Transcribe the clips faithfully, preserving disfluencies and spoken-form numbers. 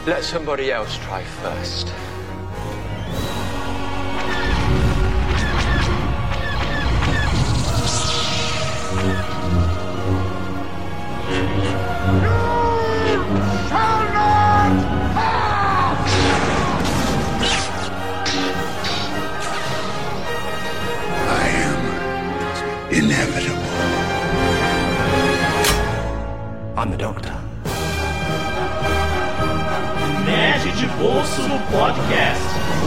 Let somebody else try first. Inevitable. I'm the Doctor. Nerd de Bolso no Podcast.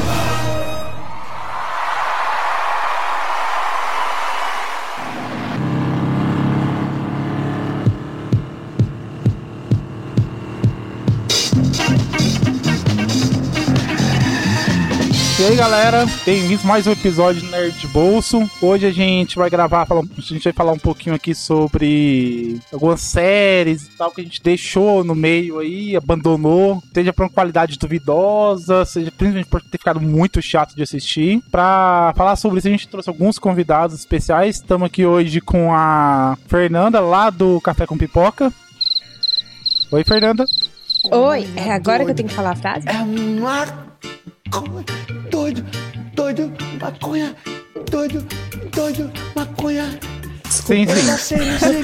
E aí galera, bem-vindos a mais um episódio do Nerd de Bolso. Hoje a gente vai gravar, a gente vai falar um pouquinho aqui sobre algumas séries e tal que a gente deixou no meio aí, abandonou, seja por uma qualidade duvidosa, seja principalmente por ter ficado muito chato de assistir. Pra falar sobre isso a gente trouxe alguns convidados especiais. Estamos aqui hoje com a Fernanda, lá do Café com Pipoca. Oi, Fernanda. Oi, é agora que eu tenho que falar a frase? É uma... Doido, doido, maconha, doido, doido, maconha. Sim, sim.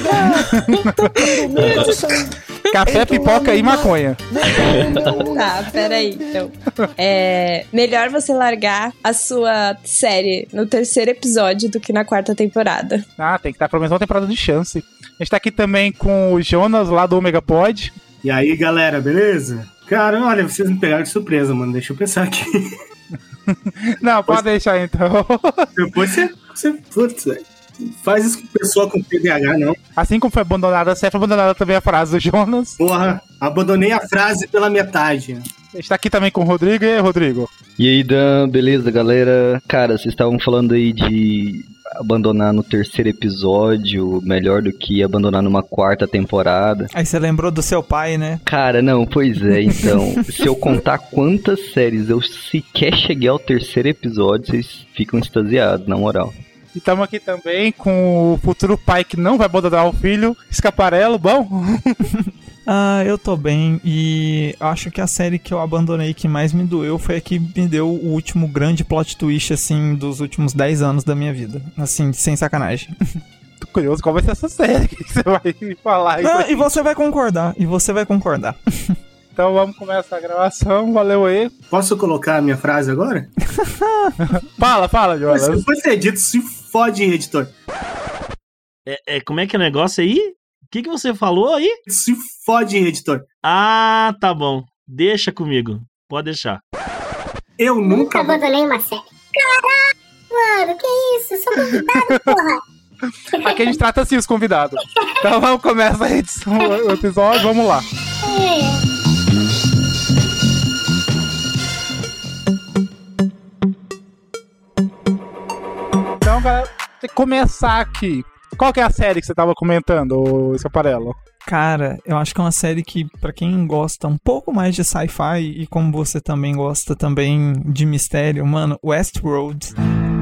Café, pipoca e maconha. Tá, peraí, então. É melhor você largar a sua série no terceiro episódio do que na quarta temporada. Ah, tem que estar pelo menos uma temporada de chance. A gente tá aqui também com o Jonas, lá do Omega Pod. E aí, galera, beleza? Cara, olha, vocês me pegaram de surpresa, mano. Deixa eu pensar aqui. Não, pode depois, deixar então. Depois você, você putz, faz isso com pessoa com T D A H, não. Assim como foi abandonada a série, foi abandonada também a frase do Jonas. Porra, abandonei a frase pela metade. A gente tá aqui também com o Rodrigo. E aí, Rodrigo? E aí, Dan, beleza, galera? Cara, vocês estavam falando aí de abandonar no terceiro episódio, melhor do que abandonar numa quarta temporada. Aí você lembrou do seu pai, né? Cara, não, pois é, então, se eu contar quantas séries eu sequer cheguei ao terceiro episódio, vocês ficam extasiados, na moral. E estamos aqui também com o futuro pai que não vai abandonar o filho, Escaparello, bom? Ah, eu tô bem e acho que a série que eu abandonei que mais me doeu foi a que me deu o último grande plot twist, assim, dos últimos dez anos da minha vida. Assim, sem sacanagem. Tô curioso qual vai ser essa série que você vai falar aí. Ah, e você vai concordar, e você vai concordar. Então vamos começar a gravação, valeu aí. Posso colocar a minha frase agora? Fala, fala, Jonas. Se for ser dito, se fode, editor. É, é, como é que é o negócio aí? O que, que você falou aí? Se fode, editor. Ah, tá bom. Deixa comigo. Pode deixar. Eu nunca... Nunca abandonei uma série. Caraca, mano, que isso? Eu sou convidado, porra. Aqui a gente trata assim os convidados. Então vamos começar a edição, o episódio, vamos lá. É. Então, galera, tem que começar aqui. Qual que é a série que você tava comentando, Escaparello? Cara, eu acho que é uma série que, pra quem gosta um pouco mais de sci-fi e como você também gosta também de mistério, mano, Westworld.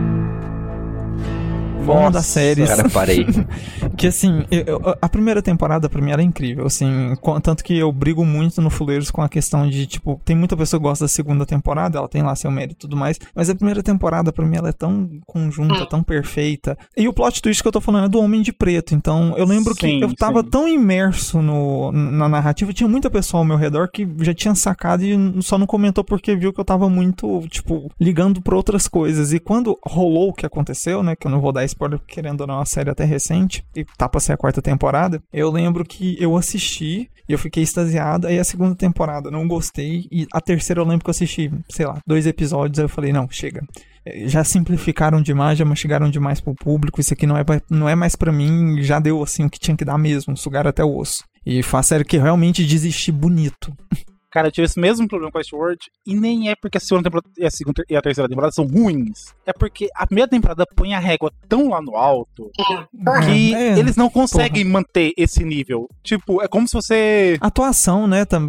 Uma das séries. Cara, parei. Que assim, eu, eu, a primeira temporada pra mim era incrível, assim, com, tanto que eu brigo muito no Fuleiros com a questão de, tipo, tem muita pessoa que gosta da segunda temporada, ela tem lá seu mérito e tudo mais, mas a primeira temporada pra mim ela é tão conjunta, tão perfeita. E o plot twist que eu tô falando é do Homem de Preto, então eu lembro sim, que eu tava sim. tão imerso no, na narrativa, tinha muita pessoa ao meu redor que já tinha sacado e só não comentou porque viu que eu tava muito, tipo, ligando pra outras coisas. E quando rolou o que aconteceu, né, que eu não vou dar spoiler, querendo ou não, uma série até recente, e tá pra ser a quarta temporada, eu lembro que eu assisti e eu fiquei extasiado, aí a segunda temporada não gostei, e a terceira eu lembro que eu assisti, sei lá, dois episódios, aí eu falei, não, chega. Já simplificaram demais, já mastigaram demais pro público, isso aqui não é, não é mais pra mim, já deu assim o que tinha que dar mesmo, sugaram até o osso. E foi a série que realmente desisti bonito. Cara, eu tive esse mesmo problema com Westworld, e nem é porque a segunda temporada e a, segunda, e a terceira temporada são ruins. É porque a primeira temporada põe a régua tão lá no alto que é, eles não conseguem porra. manter esse nível. Tipo, é como se você... Atuação, né, também.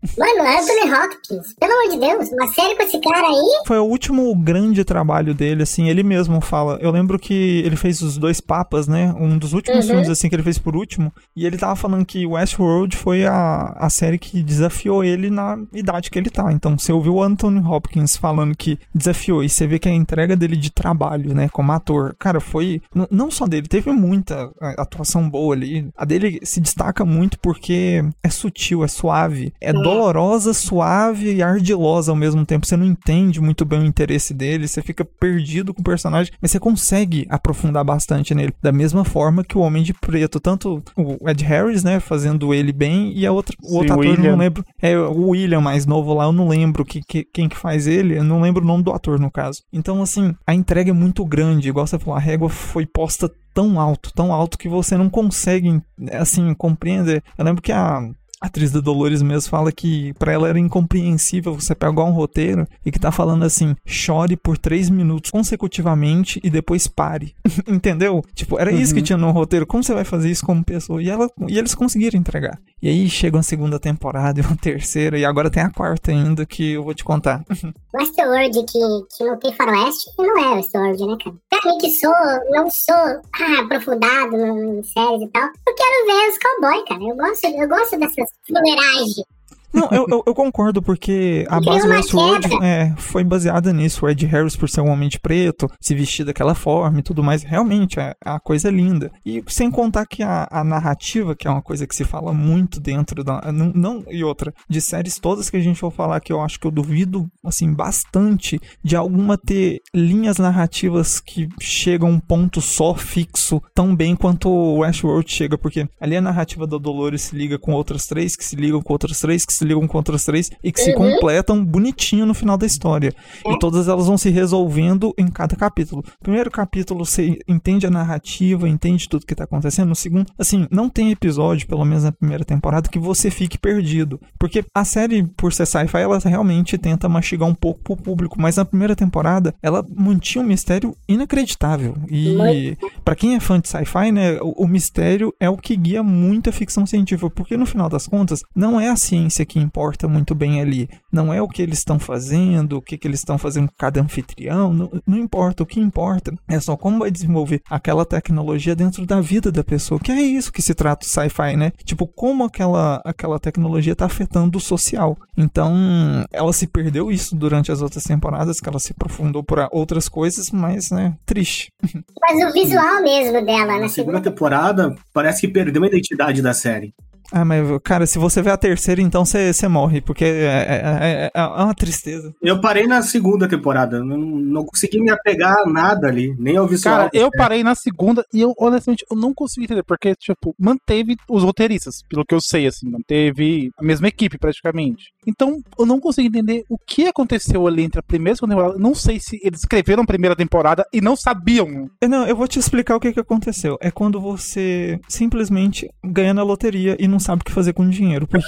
Mano, Anthony Hopkins, pelo amor de Deus, uma série com esse cara aí? Foi o último grande trabalho dele, assim, ele mesmo fala. Eu lembro que ele fez Os Dois Papas, né? Um dos últimos uhum. filmes, assim, que ele fez por último. E ele tava falando que Westworld foi a, a série que desafiou ele na idade que ele tá. Então, você ouviu o Anthony Hopkins falando que desafiou, e você vê que a entrega dele de trabalho, né, como ator, cara, foi... N- não só dele, teve muita atuação boa ali. A dele se destaca muito porque é sutil, é suave. É dolorosa, suave e ardilosa ao mesmo tempo. Você não entende muito bem o interesse dele, você fica perdido com o personagem, mas você consegue aprofundar bastante nele. Da mesma forma que o Homem de Preto, tanto o Ed Harris, né, fazendo ele bem, e a outra, o Sim, outro ator, eu não lembro, é o William mais novo lá, eu não lembro que, que, quem que faz ele, eu não lembro o nome do ator no caso. Então, assim, a entrega é muito grande, igual você falou, a régua foi posta tão alto, tão alto que você não consegue, assim, compreender. Eu lembro que a A atriz da Dolores mesmo fala que pra ela era incompreensível você pegar um roteiro e que tá falando assim, chore por três minutos consecutivamente e depois pare. Entendeu? Tipo, era uhum. isso que tinha no roteiro. Como você vai fazer isso como pessoa? E, ela, e eles conseguiram entregar. E aí chega uma segunda temporada e uma terceira e agora tem a quarta ainda que eu vou te contar. Westworld que, que não tem faroeste não é Westworld, né, cara? Pra mim que sou, não sou ah, aprofundado em séries e tal, eu quero ver os cowboys, cara. Eu gosto, eu gosto dessas fuleiragem. Não, eu, eu, eu concordo, porque a base do Westworld é, foi baseada nisso. O Ed Harris, por ser um homem de preto, se vestir daquela forma e tudo mais, realmente é a coisa linda. E sem contar que a, a narrativa, que é uma coisa que se fala muito dentro da... Não, não, e outra, de séries todas que a gente for falar, que eu acho que eu duvido, assim, bastante de alguma ter linhas narrativas que chegam a um ponto só, fixo, tão bem quanto o Westworld chega, porque ali a narrativa da Dolores se liga com outras três, que se ligam com outras três, que se ligam com outras três e que uhum. se completam bonitinho no final da história. É. E todas elas vão se resolvendo em cada capítulo. Primeiro capítulo você entende a narrativa, entende tudo que tá acontecendo. No segundo, assim, não tem episódio, pelo menos na primeira temporada, que você fique perdido. Porque a série, por ser sci-fi, ela realmente tenta mastigar um pouco pro público, mas na primeira temporada ela mantinha um mistério inacreditável. E pra quem é fã de sci-fi, né, o, o mistério é o que guia muito a ficção científica, porque no final das contas, não é a ciência que importa muito bem ali. Não é o que eles estão fazendo, o que, que eles estão fazendo com cada anfitrião, não, não importa. O que importa é só como vai desenvolver aquela tecnologia dentro da vida da pessoa, que é isso que se trata o sci-fi, né? Tipo, como aquela, aquela tecnologia está afetando o social. Então, ela se perdeu isso durante as outras temporadas, que ela se aprofundou por outras coisas, mas, né, triste. Mas o visual mesmo dela, na segunda temporada, parece que perdeu a identidade da série. Ah, mas, cara, se você vê a terceira, então você morre, porque é, é, é, é uma tristeza. Eu parei na segunda temporada, não, não consegui me apegar a nada ali, nem ao visual. Cara, eu parei na segunda e eu, honestamente, eu não consegui entender, porque, tipo, manteve os roteiristas, pelo que eu sei, assim, manteve a mesma equipe, praticamente. Então, eu não consegui entender o que aconteceu ali entre a primeira e a segunda temporada. Não sei se eles escreveram a primeira temporada e não sabiam. Não, eu vou te explicar o que, que aconteceu. É quando você simplesmente ganha na loteria e não sabe o que fazer com o dinheiro. Porque.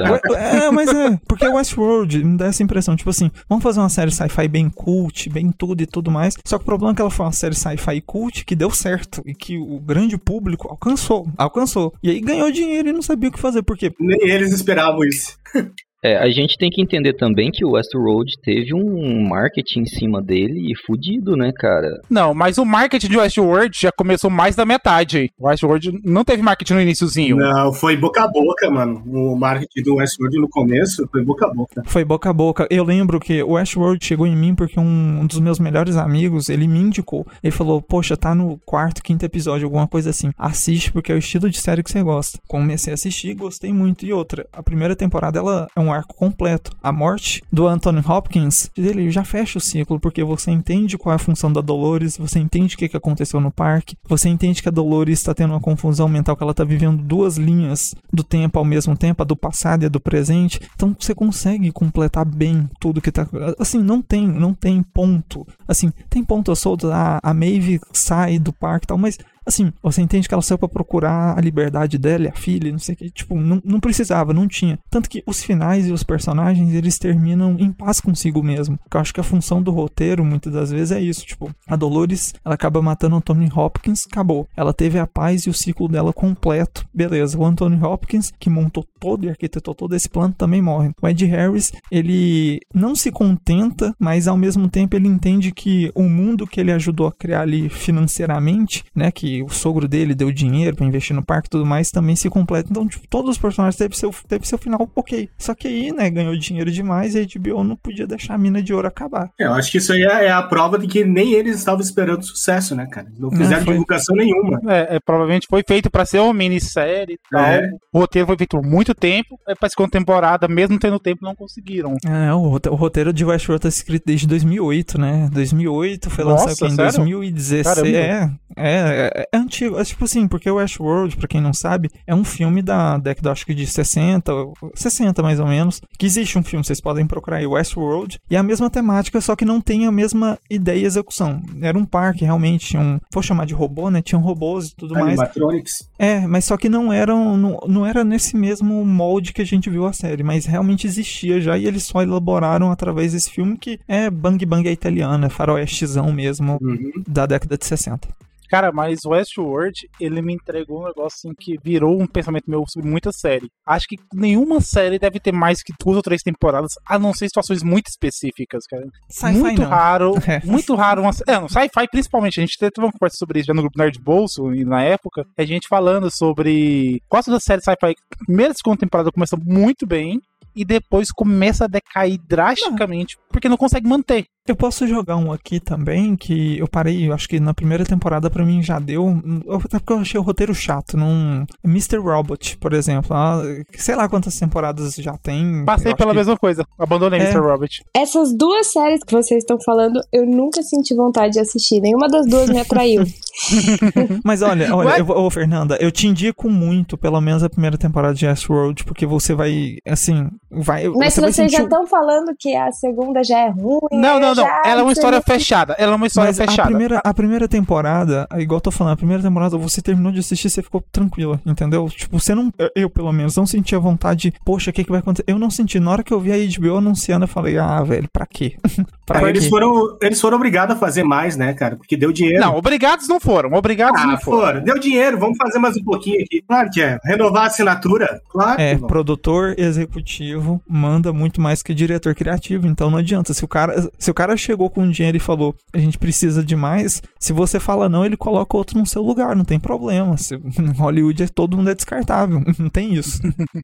é, mas é. Porque o Westworld me dá essa impressão. Tipo assim, vamos fazer uma série sci-fi bem cult, bem tudo e tudo mais. Só que o problema é que ela foi uma série sci-fi cult que deu certo. E que o grande público alcançou. Alcançou. E aí ganhou dinheiro e não sabia o que fazer. Por quê? Nem eles esperavam isso. É, a gente tem que entender também que o Westworld teve um marketing em cima dele fudido, né, cara? Não, mas o marketing de Westworld já começou mais da metade. O Westworld não teve marketing no iniciozinho. Não, foi boca a boca, mano. O marketing do Westworld no começo foi boca a boca. Foi boca a boca. Eu lembro que o Westworld chegou em mim porque um, um dos meus melhores amigos, ele me indicou. Ele falou, poxa, tá no quarto, quinto episódio, alguma coisa assim. Assiste porque é o estilo de série que você gosta. Comecei a assistir, gostei muito. E outra, a primeira temporada, ela é um arco completo. A morte do Anthony Hopkins, ele já fecha o ciclo, porque você entende qual é a função da Dolores, você entende o que, que aconteceu no parque, você entende que a Dolores está tendo uma confusão mental, que ela está vivendo duas linhas do tempo ao mesmo tempo, a do passado e a do presente. Então você consegue completar bem tudo que tá... Assim, não tem, não tem ponto. Assim, tem ponto solto, a, a Maeve sai do parque e tal, mas assim, você entende que ela saiu pra procurar a liberdade dela e a filha, não sei o que, tipo, não, não precisava, não tinha. Tanto que os finais e os personagens, eles terminam em paz consigo mesmo. Porque eu acho que a função do roteiro, muitas das vezes, é isso, tipo, a Dolores, ela acaba matando o Anthony Hopkins, acabou. Ela teve a paz e o ciclo dela completo, beleza. O Anthony Hopkins, que montou todo e arquitetou todo esse plano, também morre. O Ed Harris, ele não se contenta, mas ao mesmo tempo ele entende que o mundo que ele ajudou a criar ali financeiramente, né, que o sogro dele deu dinheiro pra investir no parque e tudo mais, também se completa. Então, tipo, todos os personagens teve seu, teve seu final ok. Só que aí, né, ganhou dinheiro demais e a H B O não podia deixar a mina de ouro acabar. É, eu acho que isso aí é a prova de que nem eles estavam esperando sucesso, né, cara? Não fizeram não, foi... divulgação nenhuma. É, é, provavelmente foi feito pra ser uma minissérie e tal. É. O roteiro foi feito por muito tempo, é pra segunda temporada, mesmo tendo tempo, não conseguiram. É, o, o roteiro de Westworld tá escrito desde dois mil e oito, né? dois mil e oito, foi Nossa, lançado aqui em sério? dois mil e dezesseis. É, é, é, é antigo. É tipo assim, porque o Westworld, pra quem não sabe, é um filme da década, acho que de sessenta, sessenta mais ou menos, que existe um filme, vocês podem procurar aí, Westworld, e é a mesma temática, só que não tem a mesma ideia e execução. Era um parque, realmente, tinha um, vou chamar de robô, né? Tinham robôs e tudo mais. Animatronics. É, mas só que não eram, não, não era nesse mesmo molde que a gente viu a série, mas realmente existia já, e eles só elaboraram através desse filme que é bang bang italiana, é faroestezão mesmo, uhum. da década de sessenta. Cara, mas Westworld, ele me entregou um negócio assim que virou um pensamento meu sobre muita série. Acho que nenhuma série deve ter mais que duas ou três temporadas, a não ser situações muito específicas, cara. Sci-fi muito não. raro, É. muito raro. Uma... É, no sci-fi principalmente, a gente teve uma conversa sobre isso já no grupo Nerd Bolso, e na época, a gente falando sobre quais das séries sci-fi, primeira e segunda temporada começa muito bem, e depois começa a decair drasticamente, não. porque não consegue manter. Eu posso jogar um aqui também, que eu parei, eu acho que na primeira temporada pra mim já deu, até porque eu achei o roteiro chato, num mister Robot, por exemplo, ah, sei lá quantas temporadas já tem. Passei pela que... mesma coisa, abandonei é. mister Robot. Essas duas séries que vocês estão falando, eu nunca senti vontade de assistir, nenhuma das duas me atraiu. Mas olha, olha, eu, ô Fernanda, eu te indico muito, pelo menos a primeira temporada de Westworld, porque você vai, assim, vai... Mas você vocês vai sentir... já estão falando que a segunda já é ruim. Não, não, não, já... ela é uma história fechada, ela é uma história Mas fechada. A primeira, a primeira temporada, igual eu tô falando, a primeira temporada você terminou de assistir, você ficou tranquila, entendeu? Tipo, você não, eu pelo menos, não sentia vontade, poxa, o que que vai acontecer? Eu não senti, na hora que eu vi a H B O anunciando, eu falei, ah, velho, pra quê? pra é, quê? Eles foram, eles foram obrigados a fazer mais, né, cara? Porque deu dinheiro. Não, obrigados não foram, obrigados ah, não foram. foram. Deu dinheiro, vamos fazer mais um pouquinho aqui. Claro que é. Renovar a assinatura, claro. É, que produtor executivo manda muito mais que diretor criativo, então não adianta. Se o cara, se o cara chegou com dinheiro e falou, a gente precisa de mais, se você fala não, ele coloca outro no seu lugar, não tem problema. Se, Hollywood é, todo mundo é descartável, não tem isso.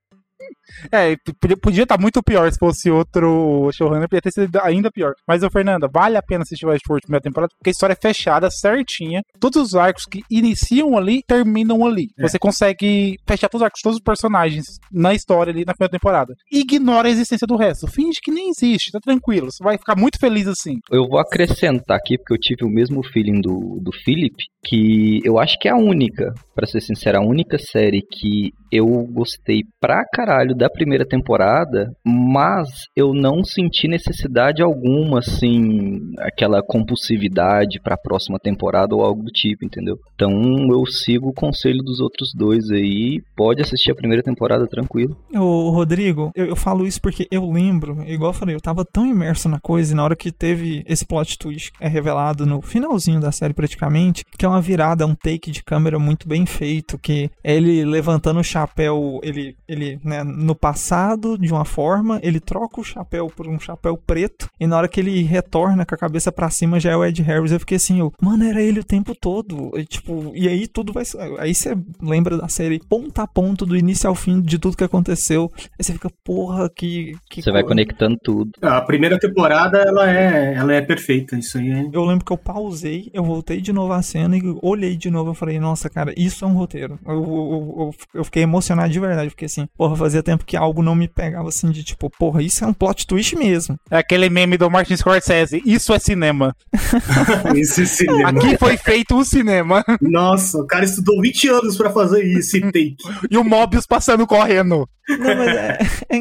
É, podia, podia estar muito pior se fosse outro showrunner, podia ter sido ainda pior. Mas, ô Fernanda, vale a pena assistir Westworld primeira temporada, porque a história é fechada, certinha. Todos os arcos que iniciam ali, terminam ali. É. Você consegue fechar todos os arcos, todos os personagens na história ali na primeira temporada. Ignora a existência do resto. Finge que nem existe, tá tranquilo. Você vai ficar muito feliz assim. Eu vou acrescentar aqui, porque eu tive o mesmo feeling do, do Philip, que eu acho que é a única, pra ser sincero, a única série que eu gostei pra caralho da primeira temporada, mas eu não senti necessidade alguma, assim, aquela compulsividade pra próxima temporada ou algo do tipo, entendeu? Então eu sigo o conselho dos outros dois aí, pode assistir a primeira temporada tranquilo. Ô Rodrigo, eu, eu falo isso porque eu lembro, igual eu falei, eu tava tão imerso na coisa, e na hora que teve esse plot twist que é revelado no finalzinho da série praticamente, que é uma virada, um take de câmera muito bem feito, que é ele levantando o chapéu, ele, ele né, no passado de uma forma, ele troca o chapéu por um chapéu preto, e na hora que ele retorna com a cabeça pra cima já é o Ed Harris. Eu fiquei assim, eu, mano, era ele o tempo todo, e, tipo, e aí tudo vai, aí você lembra da série ponto a ponto, do início ao fim de tudo que aconteceu, aí você fica, porra, que... que você vai conectando tudo. A primeira temporada, ela é, ela é perfeita, isso aí é... Eu lembro que eu pausei, eu voltei de novo a cena e olhei de novo, eu falei, nossa, cara, isso é um roteiro. Eu, eu, eu, eu fiquei emocionado de verdade, porque assim, porra, fazia tempo que algo não me pegava assim, de tipo, porra, isso é um plot twist mesmo. É aquele meme do Martin Scorsese, isso é cinema. Isso é cinema. Aqui foi feito um cinema. Nossa, o cara estudou vinte anos pra fazer esse take. E o Mobius passando correndo. Não, mas é, é,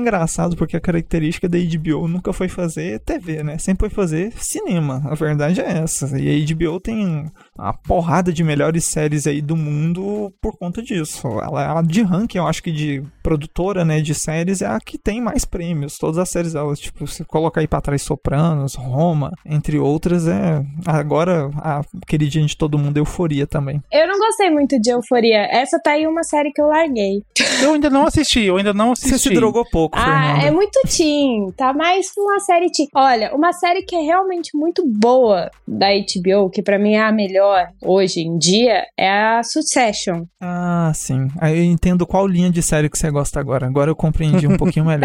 engraçado porque a característica da H B O nunca foi fazer T V, né? Sempre foi fazer cinema. A verdade é essa. E a H B O tem a porrada de melhores séries aí do mundo por conta disso. Ela, ela de ranking, eu acho que de produtora, né, de séries, é a que tem mais prêmios. Todas as séries delas, tipo, se colocar aí pra trás Sopranos, Roma, entre outras, é... Agora, a queridinha de todo mundo, Euforia também. Eu não gostei muito de Euforia. Essa tá aí uma série que eu larguei. Eu ainda não assisti, eu ainda não assisti. Você se drogou pouco, Ah, Fernanda. é muito teen. Tá mais uma série teen. Olha, uma série que é realmente muito boa da H B O, que pra mim é a melhor hoje em dia, é a Succession. Ah, sim. Aí eu entendo qual linha de série que você gosta agora. Agora eu compreendi um pouquinho melhor.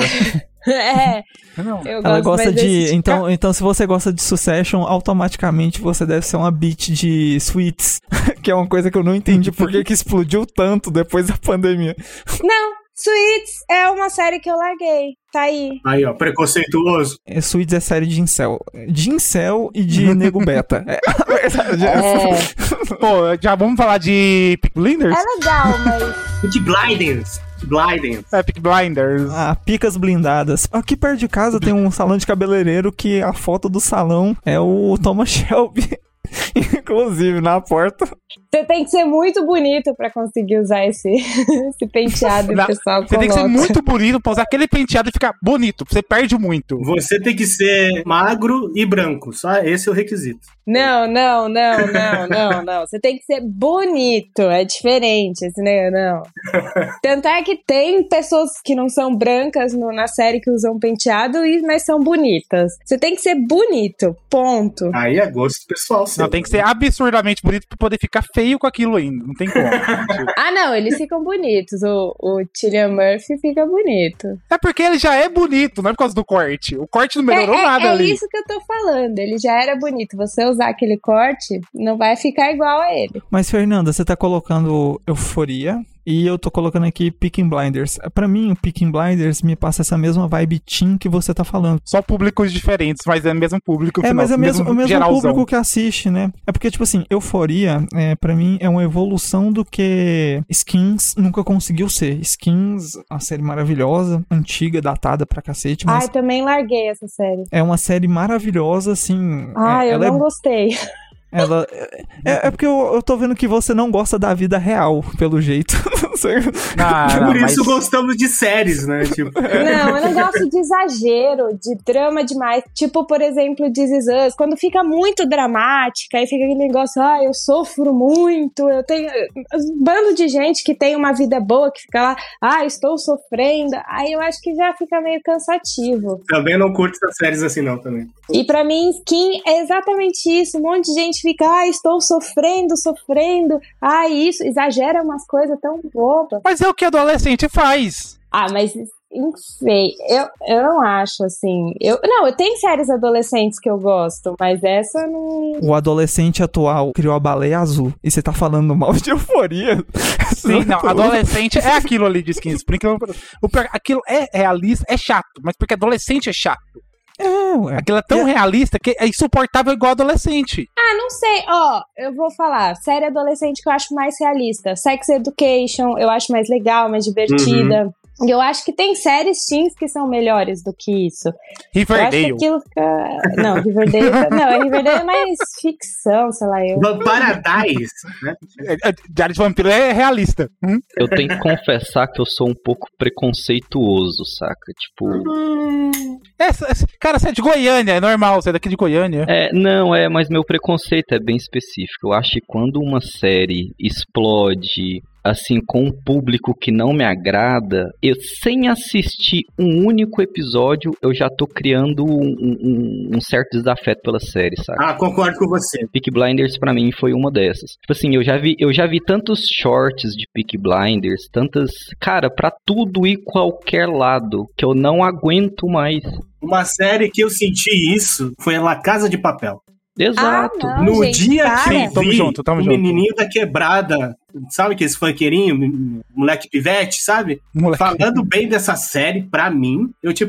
É. Não. Eu Ela gosto gosta mais de... desse tipo. Então, então, se você gosta de Succession, automaticamente você deve ser uma bitch de Suits. Que é uma coisa que eu não entendi por que que explodiu tanto depois da pandemia. Não, Suits é uma série que eu larguei. Tá aí. Aí, ó, preconceituoso. É, Suits é série de incel. De incel e de nego beta. É, a verdade é essa. Pô, já vamos falar de Peaky Blinders? É legal, mas... Peaky Blinders. Blinders. É, Peaky Blinders. Ah, picas blindadas. Aqui perto de casa tem um salão de cabeleireiro que a foto do salão é o Thomas Shelby. Inclusive, na porta. Você tem que ser muito bonito pra conseguir usar esse, esse penteado, Não, o pessoal Você tem que ser coloca. muito bonito pra usar aquele penteado e ficar bonito. Você perde muito. Você tem que ser magro e branco. Só esse é o requisito. Não, não, não, não, não, não. Você tem que ser bonito. É diferente, esse né? Não. Tanto é que tem pessoas que não são brancas no, na série que usam penteado, e, mas são bonitas. Você tem que ser bonito. Ponto. Aí é gosto pessoal, seu. Não, tem que ser absurdamente bonito pra poder ficar feio com aquilo ainda. Não tem como. Ah, não, eles ficam bonitos. O, o Cillian Murphy fica bonito. É porque ele já é bonito, não é por causa do corte. O corte não melhorou é, é, nada é ali. É isso que eu tô falando. Ele já era bonito. Você usar aquele corte, não vai ficar igual a ele. Mas, Fernanda, você tá colocando Euforia e eu tô colocando aqui Peaky Blinders. Pra mim, o Peaky Blinders me passa essa mesma vibe teen que você tá falando. Só públicos diferentes, mas é o mesmo público. É, final, mas é mesmo, o mesmo geralzão. público que assiste, né? É porque, tipo assim, Euforia, é, pra mim, é uma evolução do que Skins nunca conseguiu ser. Skins, uma série maravilhosa, antiga, datada pra cacete, mas... Ai, também larguei essa série. É uma série maravilhosa, assim... Ai, é, eu ela não é... gostei. Ela, é, é porque eu, eu tô vendo que você não gosta da vida real, pelo jeito. Não sei. Ah, Por não, isso mas... gostamos de séries, né? Tipo... Não, eu não gosto de exagero, de drama demais. Tipo, por exemplo, This Is Us. Quando fica muito dramática, aí fica aquele negócio, ah, eu sofro muito, eu tenho... Um bando de gente que tem uma vida boa, que fica lá, ah, estou sofrendo. Aí eu acho que já fica meio cansativo. Também não curto essas séries assim, não, também. E pra mim, Skin é exatamente isso. Um monte de gente fica, ah, estou sofrendo, sofrendo. Ah, isso, exagera umas coisas tão bobas. Mas é o que adolescente faz. Ah, mas... Não sei, eu, eu não acho assim. Eu, não, eu tenho séries adolescentes que eu gosto, mas essa não. O adolescente atual criou a baleia azul. E você tá falando mal de Euforia? Sim, não, adolescente é aquilo ali de Skins. Porque o, aquilo é realista, é chato, mas porque adolescente é chato. É, ué. Aquilo é tão é. realista que é insuportável igual adolescente. Ah, não sei. Ó, oh, eu vou falar. Série adolescente que eu acho mais realista. Sex Education, eu acho mais legal, mais divertida. Uhum. E eu acho que tem séries teens que são melhores do que isso. Riverdale. Eu acho que aquilo fica... Não, Riverdale... Não, Riverdale é mais ficção, sei lá. Eu... Paradise, né? Diário de Vampiro é realista. Hum? Eu tenho que confessar que eu sou um pouco preconceituoso, saca? Tipo... Hum... É, cara, você é de Goiânia, é normal, você é daqui de Goiânia. É, não, é, mas meu preconceito é bem específico. Eu acho que quando uma série explode... assim, com um público que não me agrada, eu sem assistir um único episódio, eu já tô criando um, um, um certo desafeto pela série, sabe? Ah, concordo com você. Peaky Blinders pra mim foi uma dessas. Tipo assim, eu já vi, eu já vi tantos shorts de Peaky Blinders, tantas... Cara, pra tudo e qualquer lado, que eu não aguento mais. Uma série que eu senti isso foi La Casa de Papel. Exato. Ah, não, no gente, dia para. que eu vi tamo junto, tamo o junto. menininho da quebrada, sabe aquele funkeirinho, moleque pivete, sabe? Moleque. Falando bem dessa série, pra mim, eu tipo,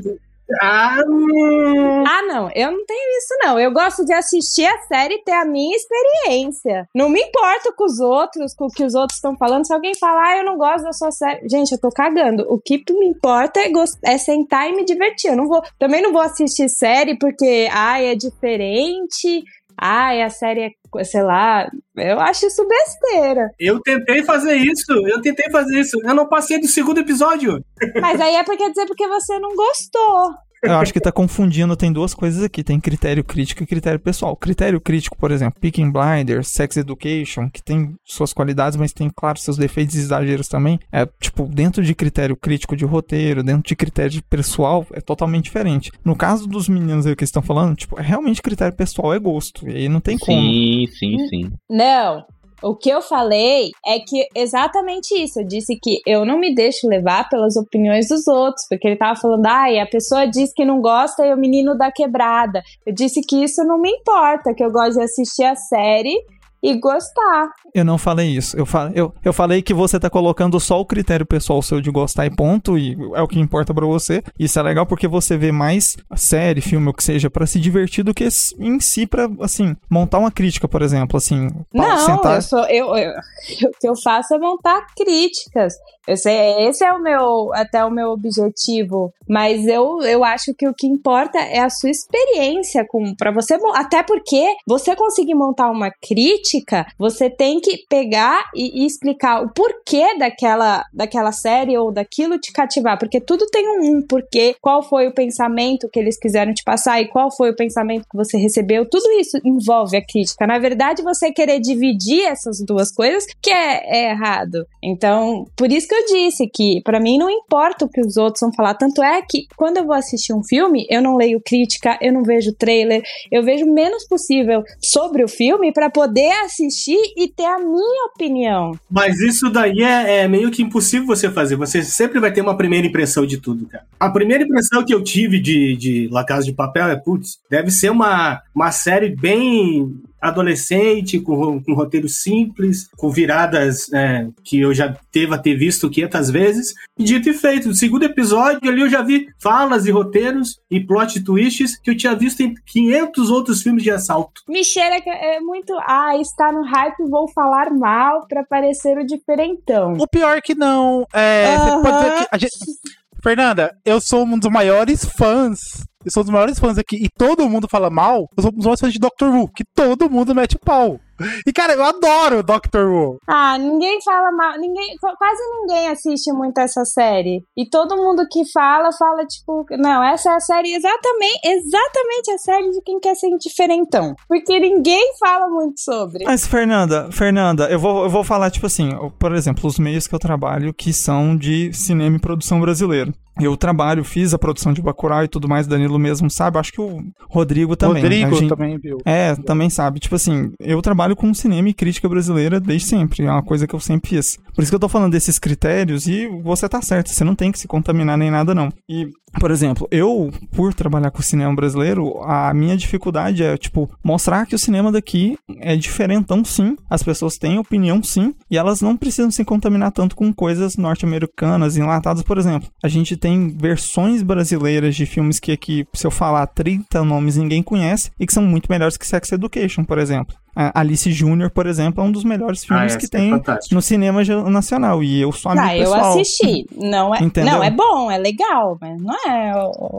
Ah, hum. ah, não, eu não tenho isso não. Eu gosto de assistir a série e ter a minha experiência. Não me importo com os outros, com o que os outros estão falando. Se alguém falar, ah, eu não gosto da sua série. Gente, eu tô cagando. O que me importa é, gost... é sentar e me divertir. Eu não vou... Também não vou assistir série porque, ai, é diferente... Ai, a série é, sei lá, eu acho isso besteira. Eu tentei fazer isso, eu tentei fazer isso. Eu não passei do segundo episódio. Mas aí é porque dizer porque você não gostou. Eu acho que tá confundindo, tem duas coisas aqui, tem critério crítico e critério pessoal. Critério crítico, por exemplo, Peaky Blinders, Sex Education, que tem suas qualidades, mas tem, claro, seus defeitos e exageros também. É, tipo, dentro de critério crítico de roteiro, dentro de critério pessoal, é totalmente diferente. No caso dos meninos aí que estão falando, tipo, é realmente critério pessoal, é gosto, e aí não tem como. Sim, sim, sim. Não. O que eu falei é que exatamente isso. Eu disse que eu não me deixo levar pelas opiniões dos outros, porque ele tava falando, ai, a pessoa diz que não gosta e o menino dá quebrada. Eu disse que isso não me importa, que eu gosto de assistir a série e gostar. Eu não falei isso. Eu, fa- eu, eu falei que você tá colocando só o critério pessoal seu de gostar e ponto, e é o que importa pra você. Isso é legal porque você vê mais série, filme, o que seja, pra se divertir do que em si pra, assim, montar uma crítica, por exemplo, assim. Não, sentar... eu sou, eu, eu, o que eu faço é montar críticas. Eu sei, esse é o meu, até o meu objetivo, mas eu, eu acho que o que importa é a sua experiência com, pra você, até porque você conseguir montar uma crítica, você tem que pegar e, e explicar o porquê daquela, daquela série ou daquilo te cativar, porque tudo tem um, um porquê, qual foi o pensamento que eles quiseram te passar e qual foi o pensamento que você recebeu, tudo isso envolve a crítica. Na verdade, você querer dividir essas duas coisas que é, é errado. Então, por isso que eu disse que pra mim não importa o que os outros vão falar, tanto é que quando eu vou assistir um filme, eu não leio crítica, eu não vejo trailer, eu vejo o menos possível sobre o filme pra poder assistir e ter a minha opinião. Mas isso daí é, é meio que impossível você fazer, você sempre vai ter uma primeira impressão de tudo, cara. A primeira impressão que eu tive de, de La Casa de Papel é, putz, deve ser uma, uma série bem adolescente, com, com roteiro simples, com viradas é, que eu já devo ter visto quinhentas vezes, e dito e feito. No segundo episódio ali eu já vi falas e roteiros e plot twists que eu tinha visto em quinhentos outros filmes de assalto. Me cheira que é muito, ah, está no hype, vou falar mal pra parecer o diferentão. O pior que não, é, uh-huh. você pode ver que a gente... Fernanda, eu sou um dos maiores fãs Eu sou um dos maiores fãs aqui e todo mundo fala mal. Eu sou um dos maiores fãs de Doctor Who, que todo mundo mete pau. E, cara, eu adoro Doctor Who. Ah, ninguém fala mal, ninguém, quase ninguém assiste muito essa série. E todo mundo que fala, fala, tipo, não, essa é a série exatamente, exatamente a série de quem quer ser diferentão. Porque ninguém fala muito sobre. Mas, Fernanda, Fernanda, eu vou, eu vou falar, tipo assim, por exemplo, os meios que eu trabalho que são de cinema e produção brasileiro. Eu trabalho, fiz a produção de Bacurau e tudo mais, Danilo mesmo sabe, acho que o Rodrigo também. Rodrigo gente, também viu. É, também sabe. Tipo assim, eu trabalho com cinema e crítica brasileira desde sempre, é uma coisa que eu sempre fiz. Por isso que eu tô falando desses critérios e você tá certo, você não tem que se contaminar nem nada não. E, por exemplo, eu, por trabalhar com cinema brasileiro, a minha dificuldade é, tipo, mostrar que o cinema daqui é diferentão sim, as pessoas têm opinião sim, e elas não precisam se contaminar tanto com coisas norte-americanas, enlatadas, por exemplo. A gente tem Tem versões brasileiras de filmes que aqui, se eu falar trinta nomes, ninguém conhece e que são muito melhores que Sex Education, por exemplo. A Alice Júnior, por exemplo, é um dos melhores filmes ah, que tem é no cinema nacional. E eu sou amigo ah, pessoal. Eu assisti. Não é, não, é bom, é legal, mas não é...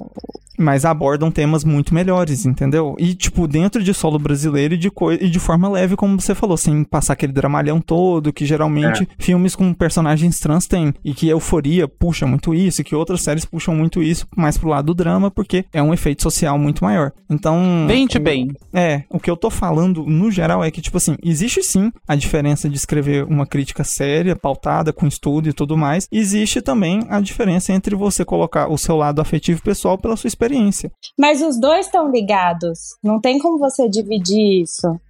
Mas abordam temas muito melhores, entendeu? E, tipo, dentro de solo brasileiro e de, co- e de forma leve, como você falou, sem passar aquele dramalhão todo, que geralmente é. filmes com personagens trans têm. E que Euforia puxa muito isso, e que outras séries puxam muito isso, mais pro lado do drama, porque é um efeito social muito maior. Então... Vende bem. É, o que eu tô falando, no geral, é que, tipo assim, existe sim a diferença de escrever uma crítica séria, pautada, com estudo e tudo mais. Existe também a diferença entre você colocar o seu lado afetivo pessoal pela sua experiência. Mas os dois estão ligados. Não tem como você dividir isso.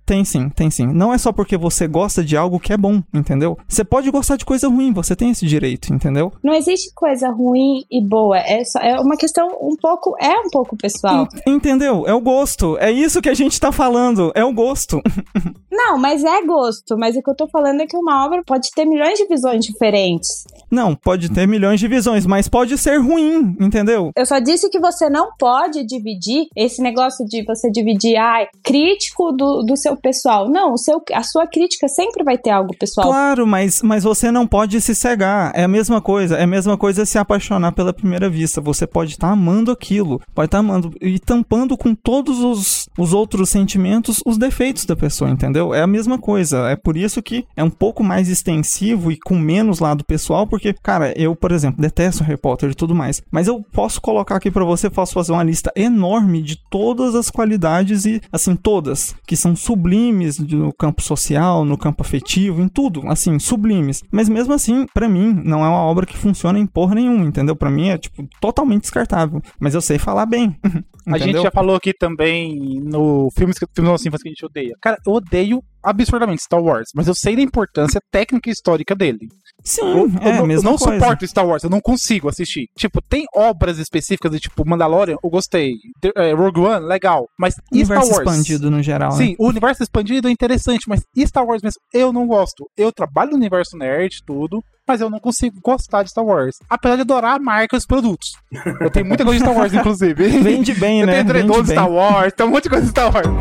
Tem sim, tem sim. Não é só porque você gosta de algo que é bom, entendeu? Você pode gostar de coisa ruim, você tem esse direito, entendeu? Não existe coisa ruim e boa. É, só, é uma questão um pouco... É um pouco pessoal. Entendeu? É o gosto. É isso que a gente tá falando. É o gosto. Não, mas é gosto. Mas o que eu tô falando é que uma obra pode ter milhões de visões diferentes. Não, pode ter milhões de visões, mas pode ser ruim, entendeu? Eu só disse que você não pode dividir esse negócio de você dividir, ai, crítico do, do seu pessoal. Não, o seu, a sua crítica sempre vai ter algo pessoal. Claro, mas, mas você não pode se cegar. É a mesma coisa. É a mesma coisa se apaixonar pela primeira vista. Você pode estar tá amando aquilo, pode estar tá amando e tampando com todos os, os outros sentimentos os defeitos da pessoa, entendeu? É a mesma coisa. É por isso que é um pouco mais extensivo e com menos lado pessoal, porque, cara, eu, por exemplo, detesto Harry Potter e tudo mais, mas eu posso colocar aqui pra você, posso fazer uma lista enorme de todas as qualidades e, assim, todas, que são sublimes no campo social, no campo afetivo, em tudo, assim, sublimes. Mas mesmo assim, pra mim, não é uma obra que funciona em porra nenhuma, entendeu? Pra mim é, tipo, totalmente descartável. Mas eu sei falar bem. A gente já falou aqui também no filmes que, filmes assim, que a gente odeia. Cara, eu odeio absurdamente Star Wars, mas eu sei da importância técnica e histórica dele. Sim, eu, é eu, a mesma eu não coisa. suporto Star Wars, eu não consigo assistir. Tipo, tem obras específicas de tipo Mandalorian, eu gostei. The, é, Rogue One, legal. Mas o universo Star Wars, expandido no geral, sim, né? O universo expandido é interessante, mas Star Wars mesmo, eu não gosto. Eu trabalho no universo nerd, tudo, mas eu não consigo gostar de Star Wars. Apesar de adorar a marca e os produtos. Eu tenho muita coisa de Star Wars, inclusive. Vende bem, eu né? Eu tenho treinador de Star bem. Wars, tem um monte de coisa de Star Wars.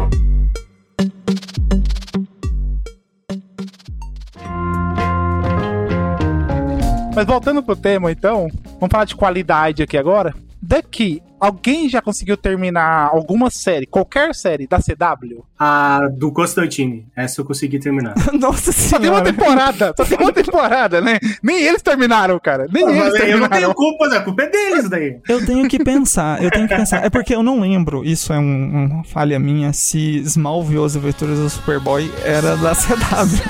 Mas voltando pro tema, então, vamos falar de qualidade aqui agora. Daqui, alguém já conseguiu terminar alguma série, qualquer série da C W? A do Constantine. Essa eu consegui terminar. Nossa Só tem uma senhora. temporada, só tem uma temporada, né? Nem eles terminaram, cara. Nem Não, eles mas eu terminaram. não tenho culpa, a culpa é deles daí. Eu tenho que pensar, eu tenho que pensar. É porque eu não lembro, isso é um, uma falha minha, se Smallville, As Aventuras do Superboy era da C W.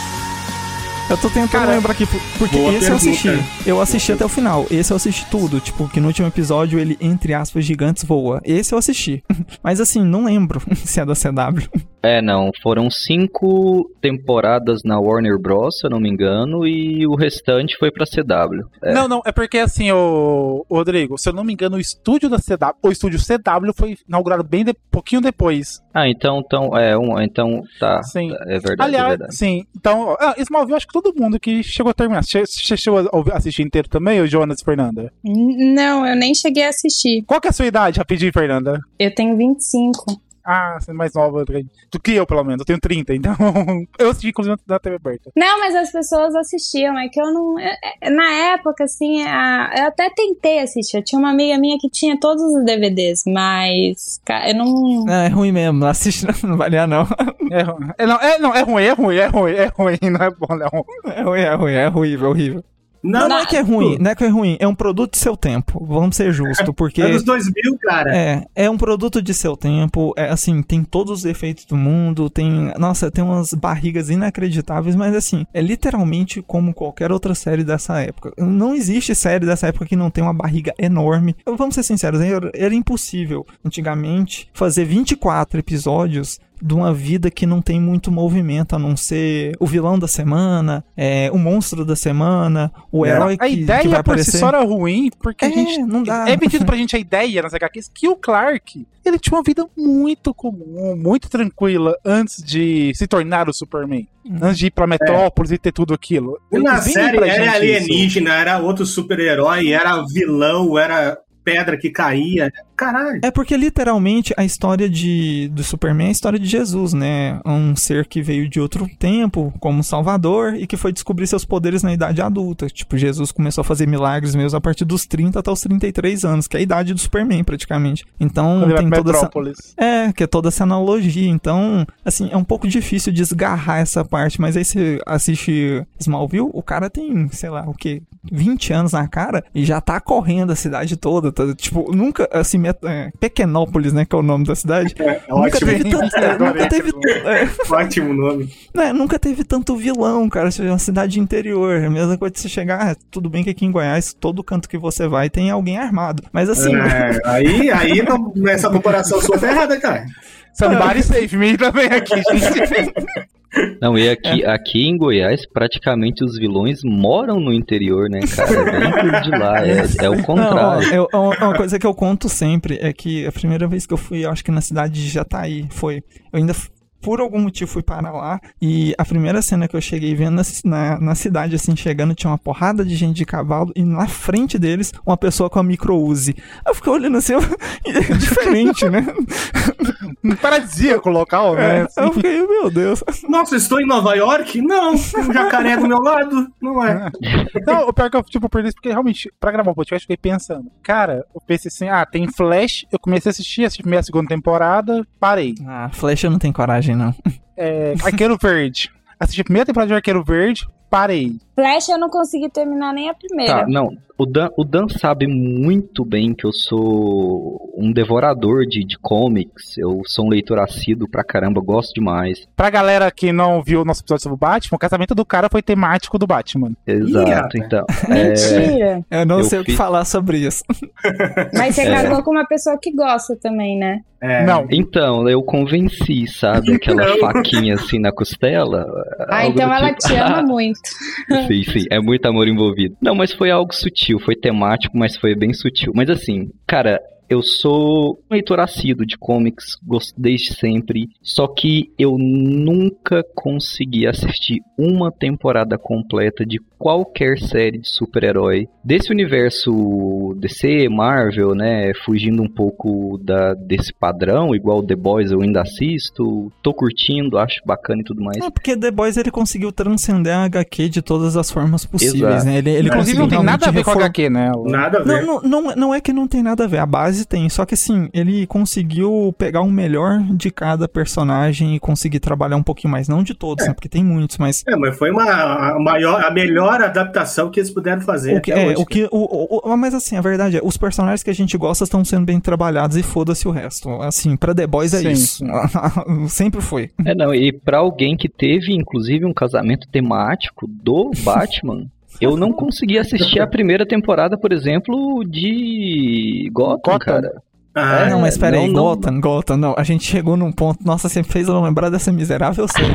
Eu tô tentando Cara, lembrar aqui, porque boa esse eu assisti. pergunta. Eu assisti até o final. Esse eu assisti tudo. Tipo, que no último episódio ele, entre aspas, gigantes voa. Esse eu assisti. Mas assim, não lembro se é da C W. É, não, foram cinco temporadas na Warner Bros, se eu não me engano, e o restante foi pra C W. É. Não, não, é porque assim, o Rodrigo, se eu não me engano, o estúdio da C W, o estúdio C W foi inaugurado bem de, pouquinho depois. Ah, então, então, é, um, então, tá, Sim. é verdade, Aliás, é verdade. sim, então, ah, Smallville, acho que todo mundo que chegou a terminar. Você che- chegou a ouvir- assistir inteiro também, o Jonas e Fernanda? N- Não, eu nem cheguei a assistir. Qual que é a sua idade, rapidinho, Fernanda? Eu tenho vinte e cinco. Ah, você é mais nova do que- do que eu, pelo menos. Eu tenho trinta, então eu assisti, inclusive, na T V aberta. Não, mas as pessoas assistiam, é que eu não... é- é- na época, assim, a- eu até tentei assistir. Eu tinha uma amiga minha que tinha todos os D V Ds, mas ca- eu não... É, é ruim mesmo, assiste, não valia não. É, ru- é, não, é, não, é ruim, é ruim, é ruim, é ruim, não é bom, não. É ruim, é ruim, é horrível, horrível. Não, Não, não é que é ruim, não é que é ruim, é um produto de seu tempo. Vamos ser justos, porque... É dos dois mil, cara. É, é um produto de seu tempo, é assim, tem todos os efeitos do mundo, tem, nossa, tem umas barrigas inacreditáveis, mas assim, é literalmente como qualquer outra série dessa época. Não existe série dessa época que não tem uma barriga enorme. Vamos ser sinceros, era, era impossível, antigamente, fazer vinte e quatro episódios de uma vida que não tem muito movimento, a não ser o vilão da semana, é, o monstro da semana, o herói que, A ideia que vai por aparecer. si só era ruim, porque É, a gente... não dá. É vendido pra gente a ideia nas H Qs que o Clark, ele tinha uma vida muito comum, muito tranquila antes de se tornar o Superman. Antes de ir pra Metrópolis é. e ter tudo aquilo. E na Eles vendem série pra era gente alienígena, isso. era outro super-herói, era vilão, era pedra que caía. Caralho. É porque literalmente a história de, do Superman é a história de Jesus, né? Um ser que veio de outro tempo como Salvador e que foi descobrir seus poderes na idade adulta. Tipo, Jesus começou a fazer milagres mesmo a partir dos trinta até os trinta e três anos, que é a idade do Superman praticamente. Então Quando tem ele vai pra toda essa... Metrópolis. É, que é toda essa analogia. Então, assim, é um pouco difícil desgarrar essa parte, mas aí você assiste Smallville, o cara tem, sei lá, o quê? vinte anos na cara e já tá correndo a cidade toda. Tá? Tipo, nunca, assim, é, Pequenópolis, né, que é o nome da cidade. É, é nunca ótimo. teve tanto... É, nunca teve, é, ótimo nome. É, nunca teve tanto vilão, cara. É uma cidade interior. A mesma coisa de você chegar, ah, tudo bem que aqui em Goiás, todo canto que você vai tem alguém armado. Mas assim... É, aí, aí não, essa comparação sua tá errada, cara. Somebody save me também aqui, gente. Não, e aqui, aqui em Goiás, praticamente os vilões moram no interior, né, cara? Dentro de lá, é, é o contrário. Não, ó, eu, uma coisa que eu conto sempre é que a primeira vez que eu fui, eu acho que na cidade de Jataí, foi... Eu ainda... Por algum motivo fui para lá e a primeira cena que eu cheguei vendo na, na, na cidade, assim, chegando, tinha uma porrada de gente de cavalo e na frente deles uma pessoa com a micro-Uzi. Eu fiquei olhando assim, eu, diferente, né? Paradisíaco o local, né? É, eu fiquei, meu Deus. Nossa, estou em Nova York? Não, tem um jacaré do meu lado. Não é. Não, o pior que eu, tipo, perdi isso porque realmente, pra gravar um podcast, eu fiquei pensando. Cara, eu pensei assim, ah, tem Flash, eu comecei a assistir, assisti a primeira, segunda temporada, parei. Ah, Flash eu não tenho coragem, não. É, Arqueiro Verde. Assisti a primeira temporada de Arqueiro Verde, parei. Flash eu não consegui terminar nem a primeira. Tá, não. O Dan, o Dan sabe muito bem que eu sou um devorador de, de comics. Eu sou um leitor assíduo pra caramba, gosto demais. Pra galera que não viu o nosso episódio sobre o Batman, o casamento do cara foi temático do Batman. Exato, Ih, então. Mentira! É, eu não eu sei o que fiz... falar sobre isso. Mas você É. casou com uma pessoa que gosta também, né? É. Não. Então, eu convenci, sabe? Aquela Não. faquinha assim na costela. Ah, algo então do ela tipo. te ama muito. Sim, sim, é muito amor envolvido. Não, mas foi algo sutil, foi temático, mas foi bem sutil. Mas assim, cara, eu sou um leitor assíduo de comics, gosto desde sempre, só que eu nunca consegui assistir uma temporada completa de qualquer série de super-herói desse universo D C, Marvel, né, fugindo um pouco da, desse padrão, igual The Boys eu ainda assisto, tô curtindo, acho bacana e tudo mais. É, porque The Boys ele conseguiu transcender a H Q de todas as formas possíveis, Exato. né? Ele, ele Inclusive conseguiu não tem nada a ver realmente com refor- H Q, né? Nada a ver. Não, não, não, não é que não tem nada a ver, a base tem, só que assim, ele conseguiu pegar o melhor de cada personagem e conseguir trabalhar um pouquinho mais, não de todos, É. né, porque tem muitos, mas... É, mas foi uma, a, maior, a melhor adaptação que eles puderam fazer. O que, até é, hoje, o que, o, o, mas assim, a verdade é, os personagens que a gente gosta estão sendo bem trabalhados e foda-se o resto. Assim, pra The Boys é Sim, isso. Sempre foi. É, não, e pra alguém que teve, inclusive, um casamento temático do Batman, eu não consegui assistir a primeira temporada, por exemplo, de Gotham, Gotham. cara. Ah, Ah, não, mas pera não, aí, não. Gotham, Gotham, não. A gente chegou num ponto, nossa, você fez eu lembrar dessa miserável série.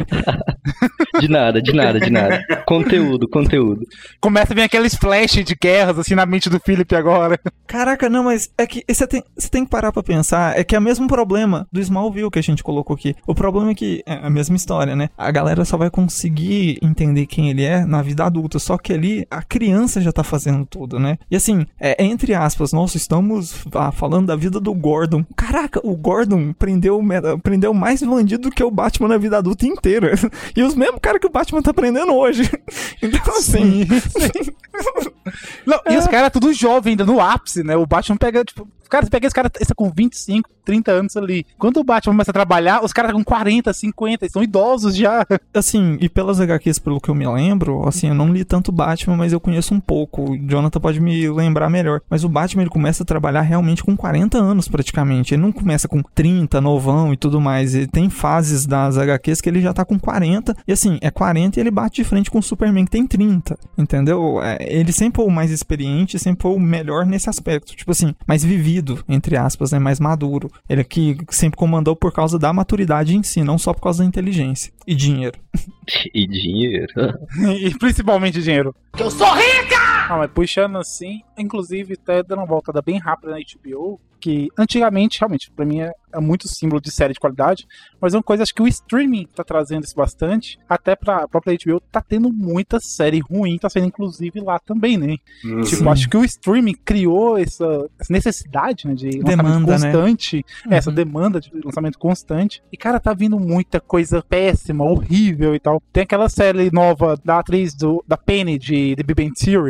De nada, de nada, de nada. Conteúdo, conteúdo. Começa a vir aqueles flash de guerras, assim, na mente do Philip agora. Caraca, não, mas é que você tem, você tem que parar pra pensar, é que é o mesmo problema do Smallville que a gente colocou aqui. O problema é que é a mesma história, né? A galera só vai conseguir entender quem ele é na vida adulta, só que ali a criança já tá fazendo tudo, né? E assim, é, entre aspas, nossa, estamos ah, falando da vida do Gordon. Caraca, o Gordon prendeu, prendeu mais bandido do que o Batman na vida adulta inteira. E os mesmos caras que o Batman tá prendendo hoje. Então assim... Não, e os caras tudo jovem, ainda no ápice, né? O Batman pega, tipo... Cara, você pega esse cara, esse tá com vinte e cinco, trinta anos ali. Quando o Batman começa a trabalhar, os caras tá com quarenta, cinquenta, eles são idosos já. Assim, e pelas H Qs, pelo que eu me lembro, assim, eu não li tanto Batman, mas eu conheço um pouco. O Jonathan pode me lembrar melhor. Mas o Batman, ele começa a trabalhar realmente com quarenta anos, praticamente. Ele não começa com trinta, novão e tudo mais. Ele tem fases das H Qs que ele já tá com quarenta. E assim, é quarenta e ele bate de frente com o Superman que tem trinta. Entendeu? É, ele sempre foi o mais experiente, sempre foi o melhor nesse aspecto. Tipo assim, mais vivido, entre aspas, né? Mais maduro. Ele aqui sempre comandou por causa da maturidade em si, não só por causa da inteligência. E dinheiro. E dinheiro. E principalmente dinheiro. Que eu sou rica! Ah, mas puxando assim, inclusive, até dando uma voltada bem rápida na H B O, que antigamente, realmente, pra mim é, é muito símbolo de série de qualidade, mas é uma coisa, acho que o streaming tá trazendo isso bastante, até pra própria H B O tá tendo muita série ruim, tá sendo inclusive lá também, né? Hum, Tipo, sim. acho que o streaming criou essa, essa necessidade, né, de Demanda, lançamento né? constante, Uhum. essa demanda de lançamento constante, e cara, tá vindo muita coisa péssima, horrível e tal. Tem aquela série nova da atriz do, da Penny, de The Big Bang Theory. Mas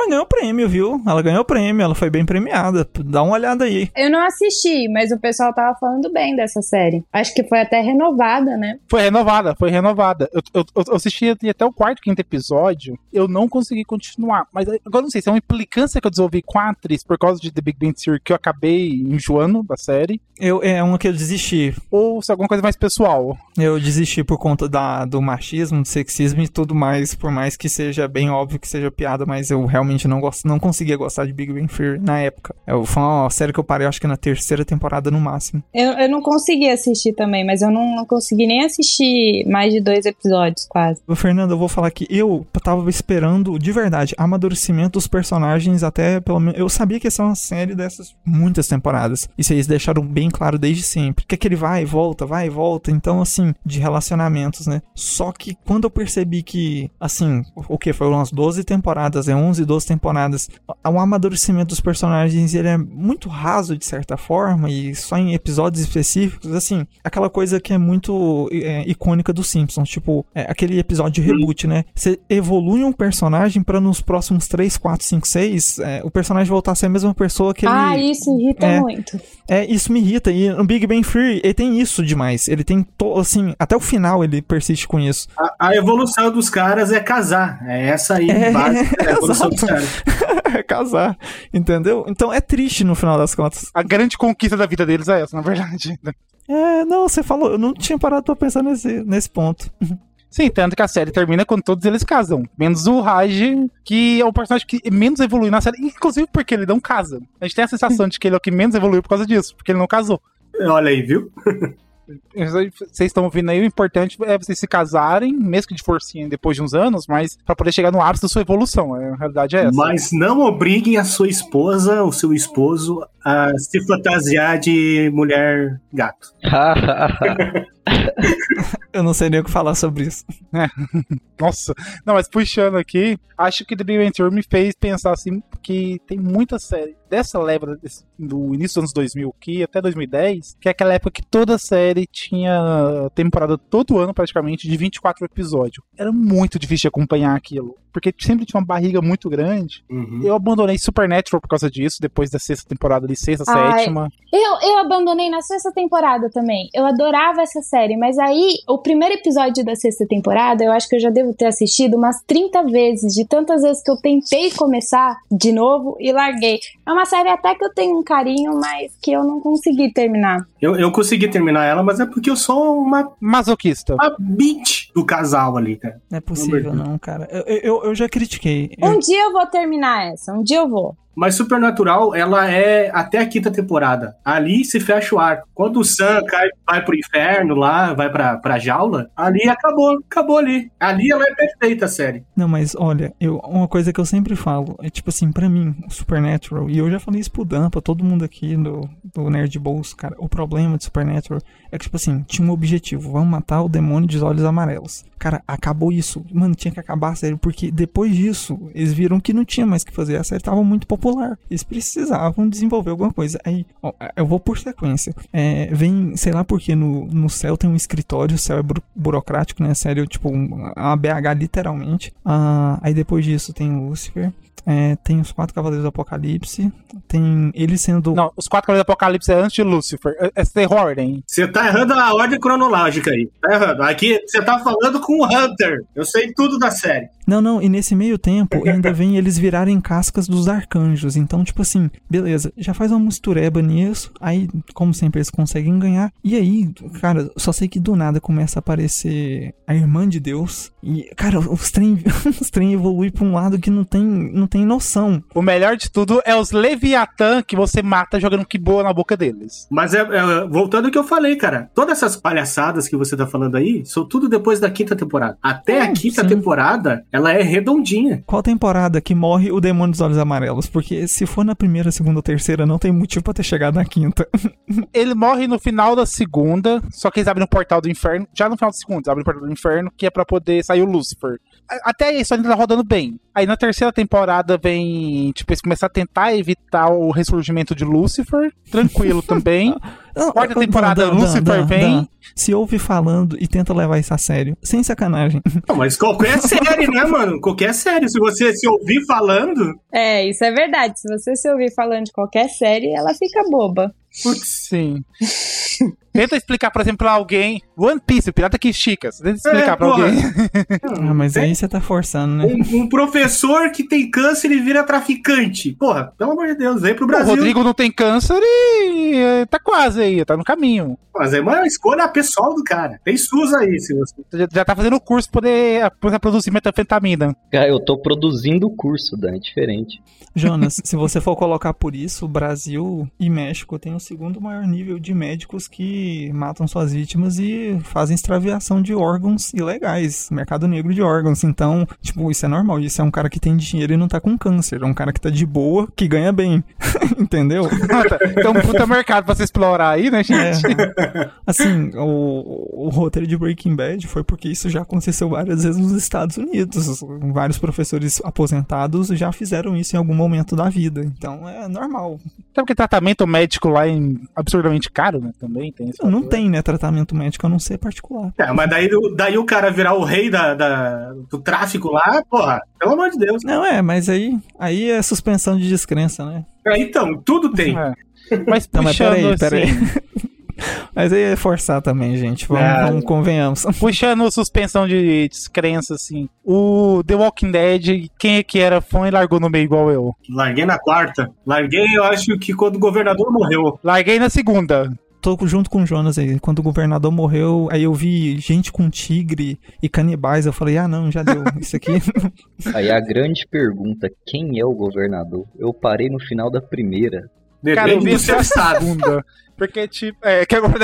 ganhou prêmio, viu? Ela ganhou prêmio, ela foi bem premiada. Dá uma olhada aí. Eu não assisti, mas o pessoal tava falando bem dessa série. Acho que foi até renovada, né? Foi renovada, foi renovada. Eu, eu, eu assisti até o quarto, quinto episódio, eu não consegui continuar. Mas agora eu não sei se é uma implicância que eu desenvolvi com a atriz por causa de The Big Bang Theory, que eu acabei enjoando da série. Eu, é uma que eu desisti. Ou se é alguma coisa mais pessoal. Eu desisti por conta da, do machismo, do sexismo e tudo mais, por mais que seja bem óbvio que seja piada, mas eu realmente não, gosto, não conseguia gostar de Big Bang Theory na época. Eu, foi uma série que eu parei, acho que na terceira temporada no máximo. Eu, eu não consegui assistir também, mas eu não, não consegui nem assistir mais de dois episódios, quase. Fernando, eu vou falar que eu tava esperando, de verdade, amadurecimento dos personagens até, pelo menos, eu sabia que ia ser uma série dessas muitas temporadas. Isso eles deixaram bem claro desde sempre. Que aquele vai e volta, vai e volta, então, assim, de relacionamentos, né? Só que quando eu percebi que, assim, o que? Foram umas doze temporadas, é onze, doze temporadas, o amadurecimento dos personagens, ele é muito raso, de certa forma, e só em episódios específicos, assim, aquela coisa que é muito é, icônica dos Simpsons, tipo, é, aquele episódio de reboot, né? Você evolui um personagem pra nos próximos três, quatro, cinco, seis, é, o personagem voltar a ser a mesma pessoa que ele... Ah, isso irrita é, muito. É, isso me irrita, e no Big Bang Theory, ele tem isso demais, ele tem, to, assim, até o final ele persiste com isso. A, a evolução dos caras é casar, é essa aí, é, básica, é a evolução dos caras. É casar, entendeu? Então é triste no final das contas. A grande conquista da vida deles é essa, na verdade. É, não, você falou, eu não tinha parado pra pensar nesse, nesse ponto. Sim, tanto que a série termina quando todos eles casam. Menos o Raj, que é o personagem que menos evolui na série, inclusive porque ele não casa. A gente tem a sensação de que ele é o que menos evoluiu por causa disso, porque ele não casou. Olha aí, viu? Vocês estão ouvindo aí, o importante é vocês se casarem, mesmo que de forcinha depois de uns anos, mas pra poder chegar no ápice da sua evolução. A realidade é essa. Mas não obriguem a sua esposa, o seu esposo, a se fantasiar de mulher gato. Eu não sei nem o que falar sobre isso. É. Nossa. Não, mas puxando aqui, acho que The Big Bang Theory me fez pensar assim, que tem muita série dessa leva desse, do início dos anos dois mil, que até dois mil e dez, que é aquela época que toda série tinha temporada todo ano praticamente de vinte e quatro episódios. Era muito difícil de acompanhar aquilo, porque sempre tinha uma barriga muito grande. Uhum. Eu abandonei Supernatural por causa disso, depois da sexta temporada ali, sexta, Ai, sétima. Eu, eu abandonei na sexta temporada também. Eu adorava essa série, mas aí o primeiro episódio da sexta temporada, eu acho que eu já devo ter assistido umas trinta vezes, de tantas vezes que eu tentei começar de novo e larguei. É uma série até que eu tenho um carinho, mas que eu não consegui terminar. Eu, eu consegui terminar ela, mas é porque eu sou uma masoquista. Uma bitch do casal ali, cara. Não é possível não, cara. Eu, eu, eu já critiquei. Um eu... dia eu vou terminar essa, um dia eu vou. Mas Supernatural, ela é até a quinta temporada. Ali se fecha o arco. Quando o Sam cai, vai pro inferno lá, vai pra, pra jaula, ali acabou, acabou ali. Ali ela é perfeita, a série. Não, mas olha, eu, uma coisa que eu sempre falo, é tipo assim, pra mim, Supernatural, e eu já falei isso pro Dan, pra todo mundo aqui do, do Nerd Bolso, cara, o problema de Supernatural é que, tipo assim, tinha um objetivo, vamos matar o demônio dos olhos amarelos. Cara, acabou isso. Mano, tinha que acabar a série, porque depois disso, eles viram que não tinha mais o que fazer. A série tava muito popular. Eles precisavam desenvolver alguma coisa. Aí, ó, eu vou por sequência. É, vem, sei lá porque no, no céu tem um escritório, o céu é buro- burocrático, né? Sério, tipo, uma B H literalmente. Ah, aí depois disso tem o Lucifer. É, tem os Quatro Cavaleiros do Apocalipse. Tem ele sendo... Não, os Quatro Cavaleiros do Apocalipse é antes de Lucifer. É, é The Ordem. Você tá errando a ordem cronológica aí. Tá errando. Aqui você tá falando com o Hunter. Eu sei tudo da série. Não, não, e nesse meio tempo ainda vem eles virarem cascas dos arcanjos. Então, tipo assim, beleza, já faz uma mistureba nisso. Aí, como sempre, eles conseguem ganhar. E aí, cara, só sei que do nada começa a aparecer a Irmã de Deus. E, cara, os trem, os trem evoluem pra um lado que não tem, não tem noção. O melhor de tudo é os Leviatã que você mata jogando que boa na boca deles. Mas é, é, voltando ao que eu falei, cara, todas essas palhaçadas que você tá falando aí são tudo depois da quinta temporada. Até é, a quinta sim. temporada, ela é redondinha. Qual temporada que morre o demônio dos olhos amarelos? Porque se for na primeira, segunda ou terceira, não tem motivo pra ter chegado na quinta. Ele morre no final da segunda, só que eles abrem o portal do inferno. Já no final da segunda, eles abrem o portal do inferno, que é pra poder sair o Lucifer. Até isso ainda tá rodando bem. Aí na terceira temporada vem, tipo, eles começam a tentar evitar o ressurgimento de Lucifer. Tranquilo também. Quarta temporada, Dan, Lucifer Dan, vem. Dan, se ouve falando e tenta levar isso a sério. Sem sacanagem. Não, mas qualquer série, né, mano? Qualquer série. Se você se ouvir falando... É, isso é verdade. Se você se ouvir falando de qualquer série, ela fica boba. Putz, sim. Tenta explicar, por exemplo, pra alguém One Piece, o pirata que estica. Tenta explicar É, pra porra. alguém. Ah, mas aí você tá forçando, né? Um, um professor que tem câncer e vira traficante. Porra, pelo amor de Deus, vem pro O Brasil. Rodrigo não tem câncer e eh, tá quase aí, tá no caminho. Mas é uma escolha pessoal do cara. Tem SUS aí, se você... Já, já tá fazendo o curso pra poder, poder produzir metanfetamina. Cara, eu tô produzindo o curso, Dan, é diferente. Jonas, se você for colocar por isso, o Brasil e México têm o segundo maior nível de médicos que matam suas vítimas e fazem extraviação de órgãos ilegais, mercado negro de órgãos. Então, tipo, isso é normal. Isso é um cara que tem dinheiro e não tá com câncer. É um cara que tá de boa, que ganha bem. Entendeu? Então, puta mercado pra você explorar aí, né, gente? É. Assim, o, o roteiro de Breaking Bad foi porque isso já aconteceu várias vezes nos Estados Unidos. Vários professores aposentados já fizeram isso em algum momento da vida. Então, é normal. Sabe que tratamento médico lá é absurdamente caro, né? Também tem isso. Não tem, né, tratamento médico, a não ser particular. É, mas daí, daí o cara virar o rei da, da- do tráfico lá, porra, pelo amor de Deus. Não, é, mas aí, aí é suspensão de descrença, né? É, então, tudo tem. É. Mas Não, mas puxando peraí, assim, peraí. Mas aí é forçar também, gente. Vamos, É. vamos convenhamos. puxando suspensão de descrença, assim, o The Walking Dead, quem é que era fã e largou no meio igual eu? Larguei na quarta. Larguei, eu acho que quando o governador morreu. Larguei na segunda. Tô junto com o Jonas aí. Quando o governador morreu, aí eu vi gente com tigre e canibais. Eu falei, ah, não, já deu. Isso aqui. Aí a grande pergunta, quem é o governador? Eu parei no final da primeira. Cara, eu Depende vi do essa seu estado. segunda. Porque, tipo, é, que agora,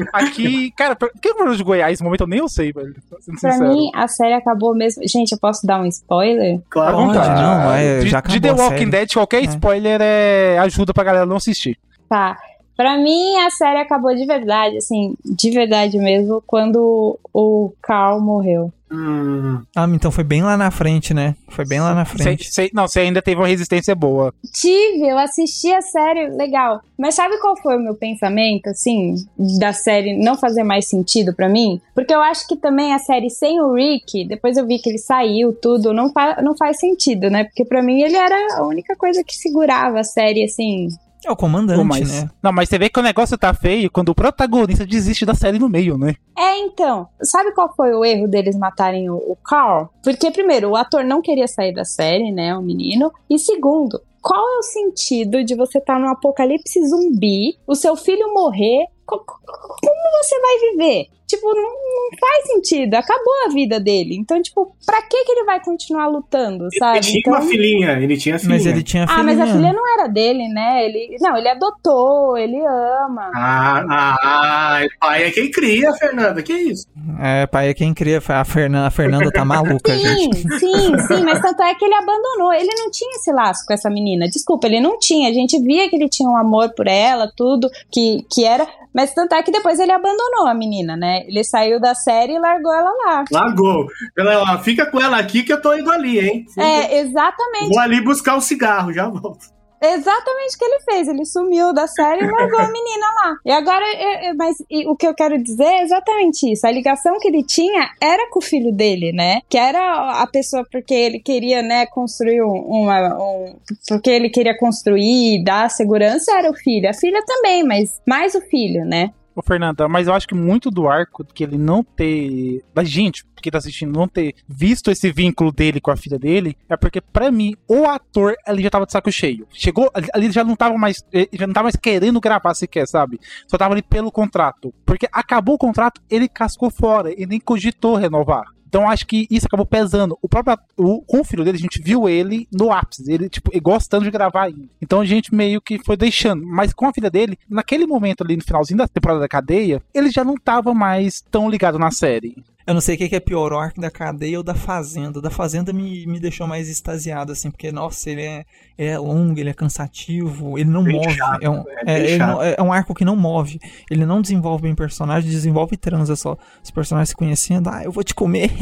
aqui, cara, quem é o governador de Goiás? No momento eu nem eu sei, velho. Sendo Pra sincero. mim, a série acabou mesmo. Gente, eu posso dar um spoiler? Claro, Pode, vontade. não, é, de, já de The acabou a Walking série. Dead, qualquer É. spoiler é ajuda pra galera não assistir. Tá. Pra mim, a série acabou de verdade, assim, de verdade mesmo, quando o Carl morreu. Hum, Ah, então foi bem lá na frente, né? Foi bem lá na Cê, frente. cê- não, você ainda teve uma resistência boa. Tive, eu assisti a série, legal. Mas sabe qual foi o meu pensamento, assim, da série não fazer mais sentido pra mim? Porque eu acho que também a série sem o Rick, depois eu vi que ele saiu, tudo, não, fa não faz sentido, né? Porque pra mim ele era a única coisa que segurava a série, assim. É o comandante, Pô, mas, né? Não, mas você vê que o negócio tá feio quando o protagonista desiste da série no meio, né? É, então, sabe qual foi o erro deles matarem o, o Carl? Porque, primeiro, o ator não queria sair da série, né, o menino. E segundo, qual é o sentido de você estar num apocalipse zumbi, o seu filho morrer, co- co- como você vai viver? Tipo, não, não faz sentido, acabou a vida dele. Então, tipo, pra que que ele vai continuar lutando, sabe? ele tinha Então... uma filhinha, ele tinha filhinha. Mas ele tinha Ah, mas a filhinha. filha não era dele, né? Ele, não, ele adotou, ele ama. Ah, ah, ah, pai é quem cria, Fernanda, que isso? É, pai, é quem cria. A Fernanda, a Fernanda tá maluca, gente. Sim, sim, sim, mas tanto é que ele abandonou. Ele não tinha esse laço com essa menina. Desculpa, ele não tinha. A gente via que ele tinha um amor por ela, tudo, que, que era. Mas tanto é que depois ele abandonou a menina, né? Ele saiu da série e largou ela lá. Largou. Ela, ó, fica com ela aqui que eu tô indo ali, hein? É, exatamente. Vou ali buscar um cigarro, já volto. Exatamente o que ele fez. Ele sumiu da série e largou a menina lá. E agora, eu- eu- mas e o que eu quero dizer é exatamente isso. A ligação que ele tinha era com o filho dele, né? Que era a pessoa porque ele queria, né, construir um, uma... Um, porque ele queria construir e dar segurança, era o filho. A filha também, mas mais o filho, né? Ô, Fernanda, mas eu acho que muito do arco que ele não ter. Da gente que tá assistindo, não ter visto esse vínculo dele com a filha dele, é porque, pra mim, o ator ele já tava de saco cheio. Chegou, ali ele já não tava mais. Ele já não tava mais querendo gravar sequer, sabe? Só tava ali pelo contrato. Porque acabou o contrato, ele cascou fora e nem cogitou renovar. Então acho que isso acabou pesando. O próprio o, com o filho dele, a gente viu ele no ápice, ele tipo gostando de gravar ainda. Então a gente meio que foi deixando. Mas com a filha dele, naquele momento ali no finalzinho da temporada da cadeia, ele já não tava mais tão ligado na série. Eu não sei o que que é pior, o arco da cadeia ou da fazenda. Da fazenda me, me deixou mais extasiado, assim, porque, nossa, ele é, ele é longo, ele é cansativo, ele não Bem move. chato, é, um, é é, bem ele chato. não- é um arco que não move. Ele não desenvolve bem personagem, desenvolve transa só. Os personagens se conhecendo, ah, eu vou te comer.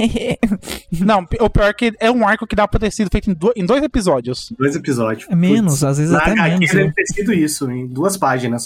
Não, o pior é que é um arco que dá pra ter sido feito em, do, em dois episódios. Dois episódios. É menos, Putz, às vezes na até H Q menos. deve né? ter sido isso, em duas páginas só.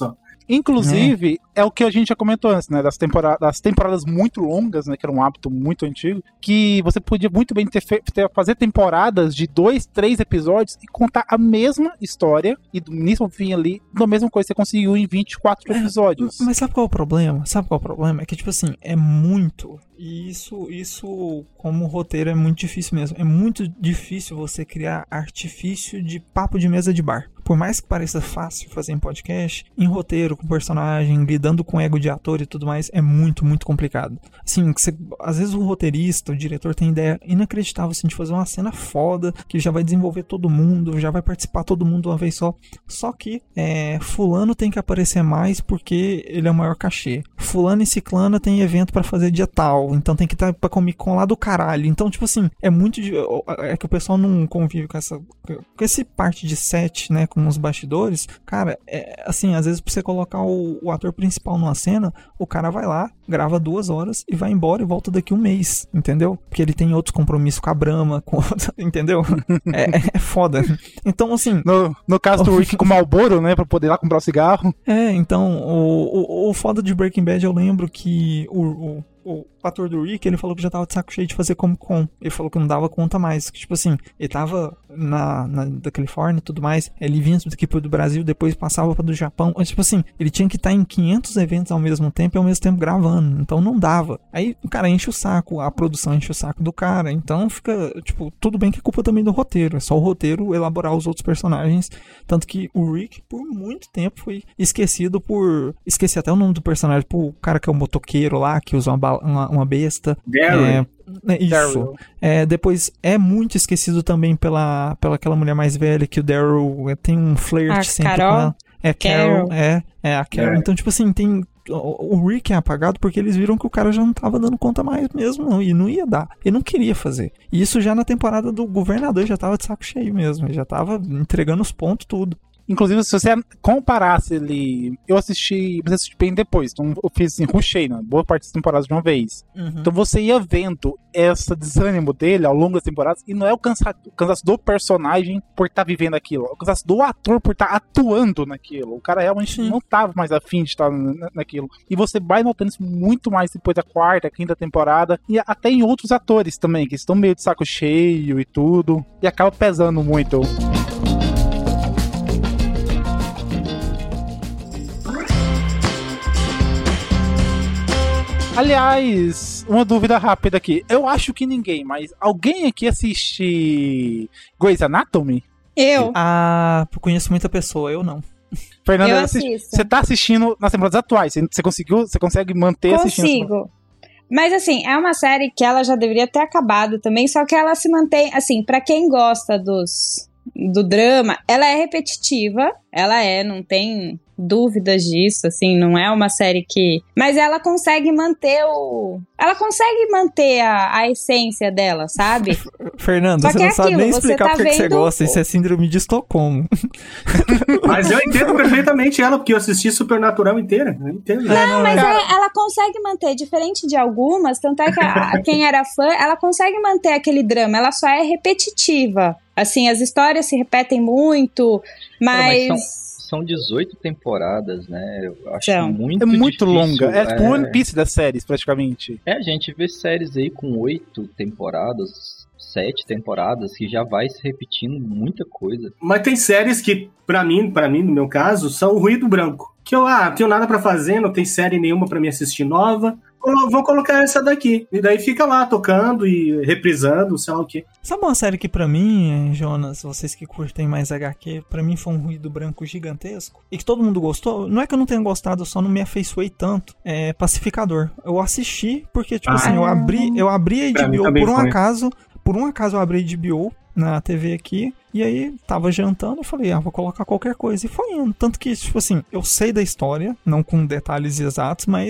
Inclusive, é. é o que a gente já comentou antes, né? Das, tempora das temporadas muito longas, né? Que era um hábito muito antigo. Que você podia muito bem ter, ter fazer temporadas de dois, três episódios e contar a mesma história. E do início ao fim ali, da mesma coisa que você conseguiu em vinte e quatro episódios. É, mas sabe qual é o problema? Sabe qual é o problema? É que, tipo assim, é muito... E isso, isso, como roteiro, é muito difícil mesmo. É muito difícil você criar artifício de papo de mesa de bar. Por mais que pareça fácil fazer em podcast, em roteiro, com personagem, lidando com ego de ator e tudo mais, é muito, muito complicado. Assim, você, às vezes o roteirista, o diretor tem ideia inacreditável assim, de fazer uma cena foda, que já vai desenvolver todo mundo, já vai participar todo mundo de uma vez só. Só que é, fulano tem que aparecer mais porque ele é o maior cachê. Fulano e ciclana tem evento pra fazer dia tal, então tem que estar pra Comic Con lá do caralho. Então, tipo assim, é muito... É que o pessoal não convive com essa... Com esse parte de set, né, com os bastidores, cara, é, assim, às vezes pra você colocar o, o ator principal numa cena, o cara vai lá, grava duas horas e vai embora e volta daqui um mês, entendeu? Porque ele tem outros compromissos com a Brahma, com... entendeu? É, é foda. Então, assim... No, no caso do Rick com o Marlboro, né, pra poder ir lá comprar o cigarro. É, então, o, o, o foda de Breaking Bad, eu lembro que o... o O ator do Rick, ele falou que já tava de saco cheio de fazer Comic Con. Ele falou que não dava conta mais. Que, tipo assim, ele tava na, na da Califórnia e tudo mais. Ele vinha daqui pro do Brasil, depois passava para do Japão. Tipo assim, ele tinha que estar em quinhentos eventos ao mesmo tempo e ao mesmo tempo gravando. Então não dava. Aí o cara enche o saco, a produção enche o saco do cara. Então fica, tipo, tudo bem que é culpa também do roteiro. É só o roteiro elaborar os outros personagens. Tanto que o Rick, por muito tempo, foi esquecido por... Esqueci até o nome do personagem. Por o cara que é o motoqueiro lá, que usa uma Uma, uma besta. Daryl. É, isso. É, depois é muito esquecido também pela, pela aquela mulher mais velha que o Daryl tem um flerte a sempre Carol? com ela. É Carol. Carol. É, é a Carol. É. Então, tipo assim, tem. O, o Rick é apagado porque eles viram que o cara já não tava dando conta mais mesmo, não. E não ia dar. Ele não queria fazer. E isso já na temporada do Governador já tava de saco cheio mesmo. Ele já tava entregando os pontos, tudo. Inclusive, se você comparasse ele... Eu assisti... Você assistiu bem depois. Então, eu fiz assim, rushei, né? Boa parte das temporadas de uma vez. Uhum. Então, você ia vendo esse desânimo dele ao longo das temporadas. E não é o cansaço, o cansaço do personagem por estar tá vivendo aquilo. É o cansaço do ator por estar tá atuando naquilo. O cara realmente Sim. não tava mais afim de estar naquilo. E você vai notando isso muito mais depois da quarta, quinta temporada. E até em outros atores também, que estão meio de saco cheio e tudo. E acaba pesando muito. Aliás, uma dúvida rápida aqui. Eu acho que ninguém, mas alguém aqui assiste Grey's Anatomy? Eu. Ah, eu conheço muita pessoa, eu não. Fernanda, Eu assiste, assisto. você tá assistindo nas temporadas atuais? Você conseguiu, você consegue manter assistindo? Consigo. Mas assim, é uma série que ela já deveria ter acabado também, só que ela se mantém, assim, pra quem gosta dos do drama, ela é repetitiva, ela é, não tem dúvidas disso, assim, não é uma série que... Mas ela consegue manter o... Ela consegue manter a, a essência dela, sabe? Fernando, Só você que não é sabe aquilo, nem você explicar tá porque que você vendo- gosta, isso é síndrome de Estocolmo. Mas eu entendo perfeitamente ela, porque eu assisti Supernatural inteira. Eu entendo. Não, mas é- ela consegue manter, diferente de algumas, tanto é que a- quem era fã, ela consegue manter aquele drama, ela só é repetitiva. Assim, as histórias se repetem muito, mas... Não, mas são, são dezoito temporadas, né? Eu acho São. muito É muito difícil, longa. É tipo é... One Piece das séries, praticamente. É, a gente vê séries aí com oito temporadas, sete temporadas, que já vai se repetindo muita coisa. Mas tem séries que, pra mim, pra mim, no meu caso, são ruído branco. Que eu, ah, tenho nada pra fazer, não tem série nenhuma pra me assistir nova. Colo- Vou colocar essa daqui. E daí fica lá, tocando e reprisando, sei lá o quê. Sabe uma série que pra mim, Jonas, vocês que curtem mais H Q, pra mim foi um ruído branco gigantesco e que todo mundo gostou? Não é que eu não tenha gostado, eu só não me afeiçoei tanto. É Pacificador. Eu assisti porque, tipo Ah. assim, eu abri, eu abri a Pra mim H B O também por um foi. acaso, por um acaso eu abri a H B O na T V aqui, e aí tava jantando e falei, ah, vou colocar qualquer coisa. E foi indo. Tanto que, tipo assim, eu sei da história, não com detalhes exatos, mas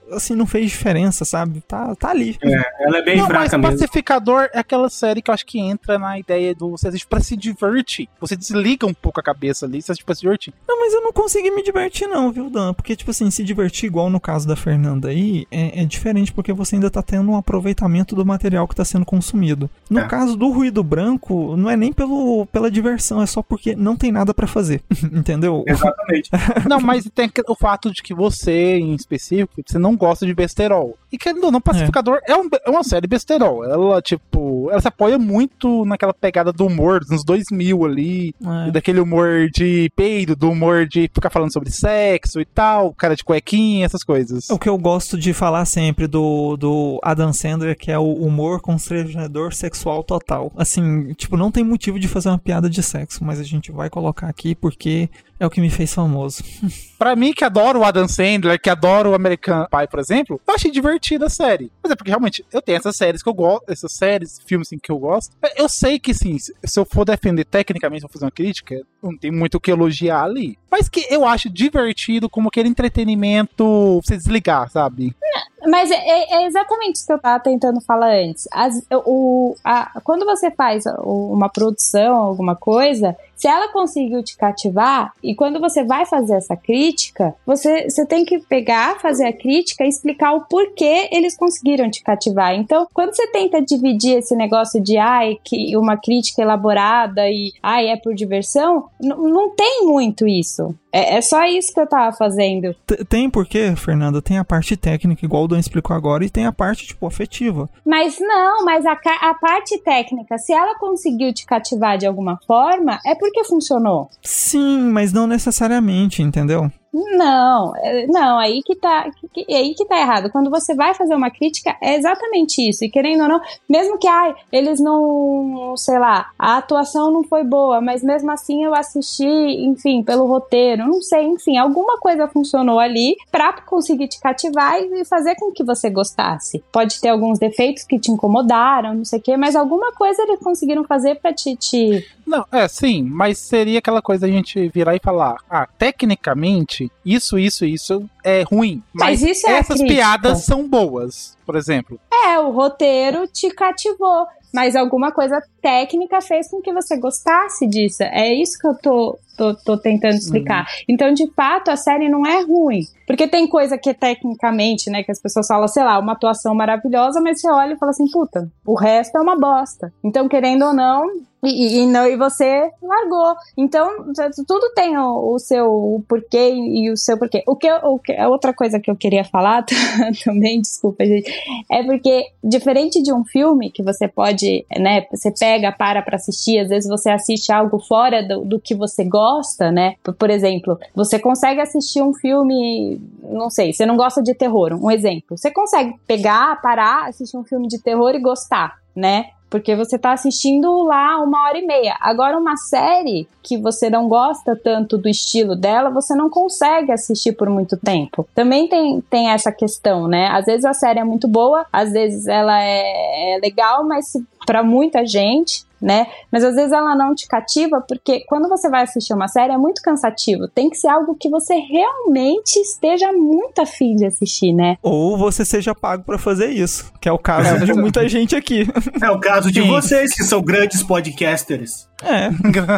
assim, não fez diferença, sabe? Tá, tá ali. É, ela é bem não, fraca mas mesmo. Pacificador é aquela série que eu acho que entra na ideia do você assiste pra se divertir. Você desliga um pouco a cabeça ali, você assiste pra se divertir. Não, mas eu não consegui me divertir não, viu, Dan? Porque, tipo assim, se divertir igual no caso da Fernanda aí, é, é diferente porque você ainda tá tendo um aproveitamento do material que tá sendo consumido. No É. caso do Ruído Branco, não é nem pelo, pela diversão, é só porque não tem nada pra fazer, entendeu? Exatamente. Não, mas tem o fato de que você, em específico, você não gosta de besterol. E querendo ou não, Pacificador é, um, é uma série besterol. Ela, tipo, ela se apoia muito naquela pegada do humor dos anos dois mil ali, É. daquele humor de peido, do humor de ficar falando sobre sexo e tal, cara de cuequinha, essas coisas. O que eu gosto de falar sempre do, do Adam Sandler, que é o humor constrangedor sexual total. Assim, tipo, não tem motivo de fazer uma piada de sexo, mas a gente vai colocar aqui porque é o que me fez famoso. Pra mim, que adoro o Adam Sandler, que adoro o American Pie, por exemplo, eu achei divertida a série. Mas é porque, realmente, eu tenho essas séries que eu gosto, essas séries, filmes assim, que eu gosto. Eu sei que, sim, se eu for defender tecnicamente, se eu fazer uma crítica, não tem muito o que elogiar ali. Mas que eu acho divertido como aquele entretenimento pra você desligar, sabe? Mas é, é exatamente isso que eu tava tentando falar antes. As, o, a, quando você faz uma produção, alguma coisa, se ela conseguiu te cativar, e quando você vai fazer essa crítica, você, você tem que pegar, fazer a crítica e explicar o porquê eles conseguiram te cativar. Então, quando você tenta dividir esse negócio de ai, que uma crítica elaborada e ai, é por diversão, n- não tem muito isso. É, é só isso que eu tava fazendo. T- Tem porque, Fernanda, tem a parte técnica, igual o Dan explicou agora, e tem a parte, tipo, afetiva. Mas não, mas a, ca- a parte técnica, se ela conseguiu te cativar de alguma forma, é porque funcionou. Sim, mas não necessariamente, entendeu? Não, é- não, aí que tá, que, que- aí que tá errado. Quando você vai fazer uma crítica, é exatamente isso. E querendo ou não, mesmo que, ai, eles não, sei lá, a atuação não foi boa, mas mesmo assim eu assisti, enfim, pelo roteiro, não sei, enfim, alguma coisa funcionou ali pra conseguir te cativar e fazer com que você gostasse. Pode ter alguns defeitos que te incomodaram, não sei o quê, mas alguma coisa eles conseguiram fazer pra te... te... Não, é, sim, mas seria aquela coisa a gente virar e falar, ah, tecnicamente, isso, isso, isso é ruim, mas, Mas isso é a essas crítica. piadas são boas, por exemplo. É, o roteiro te cativou, mas alguma coisa técnica fez com que você gostasse disso. É isso que eu tô, tô, tô tentando explicar. Uhum. Então, de fato, a série não é ruim. Porque tem coisa que tecnicamente, né, que as pessoas falam, sei lá, uma atuação maravilhosa, mas você olha e fala assim, puta, o resto é uma bosta. Então, querendo ou não, e, e, não, e você largou. Então, tudo tem o, o seu porquê e o seu porquê. O que, o que, a outra coisa que eu queria falar também, desculpa, gente, é porque, diferente de um filme que você pode, né, você pega, para pra assistir, às vezes você assiste algo fora do, do que você gosta, né, por, por exemplo, você consegue assistir um filme, não sei, você não gosta de terror, um exemplo, você consegue pegar, parar, assistir um filme de terror e gostar, né, porque você tá assistindo lá uma hora e meia. Agora, uma série que você não gosta tanto do estilo dela, você não consegue assistir por muito tempo. Também tem, tem essa questão, né? Às vezes a série é muito boa, às vezes ela é, é legal, mas pra muita gente, né? Mas às vezes ela não te cativa, porque quando você vai assistir uma série é muito cansativo. Tem que ser algo que você realmente esteja muito afim de assistir, né? Ou você seja pago pra fazer isso, que é o caso de muita gente aqui. É o caso de vocês, que são grandes podcasters. É.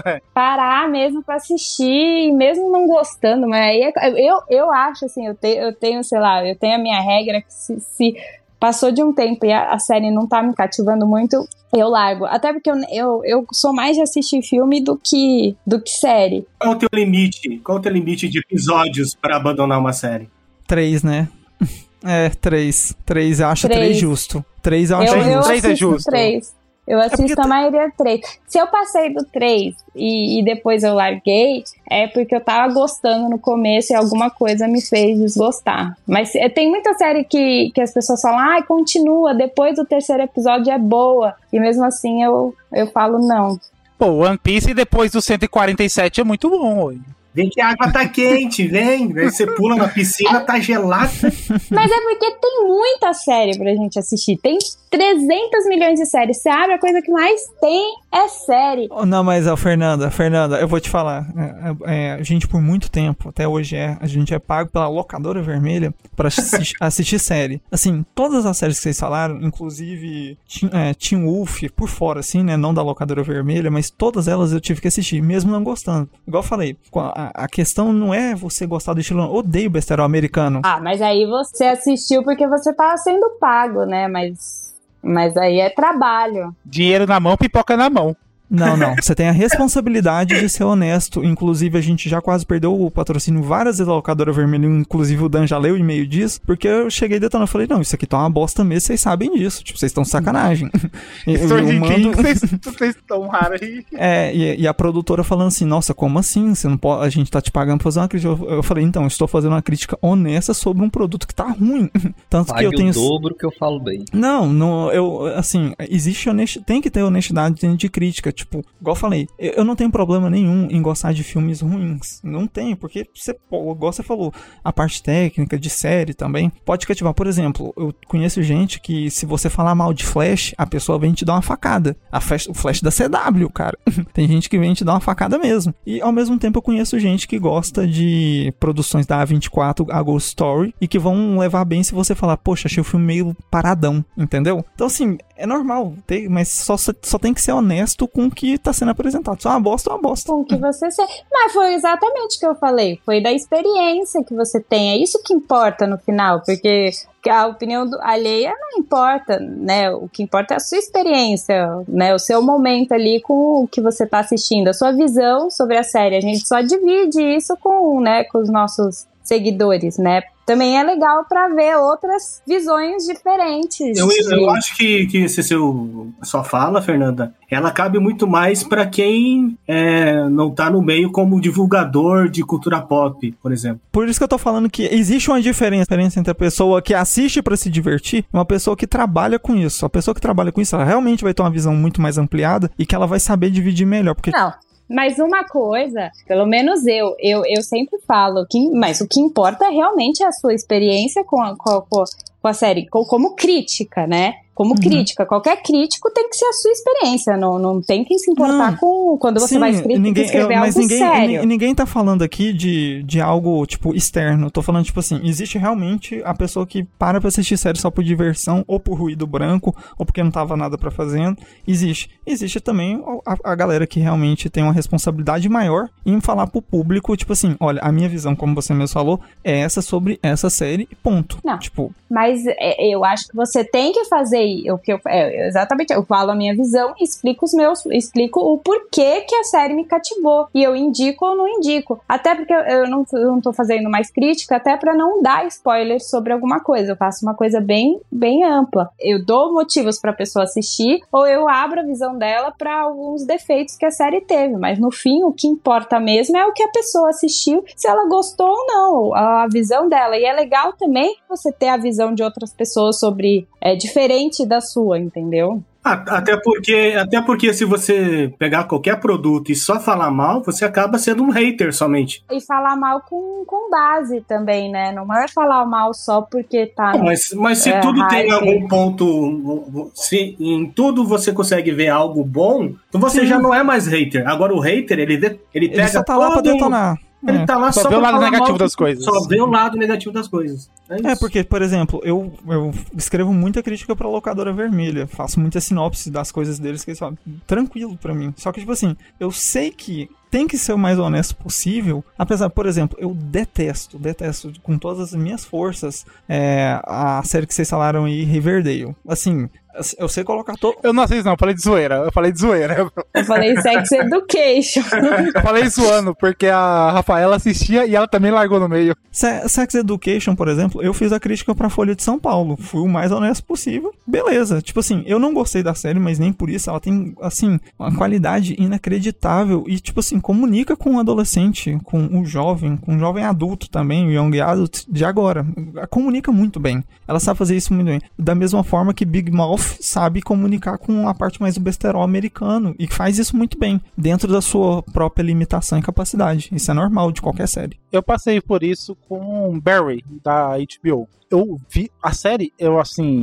Parar mesmo pra assistir, mesmo não gostando, mas aí é, eu, eu acho assim, eu, te, eu tenho, sei lá, eu tenho a minha regra que se, se passou de um tempo e a, a série não tá me cativando muito, eu largo. Até porque eu, eu, eu sou mais de assistir filme do que, do que série. Qual é o teu limite? Qual é o teu limite de episódios pra abandonar uma série? Três, né? É, três. Três, eu acho três, três justo. Três eu acho eu, justo. Eu três é justo. Três. Eu assisto é a maioria três. Se eu passei do três e, e depois eu larguei, é porque eu tava gostando no começo e alguma coisa me fez desgostar. Mas tem muita série que, que as pessoas falam, ai, ah, continua, depois do terceiro episódio é boa. E mesmo assim eu, eu falo não. Pô, One Piece depois do cento e quarenta e sete é muito bom, oi. Vem que a água tá quente, vem. Aí você pula na piscina, tá gelada. Mas é porque tem muita série pra gente assistir. Tem trezentos milhões de séries. Você abre, a coisa que mais tem é série. Não, mas, ó, Fernanda, Fernanda, eu vou te falar. É, é, a gente, por muito tempo, até hoje é, a gente é pago pela locadora vermelha pra assistir, assistir série. Assim, todas as séries que vocês falaram, inclusive é, Teen Wolf, por fora, assim, né, não da locadora vermelha, mas todas elas eu tive que assistir, mesmo não gostando. Igual eu falei, a, a questão não é você gostar do estilo, eu odeio besterol americano. Ah, mas aí você assistiu porque você tava sendo pago, né, mas, mas aí é trabalho. Dinheiro na mão, pipoca na mão. Não, não. Você tem a responsabilidade de ser honesto. Inclusive, a gente já quase perdeu o patrocínio várias vezes da locadora vermelha. Inclusive, o Dan já leu o e-mail disso. Porque eu cheguei detonando. Eu falei, não, isso aqui tá uma bosta mesmo. Vocês sabem disso. Tipo, vocês estão sacanagem. Eu mando... Vocês estão raros aí. É, e, e a produtora falando assim, nossa, como assim? Você não pode... A gente tá te pagando pra fazer uma crítica. Eu, eu falei, então, eu estou fazendo uma crítica honesta sobre um produto que tá ruim. Tanto Pague que eu tenho... o dobro que eu falo bem. Não, não, eu, assim, existe honestidade. Tem que ter honestidade dentro de crítica. Tipo, igual eu falei, eu não tenho problema nenhum em gostar de filmes ruins. Não tenho, porque você, igual você falou, a parte técnica de série também pode cativar. Por exemplo, eu conheço gente que se você falar mal de Flash, a pessoa vem te dar uma facada. A Flash, o Flash da C W, cara. Tem gente que vem te dar uma facada mesmo. E ao mesmo tempo eu conheço gente que gosta de produções da A vinte e quatro, a Ghost Story, e que vão levar bem se você falar, poxa, achei o filme meio paradão, entendeu? Então assim, é normal, tem, mas só, só tem que ser honesto com o que tá sendo apresentado. Só uma bosta, uma bosta. Com o que você ser. Mas foi exatamente o que eu falei. Foi da experiência que você tem. É isso que importa no final, porque a opinião do, alheia não importa, né? O que importa é a sua experiência, né? O seu momento ali com o que você tá assistindo, a sua visão sobre a série. A gente só divide isso com, né, com os nossos seguidores, né? Também é legal pra ver outras visões diferentes. Eu, eu, eu acho que, que esse seu, sua fala, Fernanda, ela cabe muito mais pra quem é, não tá no meio como divulgador de cultura pop, por exemplo. Por isso que eu tô falando que existe uma diferença, diferença entre a pessoa que assiste pra se divertir e uma pessoa que trabalha com isso. A pessoa que trabalha com isso, ela realmente vai ter uma visão muito mais ampliada e que ela vai saber dividir melhor. Porque... Não. Mas uma coisa, pelo menos eu, eu, eu sempre falo, que, mas o que importa realmente é a sua experiência com a, com a, com a série, com, como crítica, né? Como uhum. crítica. Qualquer crítico tem que ser a sua experiência. Não, não tem quem se importar não. com quando você Sim, vai escrever, ninguém, escrever eu, mas algo ninguém, sério. Mas ninguém tá falando aqui de, de algo, tipo, externo. Tô falando, tipo assim, existe realmente a pessoa que para pra assistir série só por diversão, ou por ruído branco, ou porque não tava nada pra fazendo. Existe. Existe também a, a galera que realmente tem uma responsabilidade maior em falar pro público, tipo assim, olha, a minha visão, como você mesmo falou, é essa sobre essa série, ponto. Não, tipo... mas é, eu acho que você tem que fazer o que eu, é, exatamente, eu falo a minha visão e explico os meus, explico o porquê que a série me cativou, e eu indico ou não indico, até porque eu, eu, não, eu não tô fazendo mais crítica, até pra não dar spoiler sobre alguma coisa, eu faço uma coisa bem, bem ampla, eu dou motivos pra pessoa assistir, ou eu abro a visão dela pra alguns defeitos que a série teve, mas no fim, o que importa mesmo é o que a pessoa assistiu, se ela gostou ou não, a visão dela, e é legal também você ter a visão de outras pessoas sobre, é diferente da sua, entendeu? Até porque, até porque se você pegar qualquer produto e só falar mal, você acaba sendo um hater somente. E falar mal com, com base também, né? Não é falar mal só porque tá... Não, mas, mas se é, tudo hype. Tem algum ponto... Se em tudo você consegue ver algo bom, então você Sim. já não é mais hater. Agora o hater, ele, ele, ele pega... Ele só tá lá pra detonar. Ele é. tá lá só, só vê o lado negativo mal, das coisas. Só vê o lado negativo das coisas. É, é porque, por exemplo, eu, eu escrevo muita crítica pra locadora vermelha. Faço muita sinopse das coisas deles que eles falam. Tranquilo pra mim. Só que, tipo assim, eu sei que tem que ser o mais honesto possível. Apesar, por exemplo, eu detesto, detesto com todas as minhas forças é, a série que vocês falaram aí, Riverdale. Assim... Eu sei colocar todo... Eu não assisto não, eu falei de zoeira. Eu falei de zoeira. Eu falei Sex Education. Eu falei zoando, porque a Rafaela assistia e ela também largou no meio. Se- Sex Education, por exemplo, eu fiz a crítica pra Folha de São Paulo. Fui o mais honesto possível. Beleza. Tipo assim, eu não gostei da série, mas nem por isso. Ela tem, assim, uma qualidade inacreditável. E, tipo assim, comunica com o adolescente, com o jovem, com o jovem adulto também, o young adult de agora. Ela comunica muito bem. Ela sabe fazer isso muito bem. Da mesma forma que Big Mouth sabe comunicar com a parte mais do besterol americano e faz isso muito bem, dentro da sua própria limitação e capacidade. Isso é normal de qualquer série. Eu passei por isso com Barry, da H B O. Eu vi a série, eu assim...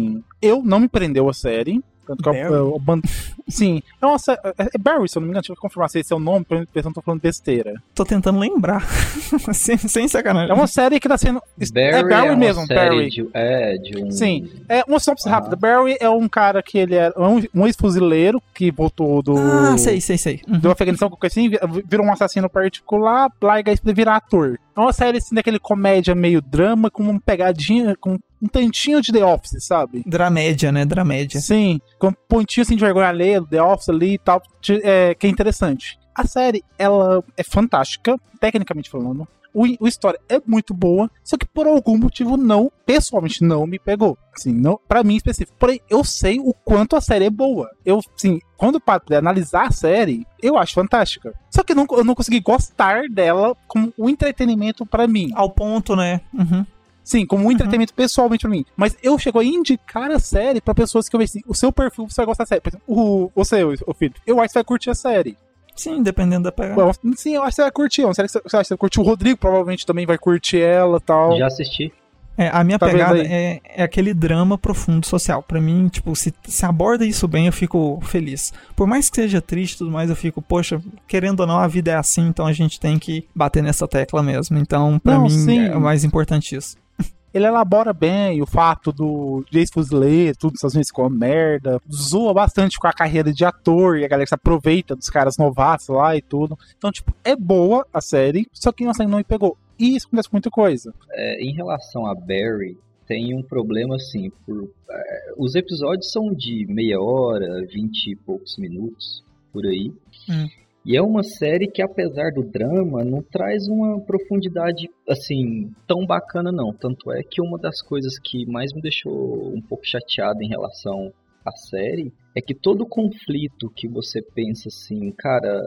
eu não me prendeu a série. Tanto que eu, eu, eu, sim, é uma série. É Barry, se eu não me engano, deixa eu confirmar se esse é o nome, pra eu não tô falando besteira. Tô tentando lembrar. sem, sem sacanagem. É uma série que tá sendo. Barry é Barry é mesmo, Barry. De, é, de um. Sim, é uma sinopse ah. rápida. Barry é um cara que ele era um, um ex-fuzileiro que voltou do. Ah, sei, sei, sei. Uhum. Do Afeganistão, qualquer assim, virou um assassino particular, larga isso pra virar ator. É uma série assim, daquele comédia meio drama, com uma pegadinha, com um tantinho de The Office, sabe? Dramédia, né? Dramédia. Sim, com um pontinho assim de vergonha alheia, The Office ali e tal, é, que é interessante. A série, ela é fantástica, tecnicamente falando. O, o história é muito boa, só que por algum motivo não, pessoalmente não me pegou. Assim, não, pra mim específico. Porém, eu sei o quanto a série é boa. Eu, assim, quando eu paro pra analisar a série, eu acho fantástica. Só que eu não, eu não consegui gostar dela como um entretenimento pra mim. Ao ponto, né? Uhum. Sim, como um entretenimento uhum. pessoalmente pra mim. Mas eu chego a indicar a série pra pessoas que eu vejo assim, o seu perfil você vai gostar da série. Por exemplo, o, você, o Felipe, eu acho que você vai curtir a série. Sim, dependendo da pegada. Sim, eu acho que você vai curtir. Uma série que você, você acha que você curtiu. O Rodrigo provavelmente também vai curtir ela e tal. Já assisti. É, a minha tá pegada é, é aquele drama profundo social. Pra mim, tipo, se, se aborda isso bem, eu fico feliz. Por mais que seja triste e tudo mais, eu fico, poxa, querendo ou não, a vida é assim, então a gente tem que bater nessa tecla mesmo. Então, pra não, mim, sim. é o mais importante isso. Ele elabora bem o fato do ex-fuzileiro, tudo, Estados Unidos ficou uma merda. Zoa bastante com a carreira de ator e a galera se aproveita dos caras novatos lá e tudo. Então, tipo, é boa a série, só que nossa, não me pegou. E isso acontece com muita coisa. É, em relação a Barry, tem um problema assim, por, é, os episódios são de meia hora, vinte e poucos minutos, por aí. Hum. E é uma série que, apesar do drama, não traz uma profundidade, assim, tão bacana, não. Tanto é que uma das coisas que mais me deixou um pouco chateado em relação à série é que todo conflito que você pensa assim, cara,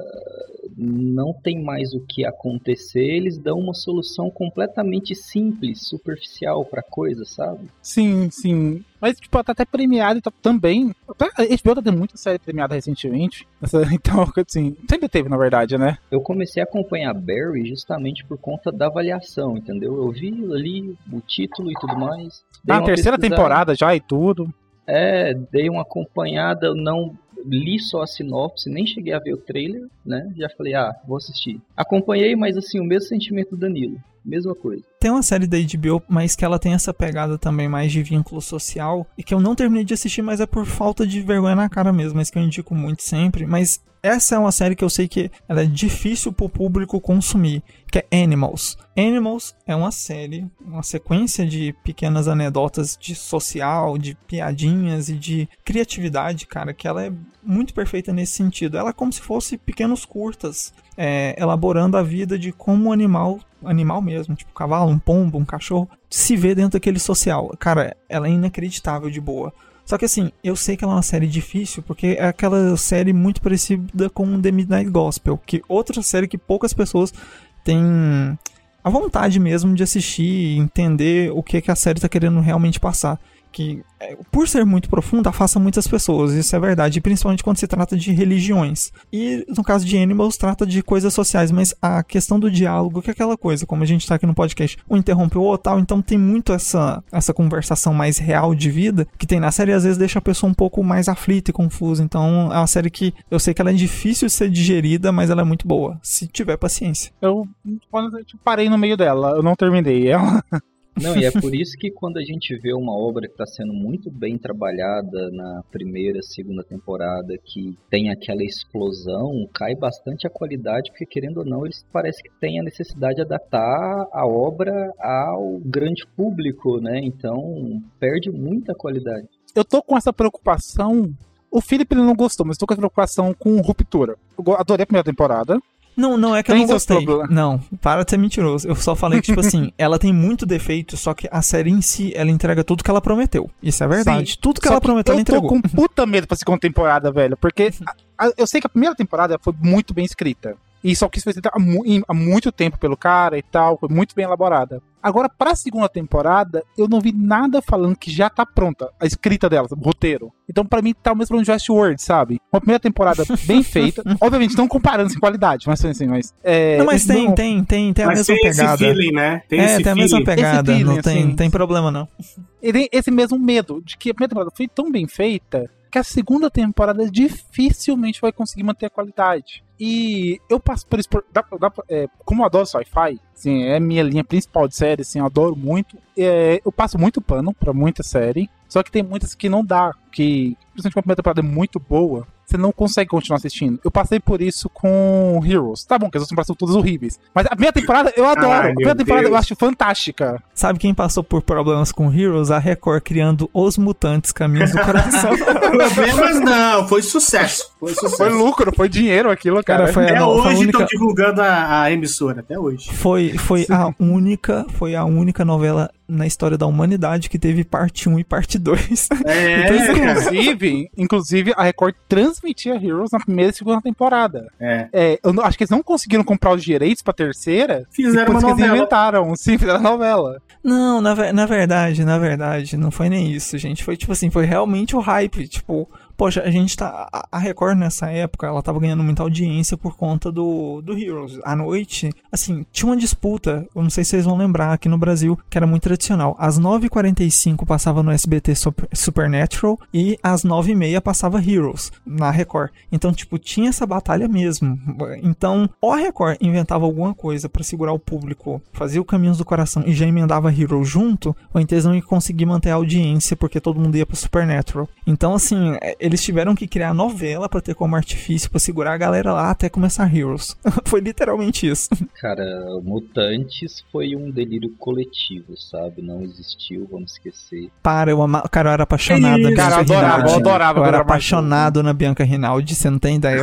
não tem mais o que acontecer, eles dão uma solução completamente simples, superficial pra coisa, sabe? Sim, sim. Mas, tipo, tá até premiado também. A H B O tá tendo muita série premiada recentemente. Então, assim, sempre teve, na verdade, né? Eu comecei a acompanhar Barry justamente por conta da avaliação, entendeu? Eu vi ali o título e tudo mais. Ah, a terceira pesquisada. temporada já e tudo. É, dei uma acompanhada, não li só a sinopse, nem cheguei a ver o trailer, né? Já falei, ah, vou assistir. Acompanhei, mas assim, o mesmo sentimento do Danilo. Mesma coisa. Tem uma série da H B O, mas que ela tem essa pegada também mais de vínculo social, e que eu não terminei de assistir, mas é por falta de vergonha na cara mesmo, mas que eu indico muito sempre, mas essa é uma série que eu sei que ela é difícil pro público consumir, que é Animals. Animals é uma série, uma sequência de pequenas anedotas de social, de piadinhas e de criatividade, cara, que ela é muito perfeita nesse sentido. Ela é como se fosse pequenos curtas, é, elaborando a vida de como o animal, animal mesmo, tipo um cavalo, um pombo, um cachorro, se vê dentro daquele social. Cara, ela é inacreditável de boa. Só que assim, eu sei que ela é uma série difícil, porque é aquela série muito parecida com The Midnight Gospel, que outra série que poucas pessoas têm a vontade mesmo de assistir e entender o que, que a série está querendo realmente passar. Que, por ser muito profunda, afasta muitas pessoas, isso é verdade, principalmente quando se trata de religiões. E no caso de Animals, trata de coisas sociais, mas a questão do diálogo, que é aquela coisa, como a gente está aqui no podcast, um interrompe o outro, tal, então tem muito essa, essa conversação mais real de vida, que tem na série, e às vezes deixa a pessoa um pouco mais aflita e confusa. Então é uma série que eu sei que ela é difícil de ser digerida, mas ela é muito boa, se tiver paciência. Eu, eu parei no meio dela, eu não terminei ela. Não, e é por isso que quando a gente vê uma obra que está sendo muito bem trabalhada na primeira, segunda temporada, que tem aquela explosão, cai bastante a qualidade, porque querendo ou não, eles parece que têm a necessidade de adaptar a obra ao grande público, né? Então, perde muita qualidade. Eu tô com essa preocupação, o Felipe ele não gostou, mas eu tô com essa preocupação com Ruptura. Eu adorei a primeira temporada. Não, não é que tem eu não gostei. Não, para de ser mentiroso. Eu só falei que, tipo assim, ela tem muito defeito, só que a série em si, ela entrega tudo que ela prometeu. Isso é verdade. Sim, tudo que ela que prometeu, ela entregou. Eu tô com puta medo pra segunda temporada, velho, porque a, a, eu sei que a primeira temporada foi muito bem escrita. E só que isso foi escrita há, mu- há muito tempo pelo cara e tal, foi muito bem elaborada. Agora, pra segunda temporada, eu não vi nada falando que já tá pronta, a escrita dela, o roteiro. Então, pra mim, tá o mesmo problema de Westworld, sabe? Uma primeira temporada bem feita, obviamente não comparando em qualidade, mas assim, mas... É, não, mas tem, não... tem, tem, tem a mas mesma tem pegada. esse feeling, né? Tem é, esse tem a feeling. mesma pegada, feeling, não tem, assim. tem problema não. E tem esse mesmo medo de que a primeira temporada foi tão bem feita que a segunda temporada dificilmente vai conseguir manter a qualidade. E eu passo por isso, por, dá, dá, é, como eu adoro sci-fi, assim, é minha linha principal de série, assim, eu adoro muito. É, eu passo muito pano pra muita série, só que tem muitas que não dá, que, principalmente a primeira temporada é muito boa, você não consegue continuar assistindo. Eu passei por isso com Heroes. Tá bom, que as outras temporadas são todas horríveis. Mas a minha temporada eu adoro. Ai, a primeira temporada Deus. eu acho fantástica. Sabe quem passou por problemas com Heroes? A Record criando Os Mutantes Caminhos do Coração. Problemas não, foi sucesso. Foi sucesso. Foi lucro, foi dinheiro aquilo, cara. Cara, foi até a, hoje estão única... divulgando a, a emissora, até hoje. Foi, foi a única, foi a única novela na história da humanidade que teve parte um e parte dois. É, então, inclusive, inclusive, a Record transmitia Heroes na primeira e segunda temporada. É. É, eu não, acho que eles não conseguiram comprar os direitos pra terceira. Fizeram uma novela. Eles inventaram, sim, fizeram a novela. Não, na, na verdade, na verdade, não foi nem isso, gente. Foi tipo assim, foi realmente o hype, tipo... Poxa, a gente tá... A Record nessa época, ela tava ganhando muita audiência por conta do, do Heroes. À noite, assim, tinha uma disputa, eu não sei se vocês vão lembrar, aqui no Brasil, que era muito tradicional. Às nove e quarenta e cinco passava no S B T Super, Supernatural e às nove e meia passava Heroes na Record. Então, tipo, tinha essa batalha mesmo. Então, ou a Record inventava alguma coisa pra segurar o público, fazia o Caminhos do Coração e já emendava Heroes junto, ou então eles não iam conseguir manter a audiência porque todo mundo ia pro Supernatural. Então, assim... Eles tiveram que criar novela pra ter como artifício pra segurar a galera lá até começar Heroes. Foi literalmente isso. Cara, Mutantes foi um delírio coletivo, sabe? Não existiu, vamos esquecer. Para, eu, ama... cara, eu era apaixonado na Bianca Cara, eu adorava, Rinaldi. eu adorava. Eu era apaixonado na Bianca Rinaldi, você não tem ideia.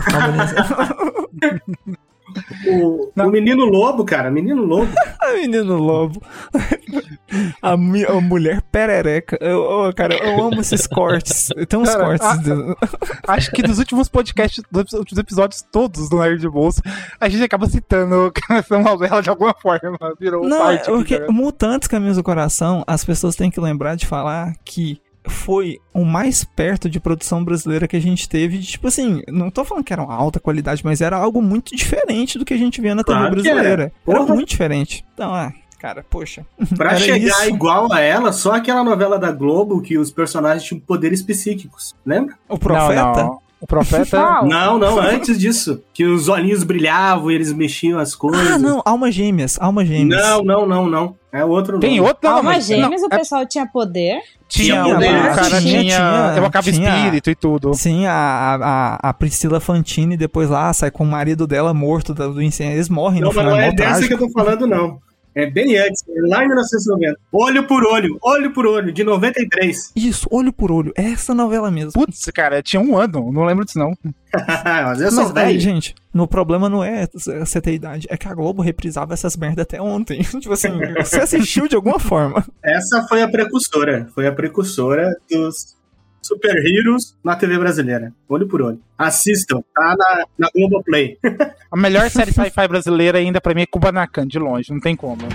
O, o Menino Lobo, cara, Menino Lobo. A Menino Lobo. A, mi, a mulher perereca. Eu, eu, cara, eu amo esses cortes. Tem uns cara, cortes. A, de... Acho que nos últimos podcasts, nos últimos episódios todos do Nerd de Bolso, a gente acaba citando essa novela de alguma forma. Virou Não, parte. Porque aqui, Mutantes Caminhos do Coração, as pessoas têm que lembrar de falar que foi o mais perto de produção brasileira que a gente teve, de, tipo assim, não tô falando que era uma alta qualidade, mas era algo muito diferente do que a gente via na T V claro brasileira. Era. era muito diferente. Então, ah, cara, poxa. Pra chegar isso. igual a ela, só aquela novela da Globo que os personagens tinham poderes psíquicos, lembra? O Profeta? Não, não. O Profeta... Não, não, antes disso. Que os olhinhos brilhavam e eles mexiam as coisas. Ah, não, Almas Gêmeas, Almas Gêmeas. Não, não, não, não. É outro Tem nome. outro? Almas Gêmeas, o pessoal é... tinha poder? Tinha, tinha poder. O cara tinha, tinha, evocava espírito e tudo. Sim, a, a, a Priscila Fantini depois lá sai com o marido dela morto do, do incêndio. Eles morrem não, no final. Não, é é dessa trágico. que eu tô falando, não. É bem antes, lá em mil novecentos e noventa. Olho por Olho, Olho por Olho, de noventa e três. Isso, Olho por Olho, essa novela mesmo. Putz, cara, tinha um ano, não lembro disso não. Mas eu sou Mas aí, gente, no problema não é você ter idade, é que a Globo reprisava essas merda até ontem. Tipo assim, você assistiu de alguma forma. Essa foi a precursora, foi a precursora dos Super Heroes na T V brasileira. Olho por Olho. Assistam, tá na, na Globoplay. A melhor série sci-fi brasileira ainda pra mim é Kubanacan, de longe, não tem como.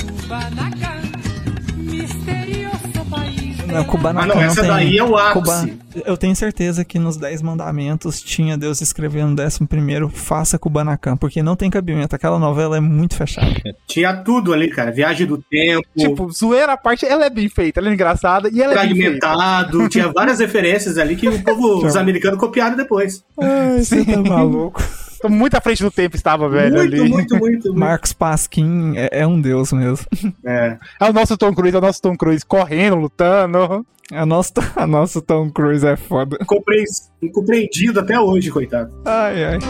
Não, Kubanacan ah, não, essa não tem... daí é o ápice. Kuba... Eu tenho certeza que nos Dez Mandamentos tinha Deus escrevendo no décimo primeiro, faça Kubanacan, porque não tem cabimento. Aquela novela é muito fechada. Tinha tudo ali, cara. Viagem do tempo. Tipo, zoeira a parte, ela é bem feita, ela é engraçada e ela fragmentado, é bem feita. Tinha várias referências ali que o povo, os americanos copiaram depois. Ai, você tá maluco. Tô muito à frente do tempo estava, velho. Muito, ali. muito, muito, muito. Marcos Pasquim é, é um deus mesmo. É. É o nosso Tom Cruise, é o nosso Tom Cruise correndo, lutando. A nossa, a nossa Tom Cruise é foda. Comprei, incompreendido até hoje, coitado. Ai, ai.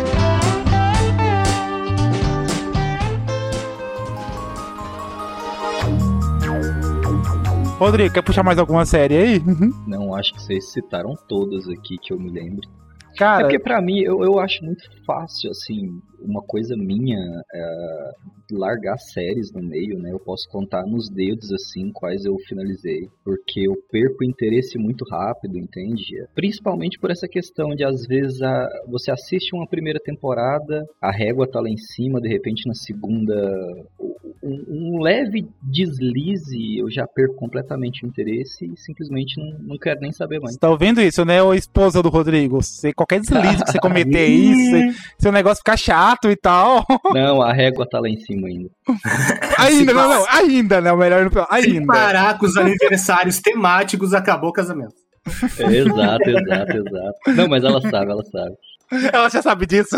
Rodrigo, quer puxar mais alguma série aí? Uhum. Não, acho que vocês citaram todas aqui que eu me lembro. Cara... É porque pra mim, eu, eu acho muito fácil, assim, uma coisa minha é largar séries no meio, né? Eu posso contar nos dedos, assim, quais eu finalizei. Porque eu perco interesse muito rápido, entende? Principalmente por essa questão de, às vezes, a, você assiste uma primeira temporada, a régua tá lá em cima, de repente na segunda... Um, um leve deslize, eu já perco completamente o interesse e simplesmente não, não quero nem saber mais. Você tá ouvindo isso, né, ô esposa do Rodrigo? Você, qualquer deslize que você cometer aí, você, seu negócio ficar chato e tal. Não, a régua tá lá em cima ainda. Ainda, não, não, ainda, né? O melhor no ainda. Se parar com os aniversários temáticos, acabou o casamento. É, exato, exato, exato. Não, mas ela sabe, ela sabe. Ela já sabe disso.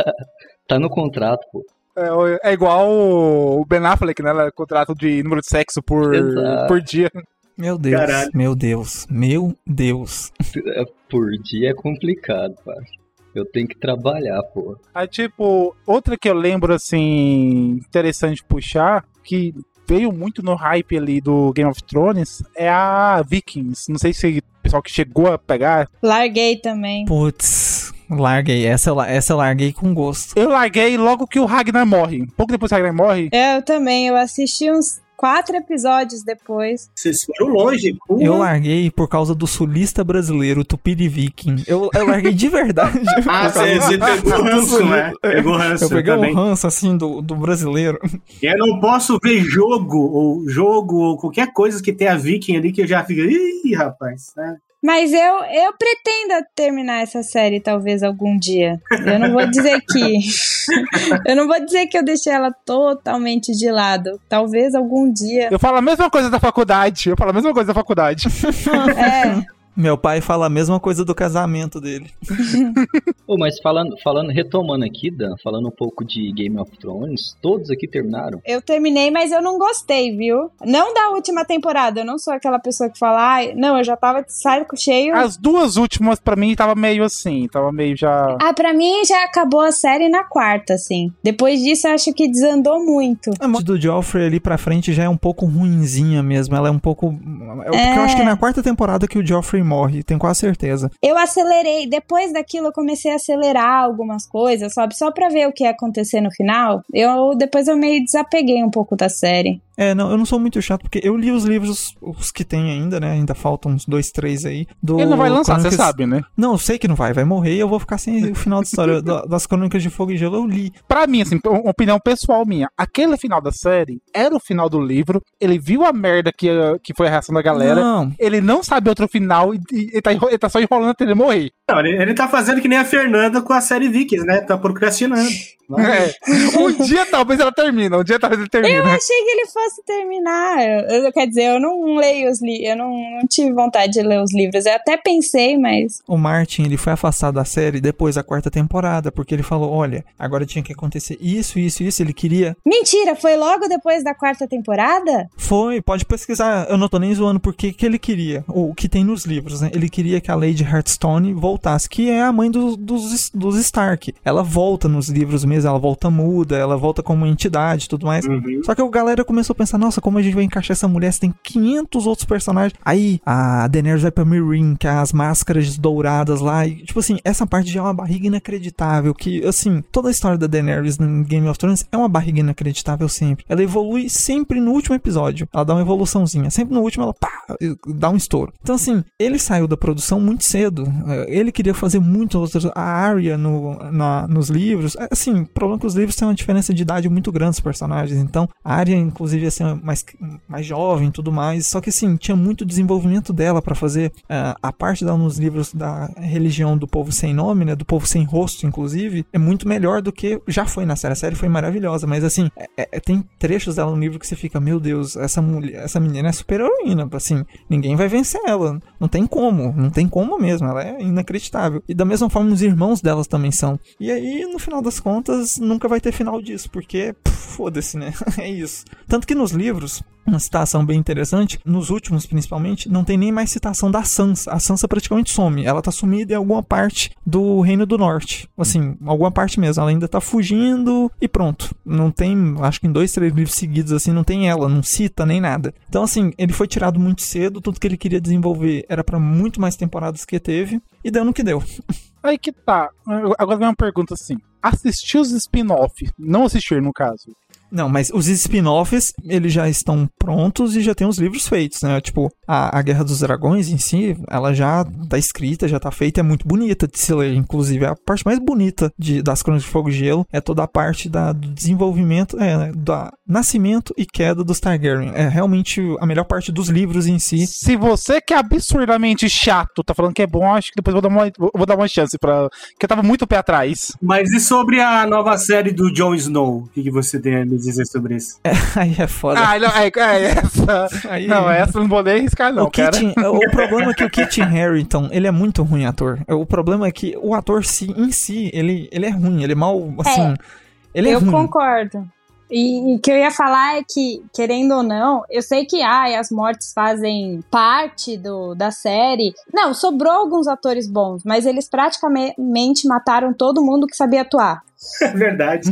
Tá no contrato, pô. É, é igual o Ben Affleck, né? Contrato de número de sexo por, por dia. Meu Deus, Caralho. meu Deus, meu Deus. Por dia é complicado, parça. Eu tenho que trabalhar, pô. Aí, tipo, outra que eu lembro, assim, interessante de puxar, que veio muito no hype ali do Game of Thrones, é a Vikings. Não sei se o pessoal que chegou a pegar. Larguei também. Putz... Larguei, essa eu, essa eu larguei com gosto. Eu larguei logo que o Ragnar morre. Pouco depois que o Ragnar morre. Eu também, eu assisti uns quatro episódios depois. Vocês foram longe. Porra. Eu larguei por causa do sulista brasileiro, Tupiri Viking. Eu, eu larguei de verdade. Ah, você pegou ranço, né? Pegou ranço. Eu peguei um ranço, assim, do, do brasileiro. Eu não posso ver jogo, ou jogo, ou qualquer coisa que tenha Viking ali que eu já fico... Ih, rapaz, né? Mas eu, eu pretendo terminar essa série talvez algum dia. Eu não vou dizer que... eu não vou dizer que eu deixei ela totalmente de lado. Talvez algum dia... Eu falo a mesma coisa da faculdade. Eu falo a mesma coisa da faculdade. É... Meu pai fala a mesma coisa do casamento dele. Oh, mas falando, falando, retomando aqui, Dan, falando um pouco de Game of Thrones, todos aqui terminaram? Eu terminei, mas eu não gostei, viu? Não da última temporada, eu não sou aquela pessoa que fala, ah, não, eu já tava de saco cheio. As duas últimas, pra mim, tava meio assim, tava meio já... Ah, pra mim já acabou a série na quarta, assim. Depois disso, eu acho que desandou muito. A morte do Joffrey ali pra frente já é um pouco ruinzinha mesmo, ela é um pouco... É... Porque eu acho que na quarta temporada que o Joffrey morre, tenho quase certeza. Eu acelerei, depois daquilo eu comecei a acelerar algumas coisas, sabe? Só pra ver o que ia acontecer no final. Eu, depois eu meio desapeguei um pouco da série. É, não, eu não sou muito chato, porque eu li os livros, os que tem ainda, né? Ainda faltam uns dois, três aí. Do Ele não vai lançar, Crônicas... você sabe, né? Não, eu sei que não vai, vai morrer e eu vou ficar sem o final da história das Crônicas de Fogo e Gelo, eu li. Pra mim, assim, uma opinião pessoal minha, aquele final da série era o final do livro, ele viu a merda que, que foi a reação da galera, não. Ele não sabe outro final e, e ele, tá, ele tá só enrolando até ele morrer. Não, ele, ele tá fazendo que nem a Fernanda com a série Vikings, né? Tá procrastinando. É. Um dia talvez ela termine, um dia talvez ele termine. Eu achei que ele fosse terminar. Eu, eu, quer dizer, eu não leio os livros, eu não, não tive vontade de ler os livros. Eu até pensei, mas... O Martin, ele foi afastado da série depois da quarta temporada, porque ele falou, olha, agora tinha que acontecer isso, isso, isso, ele queria... Mentira, foi logo depois da quarta temporada? Foi, pode pesquisar, eu não tô nem zoando porque que ele queria, o que tem nos livros, né? Ele queria que a Lady Hearthstone voltasse, que é a mãe do, dos, dos Stark. Ela volta nos livros mesmo, ela volta muda, ela volta como entidade e tudo mais. Uhum. Só que a galera começou a pensar, nossa, como a gente vai encaixar essa mulher? Você tem quinhentos outros personagens. Aí a Daenerys vai pra Meereen, que é as máscaras douradas lá. E, tipo assim, essa parte já é uma barriga inacreditável. Que, assim, toda a história da Daenerys no Game of Thrones é uma barriga inacreditável sempre. Ela evolui sempre no último episódio. Ela dá uma evoluçãozinha. Sempre no último ela pá, dá um estouro. Então, assim, ele saiu da produção muito cedo. Ele queria fazer muito outras. A Arya no, na, nos livros. Assim, o problema é que os livros têm uma diferença de idade muito grande dos personagens. Então, a Arya, inclusive, ia ser mais, mais jovem e tudo mais. Só que, assim, tinha muito desenvolvimento dela pra fazer. Uh, a parte dela nos livros da religião do povo sem nome, né? Do povo sem rosto, inclusive, é muito melhor do que já foi na série. A série foi maravilhosa, mas, assim, é, é, tem trechos dela no livro que você fica, meu Deus, essa mulher, essa menina é super heroína, assim, ninguém vai vencer ela. Não tem como, não tem como mesmo. Ela é inacreditável. E da mesma forma, os irmãos delas também são. E aí, no final das contas, nunca vai ter final disso, porque foda-se, né? É isso. Tanto que nos livros, uma citação bem interessante, nos últimos principalmente, não tem nem mais citação da Sansa. A Sansa praticamente some. Ela tá sumida em alguma parte do Reino do Norte. Assim, alguma parte mesmo. Ela ainda tá fugindo e pronto. Não tem, acho que em dois, três livros seguidos, assim, não tem ela, não cita nem nada. Então, assim, ele foi tirado muito cedo, tudo que ele queria desenvolver era pra muito mais temporadas que teve, e deu no que deu. Aí que tá. Agora vem uma pergunta assim. Assistiu os spin-off? Não assistir, no caso. Não, mas os spin-offs, eles já estão prontos e já tem os livros feitos, né? Tipo, a, a Guerra dos Dragões em si, ela já tá escrita, já tá feita, é muito bonita de se ler. Inclusive, a parte mais bonita de, das Crônicas de Fogo e Gelo é toda a parte da, do desenvolvimento, é, da nascimento e queda dos Targaryen. É realmente a melhor parte dos livros em si. Se você que é absurdamente chato tá falando que é bom, acho que depois eu vou dar uma, vou dar uma chance pra... Porque eu tava muito pé atrás. Mas e sobre a nova série do Jon Snow? O que, que você tem a me dizer sobre isso? É, aí é foda. Ah, não, é, é essa. Aí... Não, essa eu não vou nem arriscar, não, o cara. Kit, o problema é que o Kit Harington, ele é muito ruim ator. O problema é que o ator si, em si, ele, ele é ruim, ele é mal, assim... É, ele é eu ruim. concordo. E o que eu ia falar é que, querendo ou não, eu sei que ai, as mortes fazem parte do, da série. Não, sobrou alguns atores bons, mas eles praticamente mataram todo mundo que sabia atuar. É verdade.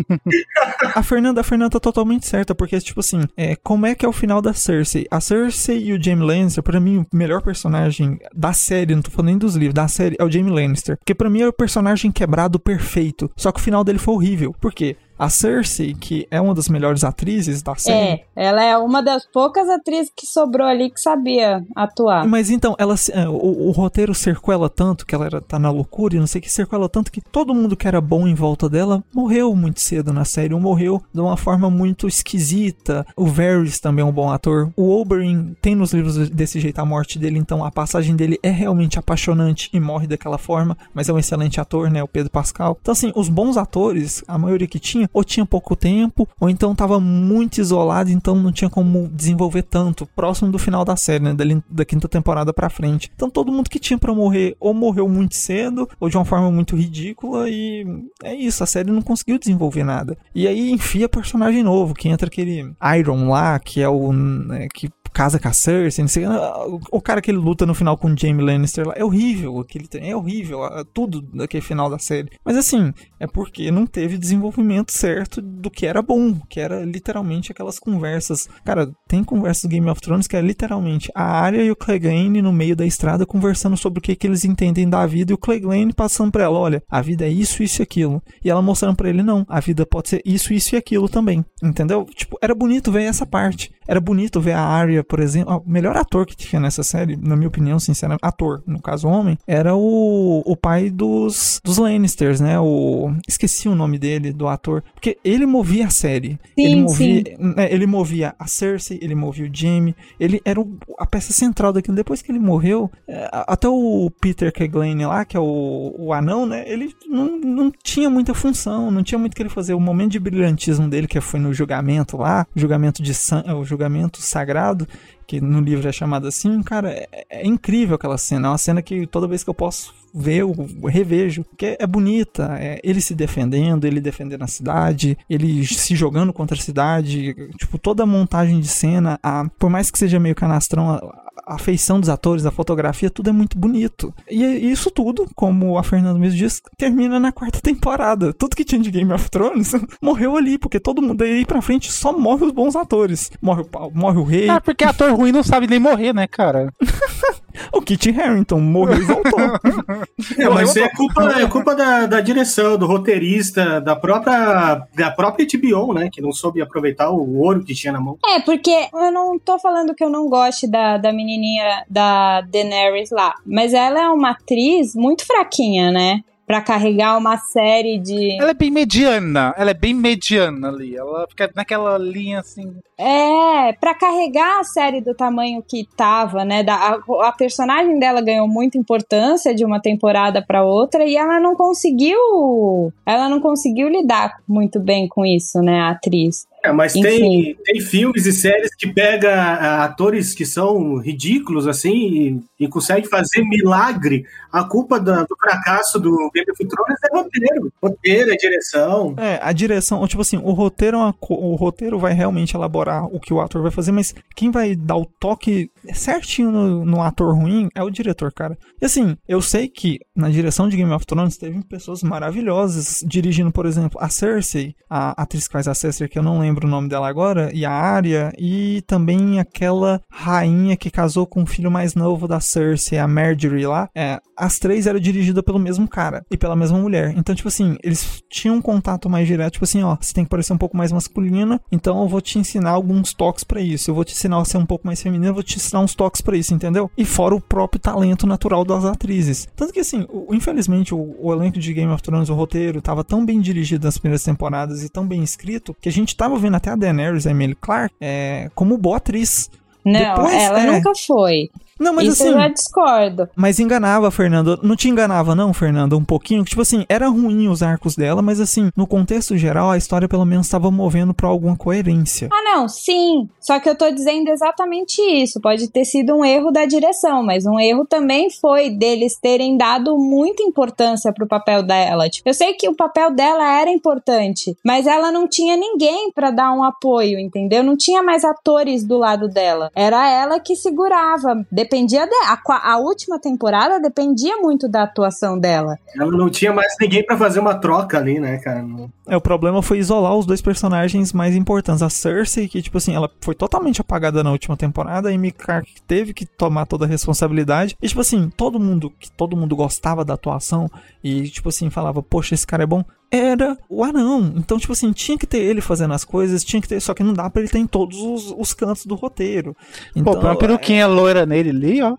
A Fernanda, a Fernanda tá totalmente certa, porque, tipo assim, é, como é que é o final da Cersei? A Cersei e o Jaime Lannister, pra mim, o melhor personagem da série, não tô falando nem dos livros, da série, é o Jaime Lannister. Porque pra mim é o personagem quebrado perfeito. Só que o final dele foi horrível. Por quê? A Cersei, que é uma das melhores atrizes da série... É, ela é uma das poucas atrizes que sobrou ali que sabia atuar. Mas então, ela, o, o roteiro cercou ela tanto, que ela era, tá na loucura e não sei o que, cercou ela tanto que todo mundo que era bom em volta dela morreu muito cedo na série, ou morreu de uma forma muito esquisita. O Varys também é um bom ator. O Oberyn tem nos livros desse jeito a morte dele, então a passagem dele é realmente apaixonante e morre daquela forma, mas é um excelente ator, né, o Pedro Pascal. Então assim, os bons atores, a maioria que tinha, ou tinha pouco tempo, ou então tava muito isolado, então não tinha como desenvolver tanto, próximo do final da série, né, da, da quinta temporada pra frente. Então todo mundo que tinha pra morrer, ou morreu muito cedo, ou de uma forma muito ridícula, e é isso, a série não conseguiu desenvolver nada. E aí enfia personagem novo, que entra aquele Iron lá, que é o... Né, que casa com a Cersei, não sei, o cara que ele luta no final com o Jaime Lannister lá, é horrível, aquele, é horrível, tudo daquele final da série. Mas assim, é porque não teve desenvolvimento certo do que era bom, que era literalmente aquelas conversas. Cara, tem conversas do Game of Thrones que é literalmente a Arya e o Clegane no meio da estrada conversando sobre o que, que eles entendem da vida, e o Clegane passando pra ela, olha, a vida é isso, isso e aquilo. E ela mostrando pra ele, não, a vida pode ser isso, isso e aquilo também, entendeu? Tipo, era bonito ver essa parte. Era bonito ver a Arya, por exemplo, o melhor ator que tinha nessa série, na minha opinião, sinceramente, ator, no caso homem, era o, o pai dos, dos Lannisters, né? O, esqueci o nome dele, do ator, porque ele movia a série. Sim, ele movia, sim. Né, ele movia a Cersei, ele movia o Jaime, ele era o, a peça central daquilo. Depois que ele morreu, é, até o Peter Clegane lá, que é o, o anão, né? Ele não, não tinha muita função, não tinha muito o que ele fazer. O momento de brilhantismo dele, que foi no julgamento lá, julgamento de sangue, o julgamento sagrado, que no livro é chamado assim, cara, é, é incrível aquela cena, é uma cena que toda vez que eu posso ver, eu revejo, porque é bonita, é ele se defendendo, ele defendendo a cidade, ele se jogando contra a cidade, tipo, toda a montagem de cena, a, por mais que seja meio canastrão, a, a feição dos atores, a fotografia, tudo é muito bonito. E isso tudo, como a Fernanda mesmo disse, termina na quarta temporada. Tudo que tinha de Game of Thrones morreu ali, porque todo mundo daí pra frente só morre os bons atores. Morre o, morre o rei. Ah, porque ator ruim não sabe nem morrer, né, cara? O Kit Harington morreu e voltou. É, mas isso é culpa, é culpa da, da direção, do roteirista, da própria, da própria H B O, né? Que não soube aproveitar o ouro que tinha na mão. É, porque eu não tô falando que eu não goste da, da menininha da Daenerys lá, mas ela é uma atriz muito fraquinha, né? Pra carregar uma série de... Ela é bem mediana, ela é bem mediana ali, ela fica naquela linha assim... É, pra carregar a série do tamanho que tava, né, da, a, a personagem dela ganhou muita importância de uma temporada pra outra e ela não conseguiu, ela não conseguiu lidar muito bem com isso, né, a atriz. É, mas tem, tem filmes e séries que pega uh, atores que são ridículos, assim, e, e consegue fazer milagre. A culpa do, do fracasso do Game of Thrones é roteiro. Roteiro, é direção. É, a direção, tipo assim, o roteiro, é uma, o roteiro vai realmente elaborar o que o ator vai fazer, mas quem vai dar o toque certinho no, no ator ruim é o diretor, cara. E assim, eu sei que na direção de Game of Thrones teve pessoas maravilhosas dirigindo, por exemplo, a Cersei, a atriz que faz a Cersei, que eu não lembro o nome dela agora, e a Arya, e também aquela rainha que casou com o filho mais novo da Cersei, a Marjorie lá. É, as três eram dirigidas pelo mesmo cara e pela mesma mulher. Então, tipo assim, eles tinham um contato mais direto, tipo assim, ó, você tem que parecer um pouco mais masculina, então eu vou te ensinar alguns toques pra isso. Eu vou te ensinar a ser um pouco mais feminina, eu vou te ensinar uns toques pra isso, entendeu? E fora o próprio talento natural das atrizes. Tanto que, assim, o, infelizmente, o, o elenco de Game of Thrones, o roteiro, tava tão bem dirigido nas primeiras temporadas e tão bem escrito, que a gente tava vendo até a Daenerys, a Emilia Clarke, é, como boa atriz. Não, Depois, ela é... nunca foi. Não, mas Isso assim, eu já discordo. Mas enganava, Fernando. Não te enganava, não, Fernando? Um pouquinho? Tipo assim, era ruim os arcos dela, mas assim, no contexto geral, a história pelo menos estava movendo pra alguma coerência. Ah, não, sim. Só que eu tô dizendo exatamente isso. Pode ter sido um erro da direção, mas um erro também foi deles terem dado muita importância pro papel dela. Tipo, eu sei que o papel dela era importante, mas ela não tinha ninguém pra dar um apoio, entendeu? Não tinha mais atores do lado dela. Era ela que segurava. Dependia dela. A, a última temporada dependia muito da atuação dela. Ela não tinha mais ninguém pra fazer uma troca ali, né, cara? Não... É, o problema foi isolar os dois personagens mais importantes. A Cersei, que, tipo assim, ela foi totalmente apagada na última temporada, a Emilia Clarke teve que tomar toda a responsabilidade. E, tipo assim, todo mundo, que todo mundo gostava da atuação e, tipo assim, falava, poxa, esse cara é bom, era o anão. Então, tipo assim, tinha que ter ele fazendo as coisas, tinha que ter, só que não dá pra ele ter em todos os, os cantos do roteiro. Então, pô, põe uma peruquinha é... loira nele ali, ó.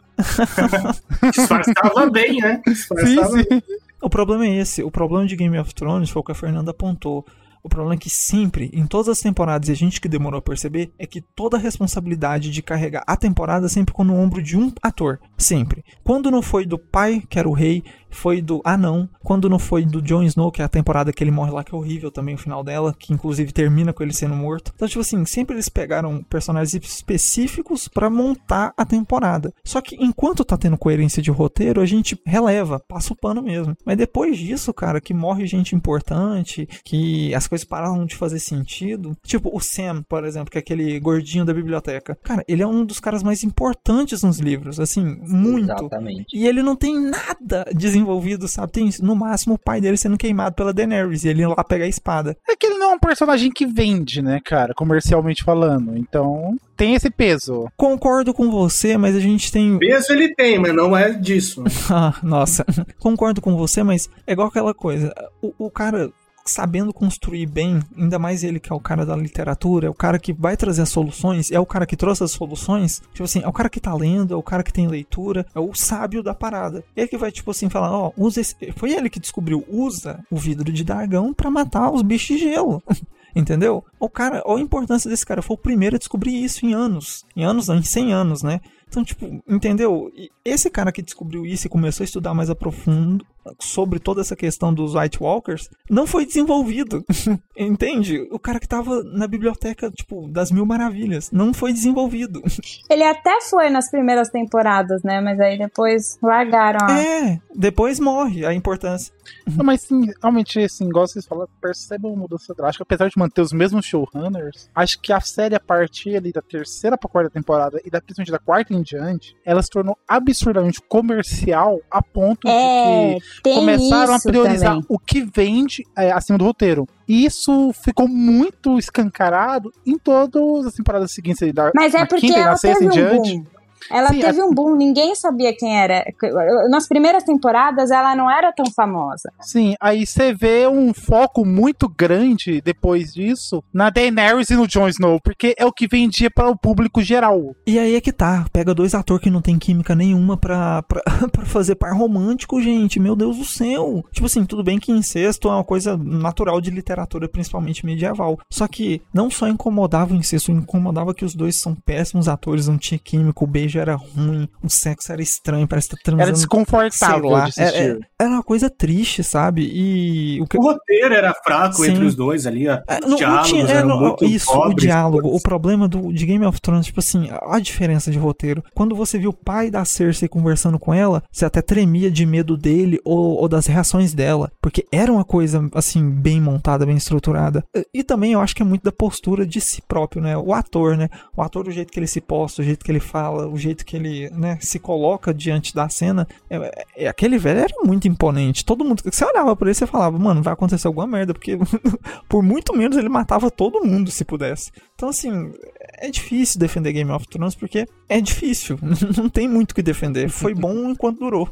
Disfarçava bem, né? Disfarçava sim, sim. O problema é esse. O problema de Game of Thrones foi o que a Fernanda apontou. O problema é que sempre, em todas as temporadas, e a gente que demorou a perceber, é que toda a responsabilidade de carregar a temporada sempre ficou no ombro de um ator. Sempre. Quando não foi do pai, que era o rei, foi do anão. Quando não foi do Jon Snow, que é a temporada que ele morre lá, que é horrível também o final dela, que inclusive termina com ele sendo morto. Então, tipo assim, sempre eles pegaram personagens específicos pra montar a temporada. Só que enquanto tá tendo coerência de roteiro, a gente releva, passa o pano mesmo. Mas depois disso, cara, que morre gente importante, que as coisas pararam de fazer sentido. Tipo, o Sam, por exemplo, que é aquele gordinho da biblioteca. Cara, ele é um dos caras mais importantes nos livros, assim, muito. Exatamente. E ele não tem nada desenvolvido, sabe? Tem, no máximo, o pai dele sendo queimado pela Daenerys e ele ir lá pegar a espada. É que ele não é um personagem que vende, né, cara? Comercialmente falando. Então, tem esse peso. Concordo com você, mas a gente tem... Peso ele tem, mas não é disso. Ah, nossa. Concordo com você, mas é igual aquela coisa. O, o cara... sabendo construir bem, ainda mais ele que é o cara da literatura, é o cara que vai trazer as soluções, é o cara que trouxe as soluções, tipo assim, é o cara que tá lendo, é o cara que tem leitura, é o sábio da parada. Ele que vai, tipo assim, falar, ó, oh, usa esse... foi ele que descobriu, usa o vidro de dragão pra matar os bichos de gelo. Entendeu? O cara, olha a importância desse cara, foi o primeiro a descobrir isso em anos, em anos não, em cem anos, né? Então, tipo, entendeu? E esse cara que descobriu isso e começou a estudar mais a profundo sobre toda essa questão dos White Walkers, não foi desenvolvido. Entende? O cara que tava na biblioteca, tipo, das Mil Maravilhas, não foi desenvolvido. Ele até foi nas primeiras temporadas, né? Mas aí depois largaram. A... É, depois morre a importância. Não, mas sim, realmente, assim, igual vocês falam, percebe uma mudança drástica, apesar de manter os mesmos showrunners, acho que a série, a partir ali da terceira pra quarta temporada, e da, principalmente da quarta em diante, ela se tornou absurdamente comercial a ponto é, de que começaram a priorizar também. O que vende é, acima do roteiro. E isso ficou muito escancarado em todas as temporadas seguintes. Ali, da, Mas é porque quinta, ela na sexta teve em um diante. boom. Ela Sim, teve a... um boom, ninguém sabia quem era. Nas primeiras temporadas ela não era tão famosa. Sim, aí você vê um foco muito grande depois disso na Daenerys e no Jon Snow, porque é o que vendia para o público geral. E aí é que tá, pega dois atores que não tem química nenhuma pra, pra, pra fazer par romântico, gente, meu Deus do céu. Tipo assim, tudo bem que incesto é uma coisa natural de literatura, principalmente medieval. Só que não só incomodava o incesto, incomodava que os dois são péssimos atores, não tinha química, o beijo era ruim, o sexo era estranho, parece que tá transando. Era desconfortável lá, de assistir. Era, era uma coisa triste, sabe? E o, que... o roteiro era fraco Sim. entre os dois ali, ó. É, os não, diálogos não tinha, eram não, muito isso, pobres, o diálogo, todos. O problema do, de Game of Thrones, tipo assim, a diferença de roteiro. Quando você viu o pai da Cersei conversando com ela, você até tremia de medo dele ou, ou das reações dela, porque era uma coisa, assim, bem montada, bem estruturada. E também eu acho que é muito da postura de si próprio, né? O ator, né? O ator, o jeito que ele se posta, o jeito que ele fala, o jeito que ele, né, se coloca diante da cena, é, é, aquele velho era muito imponente. Todo mundo, você olhava pra ele e você falava, mano, vai acontecer alguma merda, porque por muito menos ele matava todo mundo se pudesse. Então, assim, é difícil defender Game of Thrones porque é difícil, não tem muito o que defender. Foi bom enquanto durou.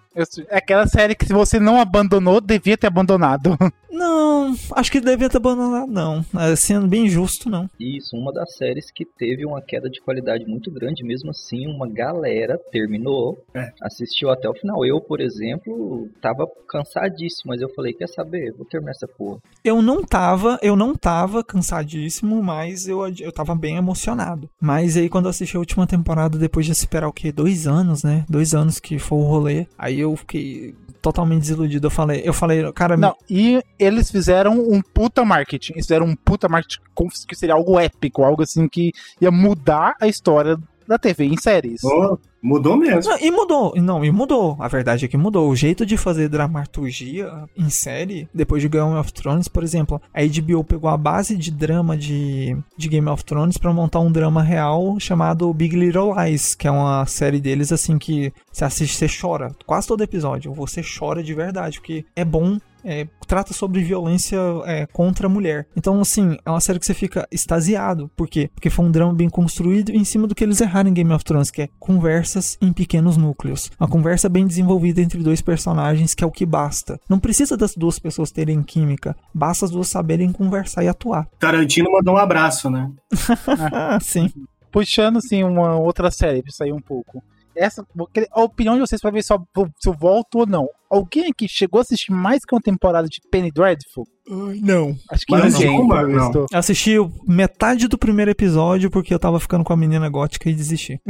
É aquela série que se você não abandonou, devia ter abandonado. Não, acho que devia ter abandonado, não. Sendo bem justo, não. Isso, uma das séries que teve uma queda de qualidade muito grande, mesmo assim, uma galera terminou, é. assistiu até o final. Eu, por exemplo, tava cansadíssimo, mas eu falei, quer saber? Vou terminar essa porra. Eu não tava, eu não tava cansadíssimo, mas eu, eu tava bem emocionado. Mas aí quando eu assisti a última temporada, depois de esperar o quê? Dois anos, né? Dois anos que foi o rolê. Aí eu fiquei totalmente desiludido. Eu falei, eu falei, cara... Não, e eles fizeram um puta marketing. Eles fizeram um puta marketing que seria algo épico, algo assim que ia mudar a história da T V em séries. Oh, mudou mesmo. Não, e mudou, não, e mudou. A verdade é que mudou. O jeito de fazer dramaturgia em série, depois de Game of Thrones, por exemplo, a H B O pegou a base de drama de, de Game of Thrones pra montar um drama real chamado Big Little Lies, que é uma série deles assim que você assiste, você chora. Quase todo episódio, você chora de verdade, porque é bom. É, trata sobre violência é, contra a mulher. Então, assim, é uma série que você fica extasiado. Por quê? Porque foi um drama bem construído em cima do que eles erraram em Game of Thrones, que é conversas em pequenos núcleos. Uma conversa bem desenvolvida entre dois personagens, que é o que basta. Não precisa das duas pessoas terem química, basta as duas saberem conversar e atuar. Tarantino mandou um abraço, né? Ah, sim. Puxando, assim, uma outra série, pra sair um pouco. Essa, a opinião de vocês pra ver se eu, se eu volto ou não. Alguém aqui chegou a assistir mais que uma temporada de Penny Dreadful? Não. Acho que Mas ninguém. uma, não. Eu assisti metade do primeiro episódio porque eu tava ficando com a menina gótica e desisti.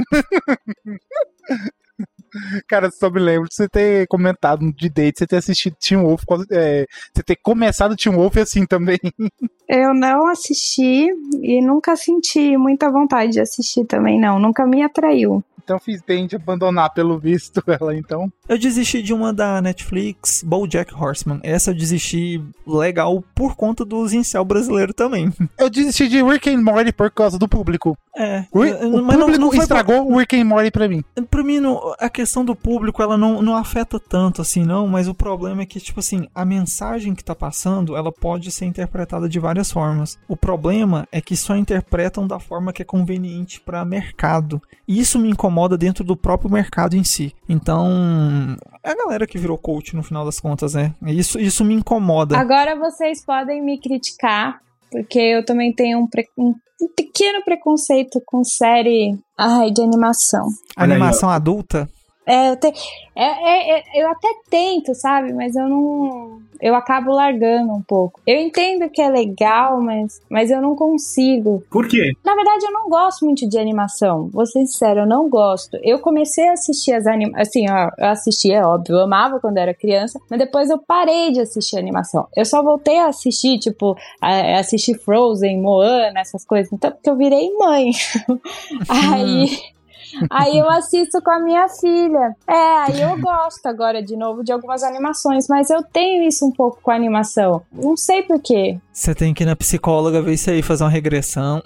Cara, só me lembro de você ter comentado de date, você ter assistido Teen Wolf, é, você ter começado Teen Wolf assim também. Eu não assisti e nunca senti muita vontade de assistir também, não. Nunca me atraiu. Então fiz bem de abandonar, pelo visto, ela, então. Eu desisti de uma da Netflix, BoJack Horseman. Essa eu desisti legal por conta dos incel brasileiro também. Eu desisti de Rick and Morty por causa do público. É. O, eu, o mas público não, não estragou pra... o Rick and Morty pra mim. Pra mim, não, a questão do público, ela não, não afeta tanto assim, não. Mas o problema é que, tipo assim, a mensagem que tá passando, ela pode ser interpretada de várias formas. O problema é que só interpretam da forma que é conveniente pra mercado. E isso me incomoda dentro do próprio mercado em si. Então, é a galera que virou coach no final das contas, né? Isso, isso me incomoda. Agora vocês podem me criticar, porque eu também tenho um, pre... um pequeno preconceito com série ai, de animação. Animação aí, adulta? É eu, te... é, é, é, eu até tento, sabe? Mas eu não... Eu acabo largando um pouco. Eu entendo que é legal, mas, mas eu não consigo. Por quê? Na verdade, eu não gosto muito de animação. Vou ser sincero, eu não gosto. Eu comecei a assistir as animações... Assim, ó, eu assisti, é óbvio, eu amava quando era criança, mas depois eu parei de assistir animação. Eu só voltei a assistir, tipo, a, a assistir Frozen, Moana, essas coisas. Então, porque eu virei mãe. Aí... Aí eu assisto com a minha filha. É, aí eu gosto agora de novo de algumas animações, mas eu tenho isso um pouco com a animação. Não sei por quê. Você tem que ir na psicóloga ver isso aí, fazer uma regressão.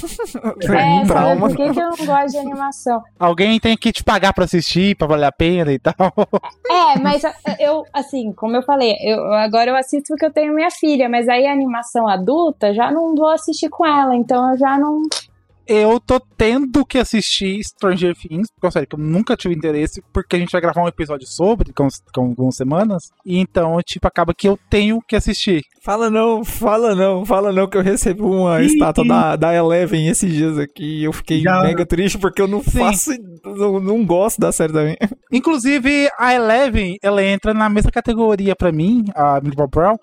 É, sabe por que, que eu não gosto de animação? Alguém tem que te pagar pra assistir, pra valer a pena e tal. É, mas eu, assim, como eu falei, eu, agora eu assisto porque eu tenho minha filha, mas aí a animação adulta, já não vou assistir com ela, então eu já não... Eu tô tendo que assistir Stranger Things, porque é uma série que eu nunca tive interesse, porque a gente vai gravar um episódio sobre, com, com algumas semanas, e então, tipo, acaba que eu tenho que assistir. Fala não, fala não, fala não, que eu recebi uma Ih, estátua ih. da, da Eleven esses dias aqui, e eu fiquei Já. mega triste, porque eu não Sim. faço, não, não gosto da série também. Inclusive, a Eleven, ela entra na mesma categoria pra mim, a Millie Bob Brown,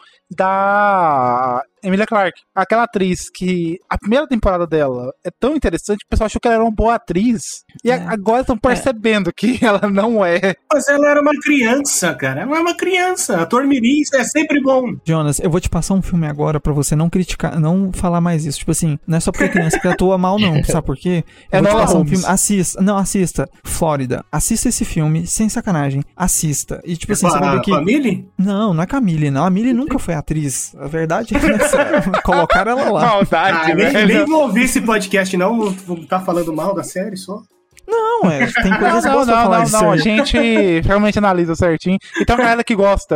da Emilia Clarke. Aquela atriz que a primeira temporada dela é tão interessante, o pessoal achou que ela era uma boa atriz. E É. agora estão percebendo é. que ela não é. Mas ela era uma criança, cara. Ela é uma criança. Ator mirim, isso é sempre bom. Jonas, eu vou te passar um filme agora pra você não criticar, não falar mais isso. Tipo assim, não é só porque é criança que atua mal, não. Sabe por quê? Eu É vou te Nola passar um Holmes. filme. Assista. Não, assista. Flórida. Assista esse filme, sem sacanagem. Assista. E tipo assim, Com você vai a ver que. família? Não, não é Camille, não. A Millie nunca foi atriz. A verdade é essa. Colocaram ela lá. Maldade, Ah, nem, velho. nem vou ouvir esse podcast, não. Vou tá falando mal da série só. Não, é. Tem Não, coisas não, boas pra não, falar não, de não. A Stranger. gente realmente analisa certinho. Então, a galera que gosta.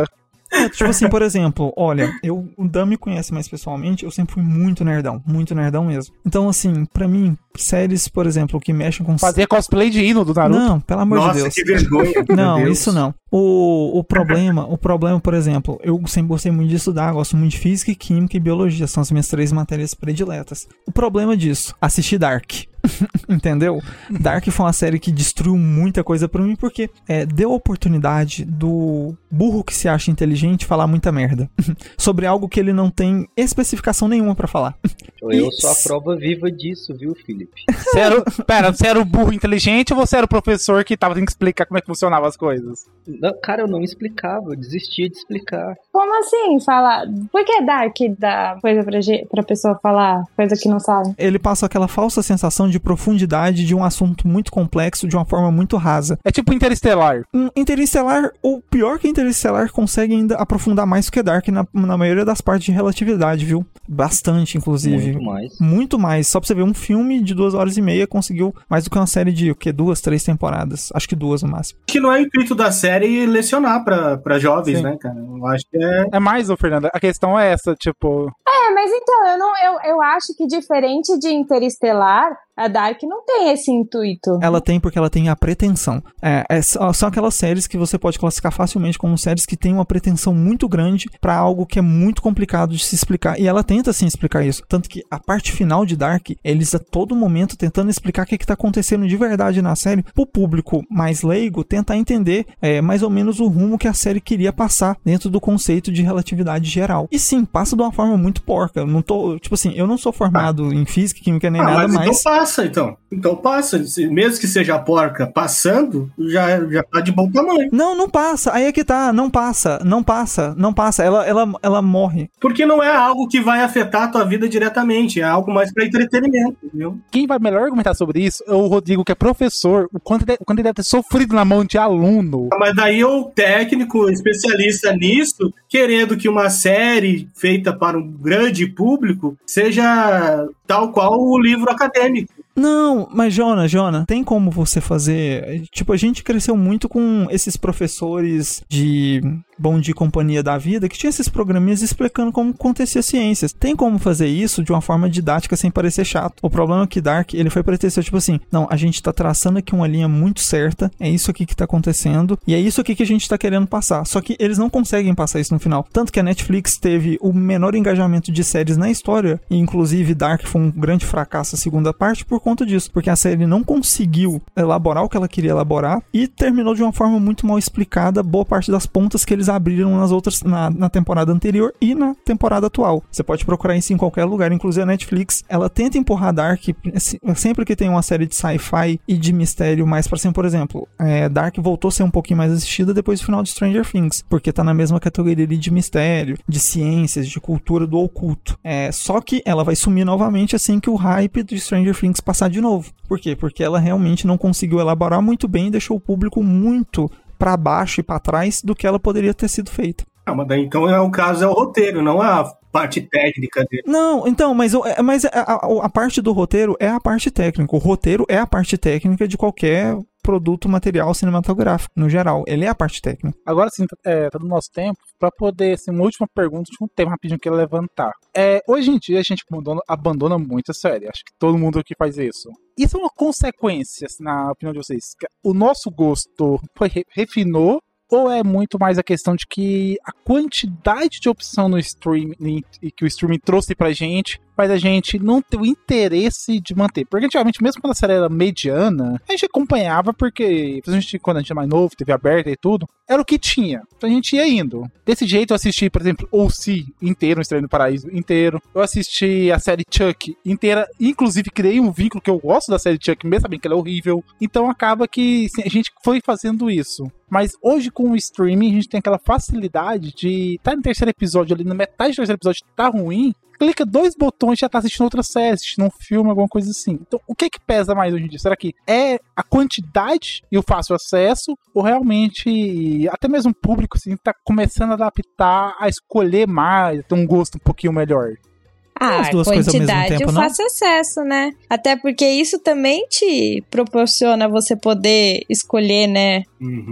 É, tipo assim, por exemplo, olha, eu, o Dan me conhece mais pessoalmente, eu sempre fui muito nerdão, muito nerdão mesmo. Então, assim, pra mim, séries, por exemplo, que mexem com... Fazer cosplay de hino do Naruto? Não, pelo amor Nossa, de Deus. que vergonha. Não, Deus. isso não. O, o problema, o problema, por exemplo, eu sempre gostei muito de estudar, gosto muito de física, química e biologia, são as minhas três matérias prediletas. O problema disso, assistir Dark. Entendeu? Dark foi uma série que destruiu muita coisa pra mim, porque é, deu a oportunidade do burro que se acha inteligente falar muita merda sobre algo que ele não tem especificação nenhuma pra falar. Eu sou a prova viva disso, viu, Felipe? Você era, pera, você era o burro inteligente ou você era o professor que tava tendo que explicar como é que funcionavam as coisas? Não, cara, eu não explicava, eu desistia de explicar. Como assim falar? Por que Dark dá coisa pra, ge- pra pessoa falar coisa que não sabe? Ele passa aquela falsa sensação de profundidade de um assunto muito complexo de uma forma muito rasa. É tipo Interestelar. Um Interestelar, ou pior que Interestelar, consegue ainda aprofundar mais do que Dark na, na maioria das partes de relatividade, viu? Bastante, inclusive. Muito mais. Muito mais. Só pra você ver, um filme de duas horas e meia conseguiu mais do que uma série de, o quê? Duas, três temporadas. Acho que duas no máximo. Que não é o intuito da série lecionar pra, pra jovens, Sim. né, cara? Eu acho que é... É mais, ô Fernanda, a questão é essa, tipo... É, mas então, eu, não, eu, eu acho que diferente de Interestelar, a Dark não tem esse intuito. Ela tem porque ela tem a pretensão. É, é, são aquelas séries que você pode classificar facilmente como séries que têm uma pretensão muito grande pra algo que é muito complicado de se explicar. E ela tenta sim explicar isso. Tanto que a parte final de Dark, eles a todo momento tentando explicar o que, que tá acontecendo de verdade na série, pro público mais leigo tentar entender é, mais ou menos o rumo que a série queria passar dentro do conceito de relatividade geral. E sim, passa de uma forma muito porca. Eu não tô, tipo assim, eu não sou formado ah. em física, química nem ah, nada, mas... mas... Então passa, então. Então passa. Mesmo que seja porca, passando, já, já tá de bom tamanho. Não, não passa. Aí é que tá. Não passa. Não passa. Não passa. Ela, ela, ela morre. Porque não é algo que vai afetar a tua vida diretamente. É algo mais pra entretenimento, entendeu? Quem vai melhor argumentar sobre isso é o Rodrigo, que é professor. O quanto ele, o quanto ele deve ter sofrido na mão de aluno. Mas daí o técnico, especialista nisso, querendo que uma série feita para um grande público seja tal qual o livro acadêmico. Não, mas Jona, Jona, tem como você fazer... Tipo, a gente cresceu muito com esses professores de Bom Dia e Companhia da Vida, que tinha esses programinhas explicando como acontecia ciências. Tem como fazer isso de uma forma didática sem parecer chato. O problema é que Dark, ele foi pretexto, tipo assim, não, a gente tá traçando aqui uma linha muito certa, é isso aqui que tá acontecendo, e é isso aqui que a gente tá querendo passar. Só que eles não conseguem passar isso no final. Tanto que a Netflix teve o menor engajamento de séries na história, e inclusive Dark foi um grande fracasso a segunda parte por conta disso, porque a série não conseguiu elaborar o que ela queria elaborar e terminou de uma forma muito mal explicada boa parte das pontas que eles abriram nas outras, na, na temporada anterior e na temporada atual. Você pode procurar isso em qualquer lugar, inclusive a Netflix, ela tenta empurrar Dark sempre que tem uma série de sci-fi e de mistério mais pra cima. Por exemplo, é, Dark voltou a ser um pouquinho mais assistida depois do final de Stranger Things, porque tá na mesma categoria ali de mistério, de ciências, de cultura do oculto. É, só que ela vai sumir novamente assim que o hype de Stranger Things passar de novo. Por quê? Porque ela realmente não conseguiu elaborar muito bem e deixou o público muito pra baixo e pra trás do que ela poderia ter sido feita. Ah, mas daí, então é o caso é o roteiro, não a parte técnica dele. Não, então, mas, mas a, a, a parte do roteiro é a parte técnica. O roteiro é a parte técnica de qualquer produto material cinematográfico, no geral. Ele é a parte técnica. Agora sim, é, tá do nosso tempo, pra poder, assim, uma última pergunta, um tema rapidinho que eu quero levantar. É, hoje em dia a gente abandona, abandona muito a série. Acho que todo mundo aqui faz isso. Isso é uma consequência, assim, na opinião de vocês. O nosso gosto foi, refinou, ou é muito mais a questão de que a quantidade de opção no streaming e que o streaming trouxe pra gente faz a gente não ter o interesse de manter? Porque antigamente, mesmo quando a série era mediana, a gente acompanhava porque, a gente, quando a gente era mais novo, T V aberta e tudo, era o que tinha. Então a gente ia indo. Desse jeito eu assisti, por exemplo, O C inteiro, O Estranho no Paraíso inteiro. Eu assisti a série Chuck inteira, inclusive criei um vínculo que eu gosto da série Chuck, mesmo sabendo que ela é horrível. Então acaba que assim, a gente foi fazendo isso. Mas hoje com o streaming a gente tem aquela facilidade de estar tá no terceiro episódio ali, na metade do terceiro episódio tá ruim, clica dois botões e já tá assistindo outra série, assistindo um filme, alguma coisa assim. Então, o que que pesa mais hoje em dia? Será que é a quantidade e o fácil acesso? Ou realmente, até mesmo o público, assim, tá começando a adaptar, a escolher mais, a ter um gosto um pouquinho melhor? Ah, As duas a coisas ao mesmo quantidade tempo, e o não? fácil acesso, né? Até porque isso também te proporciona você poder escolher, né? Uhum.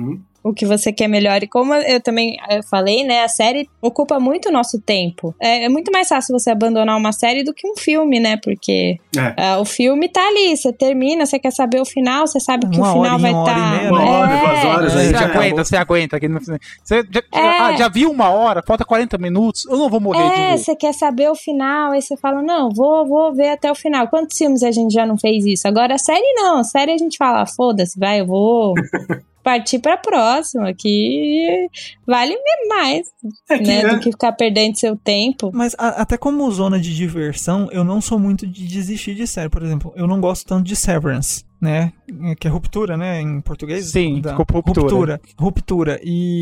o que você quer melhor. E como eu também eu falei, né, a série ocupa muito o nosso tempo. É, é muito mais fácil você abandonar uma série do que um filme, né, porque É. uh, o filme tá ali, você termina, você quer saber o final, você sabe que Uma o final horinha, vai uma hora e estar... meia, Uma né? hora, duas horas, Você aí já aguenta, acabou. você aguenta. Aqui no... Você já, É. ah, já viu uma hora, falta quarenta minutos, eu não vou morrer de É, ver. você quer saber o final, aí você fala, não, vou, vou ver até o final. Quantos filmes a gente já não fez isso? Agora a série não, a série a gente fala, foda-se, vai, eu vou partir pra próxima, que vale mais, É que, né, né? do que ficar perdendo seu tempo. Mas a- até como zona de diversão, eu não sou muito de desistir de série. Por exemplo, eu não gosto tanto de Severance, né? Que é ruptura, né? Em português? Sim, Da- ficou por ruptura. Ruptura. Ruptura.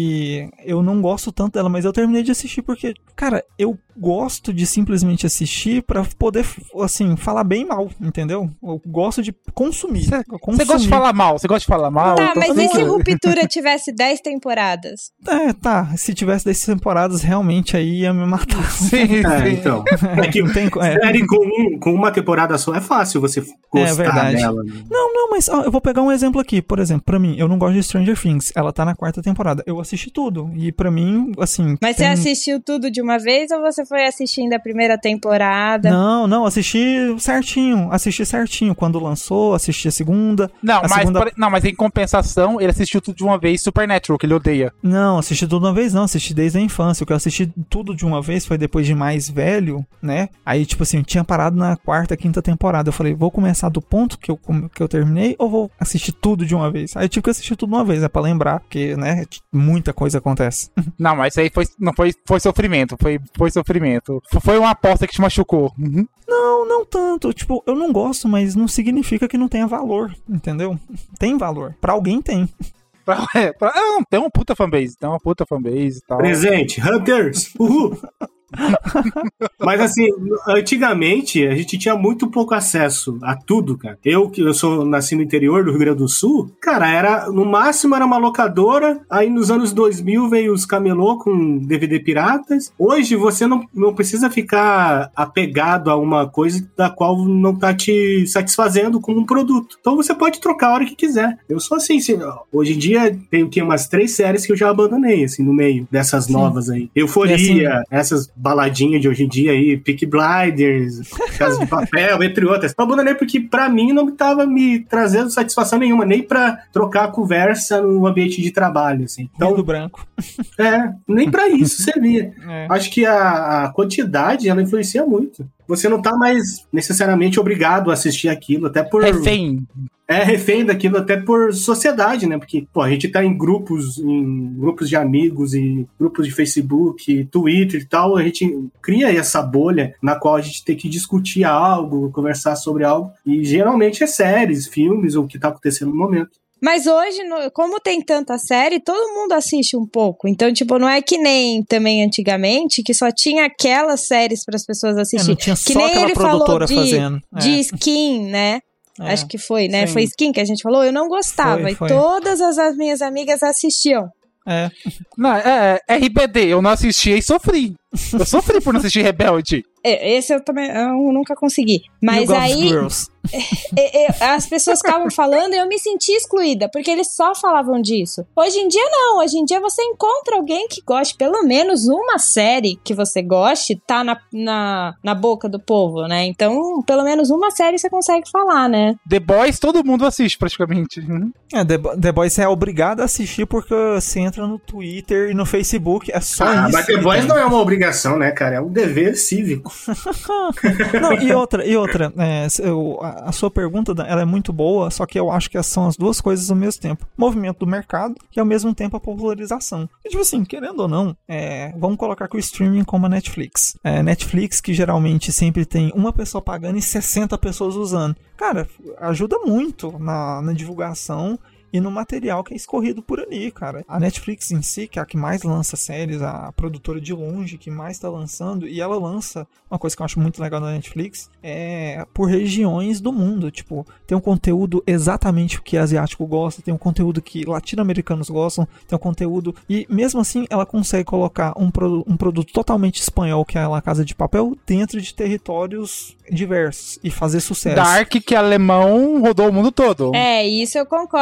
E eu não gosto tanto dela, mas eu terminei de assistir porque, cara, eu gosto de simplesmente assistir pra poder, assim, falar bem e mal, entendeu? Eu gosto de consumir. Você consumir. gosta de falar mal, você gosta de falar mal. Tá, então mas você e se não- Ruptura tivesse dez temporadas? É, tá. Se tivesse dez temporadas, realmente aí ia me matar. Sim, É, sim. então. É que Não tem co- é. série com, um- com uma temporada só é fácil você gostar verdade. dela. Né? Não, não, mas ó, eu vou pegar um exemplo aqui. Por exemplo, pra mim, eu não gosto de Stranger Things. Ela tá na quarta temporada. Eu assisti tudo. E pra mim, assim... Mas tem- você assistiu tudo de uma vez ou você foi assistindo a primeira temporada? Não, não, assisti certinho. Assisti certinho. Quando lançou, assisti a segunda. Não, A mas, segunda- por- não, mas em compensação, ele assistiu tudo de uma vez Supernatural, que ele odeia. Não, assisti tudo de uma vez, não. Assisti desde a infância. O que eu assisti tudo de uma vez foi depois de mais velho, né? Aí, tipo assim, eu tinha parado na quarta, quinta temporada. Eu falei, vou começar do ponto que eu, que eu terminei ou vou assistir tudo de uma vez? Aí eu tive que assistir tudo de uma vez, é pra lembrar, porque, né, muita coisa acontece. Não, mas isso aí foi, não foi, foi sofrimento, foi, foi sofrimento. Foi uma aposta que te machucou. Uhum. Não, não tanto. Tipo, eu não gosto, mas não significa que não tenha valor, entendeu? Tem valor. Pra alguém tem. Pra, é, pra, ah, não, tem uma puta fanbase, tem uma puta fanbase e tal. Presente, Hunters! Uhul! Mas assim, antigamente a gente tinha muito pouco acesso a tudo, cara. Eu, que eu sou nasci no interior do Rio Grande do Sul, cara, era, no máximo era uma locadora, aí nos anos dois mil veio os camelô com D V D piratas. Hoje você não, não precisa ficar apegado a uma coisa da qual não tá te satisfazendo como um produto. Então você pode trocar a hora que quiser. Eu sou assim, assim hoje em dia tem o que, umas três séries que eu já abandonei, assim, no meio dessas Sim. novas aí. Euforia, E assim, essas baladinha de hoje em dia aí, Peaky Blinders, Casa de Papel, entre outras. Eu abandonei porque pra mim não estava me trazendo satisfação nenhuma, nem pra trocar a conversa no ambiente de trabalho, assim. Então, Então, do branco. é, nem pra isso servia. É. Acho que a, a quantidade, ela influencia muito. Você não tá mais necessariamente obrigado a assistir aquilo, até por... Refém. É refém daquilo até por sociedade, né? Porque, pô, a gente tá em grupos, em grupos de amigos e grupos de Facebook, Twitter e tal, a gente cria essa bolha na qual a gente tem que discutir algo, conversar sobre algo, e geralmente é séries, filmes, ou o que tá acontecendo no momento. Mas hoje, no- como tem tanta série, todo mundo assiste um pouco. Então, tipo, não é que nem também antigamente, que só tinha aquelas séries para as pessoas É, assistirem. não tinha que só nem aquela ele falou produtora de, fazendo. É. de Skin, né? É. Acho que foi, né? Sim. Foi Skin que a gente falou. Eu não gostava. Foi, e foi. todas as, as minhas amigas assistiam. É. Não, é, é R B D, eu não assisti e sofri. Eu sofri por não assistir Rebelde. É, esse eu também eu nunca consegui. Mas You Goth aí Girls. é, é, as pessoas ficavam falando e eu me senti excluída, porque eles só falavam disso. Hoje em dia não, hoje em dia você encontra alguém que goste, pelo menos uma série que você goste, tá na, na, na boca do povo, né? Então, pelo menos uma série você consegue falar, né? The Boys todo mundo assiste praticamente. Uhum. É, The, Bo- The Boys é obrigado a assistir porque você entra no Twitter e no Facebook, é só Ah, isso. mas The que Boys tem. não é uma obrigação, né, cara? É um dever cívico. Não, e outra, e outra, é, se eu- a, a sua pergunta ela é muito boa, só que eu acho que são as duas coisas ao mesmo tempo. Movimento do mercado e ao mesmo tempo a popularização. E, tipo assim, querendo ou não, é, vamos colocar que o streaming como a Netflix. É, Netflix que geralmente sempre tem uma pessoa pagando e sessenta pessoas usando. Cara, ajuda muito na, na divulgação e no material que é escorrido por ali, cara. A Netflix em si, que é a que mais lança séries, a produtora de longe que mais tá lançando, e ela lança, uma coisa que eu acho muito legal da Netflix, é por regiões do mundo. Tipo, tem um conteúdo exatamente o que asiático gosta, tem um conteúdo que latino-americanos gostam, tem um conteúdo... E mesmo assim, ela consegue colocar um, pro, um produto totalmente espanhol, que é a La Casa de Papel, dentro de territórios diversos e fazer sucesso. Dark, que é alemão, rodou o mundo todo. É, isso eu concordo. Isso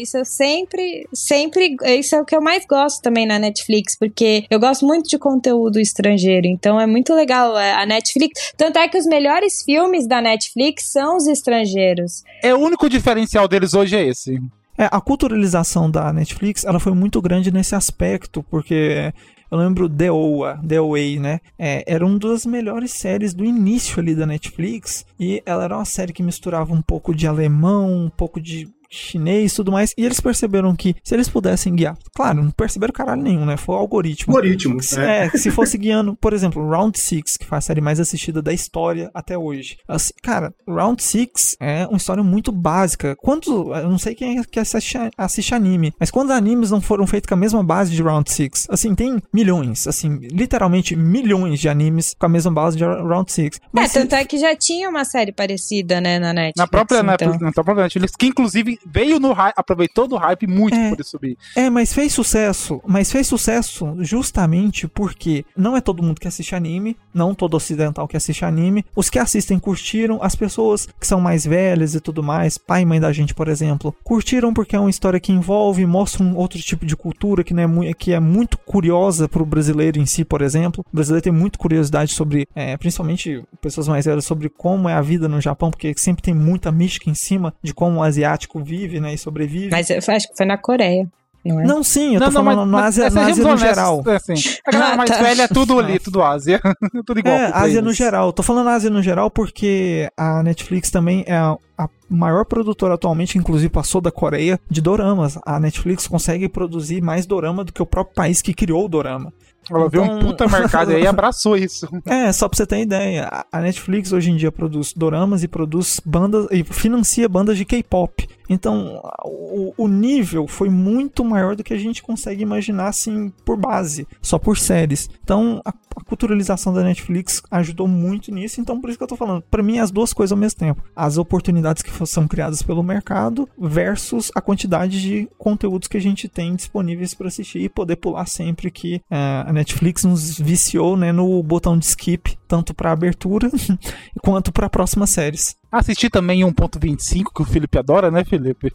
isso. Eu sempre, sempre... Isso é o que eu mais gosto também na Netflix, porque eu gosto muito de conteúdo estrangeiro, então é muito legal a Netflix. Tanto é que os melhores filmes da Netflix são os estrangeiros. É, o único diferencial deles hoje é esse. É, a culturalização da Netflix, ela foi muito grande nesse aspecto, porque... Eu lembro The O A, The O A, né? É, era uma das melhores séries do início ali da Netflix. E ela era uma série que misturava um pouco de alemão, um pouco de chinês e tudo mais. E eles perceberam que se eles pudessem guiar... Claro, não perceberam caralho nenhum, né? Foi o algoritmo. Algoritmo, é. É, se fosse guiando... Por exemplo, Round Six, que foi a série mais assistida da história até hoje. Assim, cara, Round Six é uma história muito básica. Quantos... Eu não sei quem é que assiste, assiste anime, mas quantos animes não foram feitos com a mesma base de Round Six? Assim, tem milhões, assim, literalmente milhões de animes com a mesma base de Round Six. Mas é, tanto se... é que já tinha uma série parecida, né, na Netflix. Na própria, então. na, na própria Netflix, que inclusive veio no hype, aproveitou do hype muito é, por subir. É, mas fez sucesso, mas fez sucesso justamente porque não é todo mundo que assiste anime, não todo ocidental que assiste anime, os que assistem curtiram, as pessoas que são mais velhas e tudo mais, pai e mãe da gente, por exemplo, curtiram porque é uma história que envolve, mostra um outro tipo de cultura que, não é, mu- que é muito curiosa pro brasileiro em si, por exemplo. O brasileiro tem muita curiosidade sobre, é, principalmente pessoas mais velhas, sobre como é a vida no Japão, porque sempre tem muita mística em cima de como o asiático vive, né, e sobrevive. Mas eu acho que foi na Coreia. Não, é? Não, sim, eu não, tô não, falando mas, na Ásia, na Ásia no honestos, geral. É assim. A galera ah, mais tá. velha é tudo ali, tudo Ásia. Tudo igual. É, Ásia no geral. Tô falando Ásia no geral porque a Netflix também é a, a maior produtora atualmente, inclusive passou da Coreia, de doramas. A Netflix consegue produzir mais dorama do que o próprio país que criou o dorama. Ela então... viu um puta mercado aí e abraçou isso. É, só pra você ter ideia, a Netflix hoje em dia produz doramas e produz bandas, e financia bandas de K-pop. Então, o, o nível foi muito maior do que a gente consegue imaginar, assim, por base, só por séries. Então, a, a culturalização da Netflix ajudou muito nisso, então por isso que eu tô falando. Pra mim, as duas coisas ao mesmo tempo. As oportunidades que são criadas pelo mercado versus a quantidade de conteúdos que a gente tem disponíveis pra assistir e poder pular sempre que uh, a Netflix nos viciou, né, no botão de skip, tanto pra abertura quanto pra próximas séries. Assisti também um ponto vinte e cinco, que o Felipe adora, né, Felipe?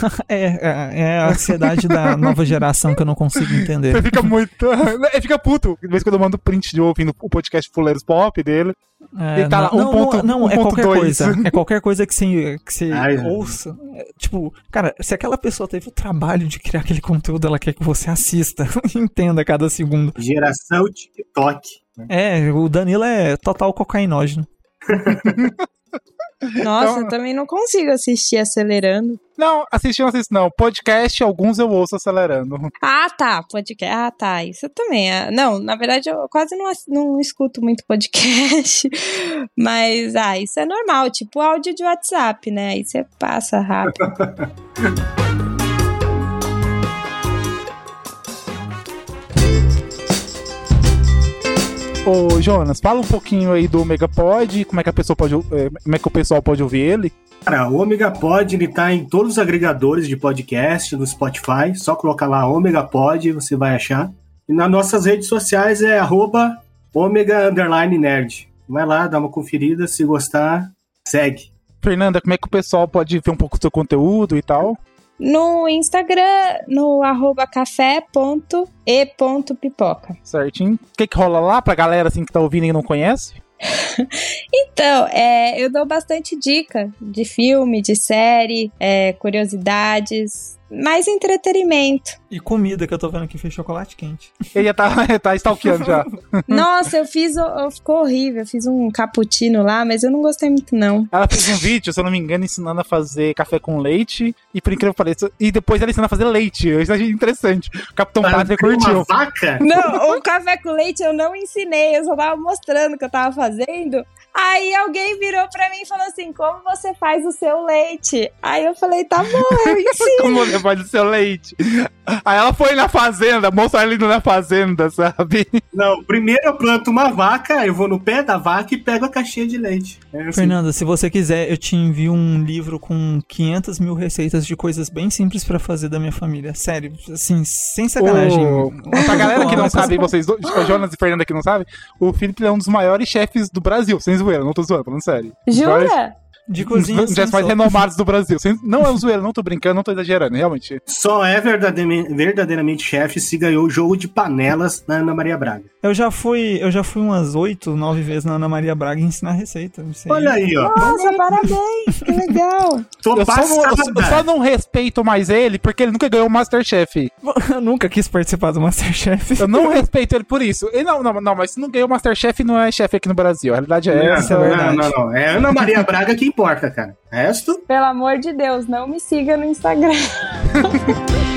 é, é, é a ansiedade da nova geração que eu não consigo entender. Você fica muito... Ele fica puto. De vez em quando eu mando print de ouvindo o podcast Fuleiros Pop dele. É, ele tá lá, não, um ponto, não, não um é ponto qualquer dois. coisa. É qualquer coisa que você, que você Ai, ouça. É, tipo, cara, se aquela pessoa teve o trabalho de criar aquele conteúdo, ela quer que você assista. Entenda cada segundo. Geração TikTok. É, o Danilo é total cocainógeno. Nossa, então, eu também não consigo assistir acelerando. Não, assistir não assisto não. Podcast, alguns eu ouço acelerando. Ah, tá, podcast. Ah, tá, isso também. É... Não, na verdade eu quase não, não escuto muito podcast, mas, ah, isso é normal, tipo áudio de WhatsApp, né? Aí você passa rápido. Ô, Jonas, fala um pouquinho aí do Omegapod, como é que a pessoa pode, como é que o pessoal pode ouvir ele? Cara, o Omegapod, ele tá em todos os agregadores de podcast, no Spotify, só colocar lá Omegapod, você vai achar. E nas nossas redes sociais é arroba Omega underline nerd. Vai lá, dá uma conferida, se gostar, segue. Fernanda, como é que o pessoal pode ver um pouco do seu conteúdo e tal? No Instagram, no arroba café ponto e ponto pipoca. Certinho. O que que rola lá pra galera assim que tá ouvindo e não conhece? Então, é, eu dou bastante dica de filme, de série, é, curiosidades, mais entretenimento. E comida, que eu tô vendo que fez chocolate quente. Ele já tá, tá stalkeando já. Nossa, eu fiz, ficou horrível, eu fiz um cappuccino lá, mas eu não gostei muito não. Ela fez um vídeo, se eu não me engano, ensinando a fazer café com leite, e por incrível que pareça, e depois ela ensina a fazer leite. Isso eu achei interessante. O Capitão Pátria curtiu. Uma vaca? Não, o café com leite eu não ensinei, eu só tava mostrando o que eu tava fazendo. Aí alguém virou pra mim e falou assim, como você faz o seu leite? Aí eu falei, tá bom, eu ensino. Como você faz o seu leite? Aí ela foi na fazenda, mostra ela indo na fazenda, sabe? Não, primeiro eu planto uma vaca, eu vou no pé da vaca e pego a caixinha de leite. É assim. Fernanda, se você quiser, eu te envio um livro com quinhentas mil receitas de coisas bem simples pra fazer da minha família. Sério, assim, sem sacanagem. O... Pra galera que não sabe, vocês dois, Jonas e Fernanda que não sabem, o Felipe é um dos maiores chefes do Brasil, sem zoeira, não tô zoando, falando sério. Jura? De cozinha. Um dos chefes mais renomados do Brasil. Não é um zoeiro, não tô brincando, não tô exagerando, realmente. Só é verdadeiramente, verdadeiramente chefe se ganhou o jogo de panelas na Ana Maria Braga. Eu já fui, eu já fui umas oito, nove vezes na Ana Maria Braga ensinar receita. Olha aí, ó. Nossa, parabéns, que legal. Tô eu, só não, eu, eu só não respeito mais ele porque ele nunca ganhou o Masterchef. Eu nunca quis participar do Masterchef. Eu não respeito ele por isso. Ele não, não, não, mas se não ganhou o Masterchef, não é chefe aqui no Brasil. A realidade é não, essa. Não, é verdade. não, não. É Ana Maria Braga que importa, cara. Resto? Pelo amor de Deus, não me siga no Instagram.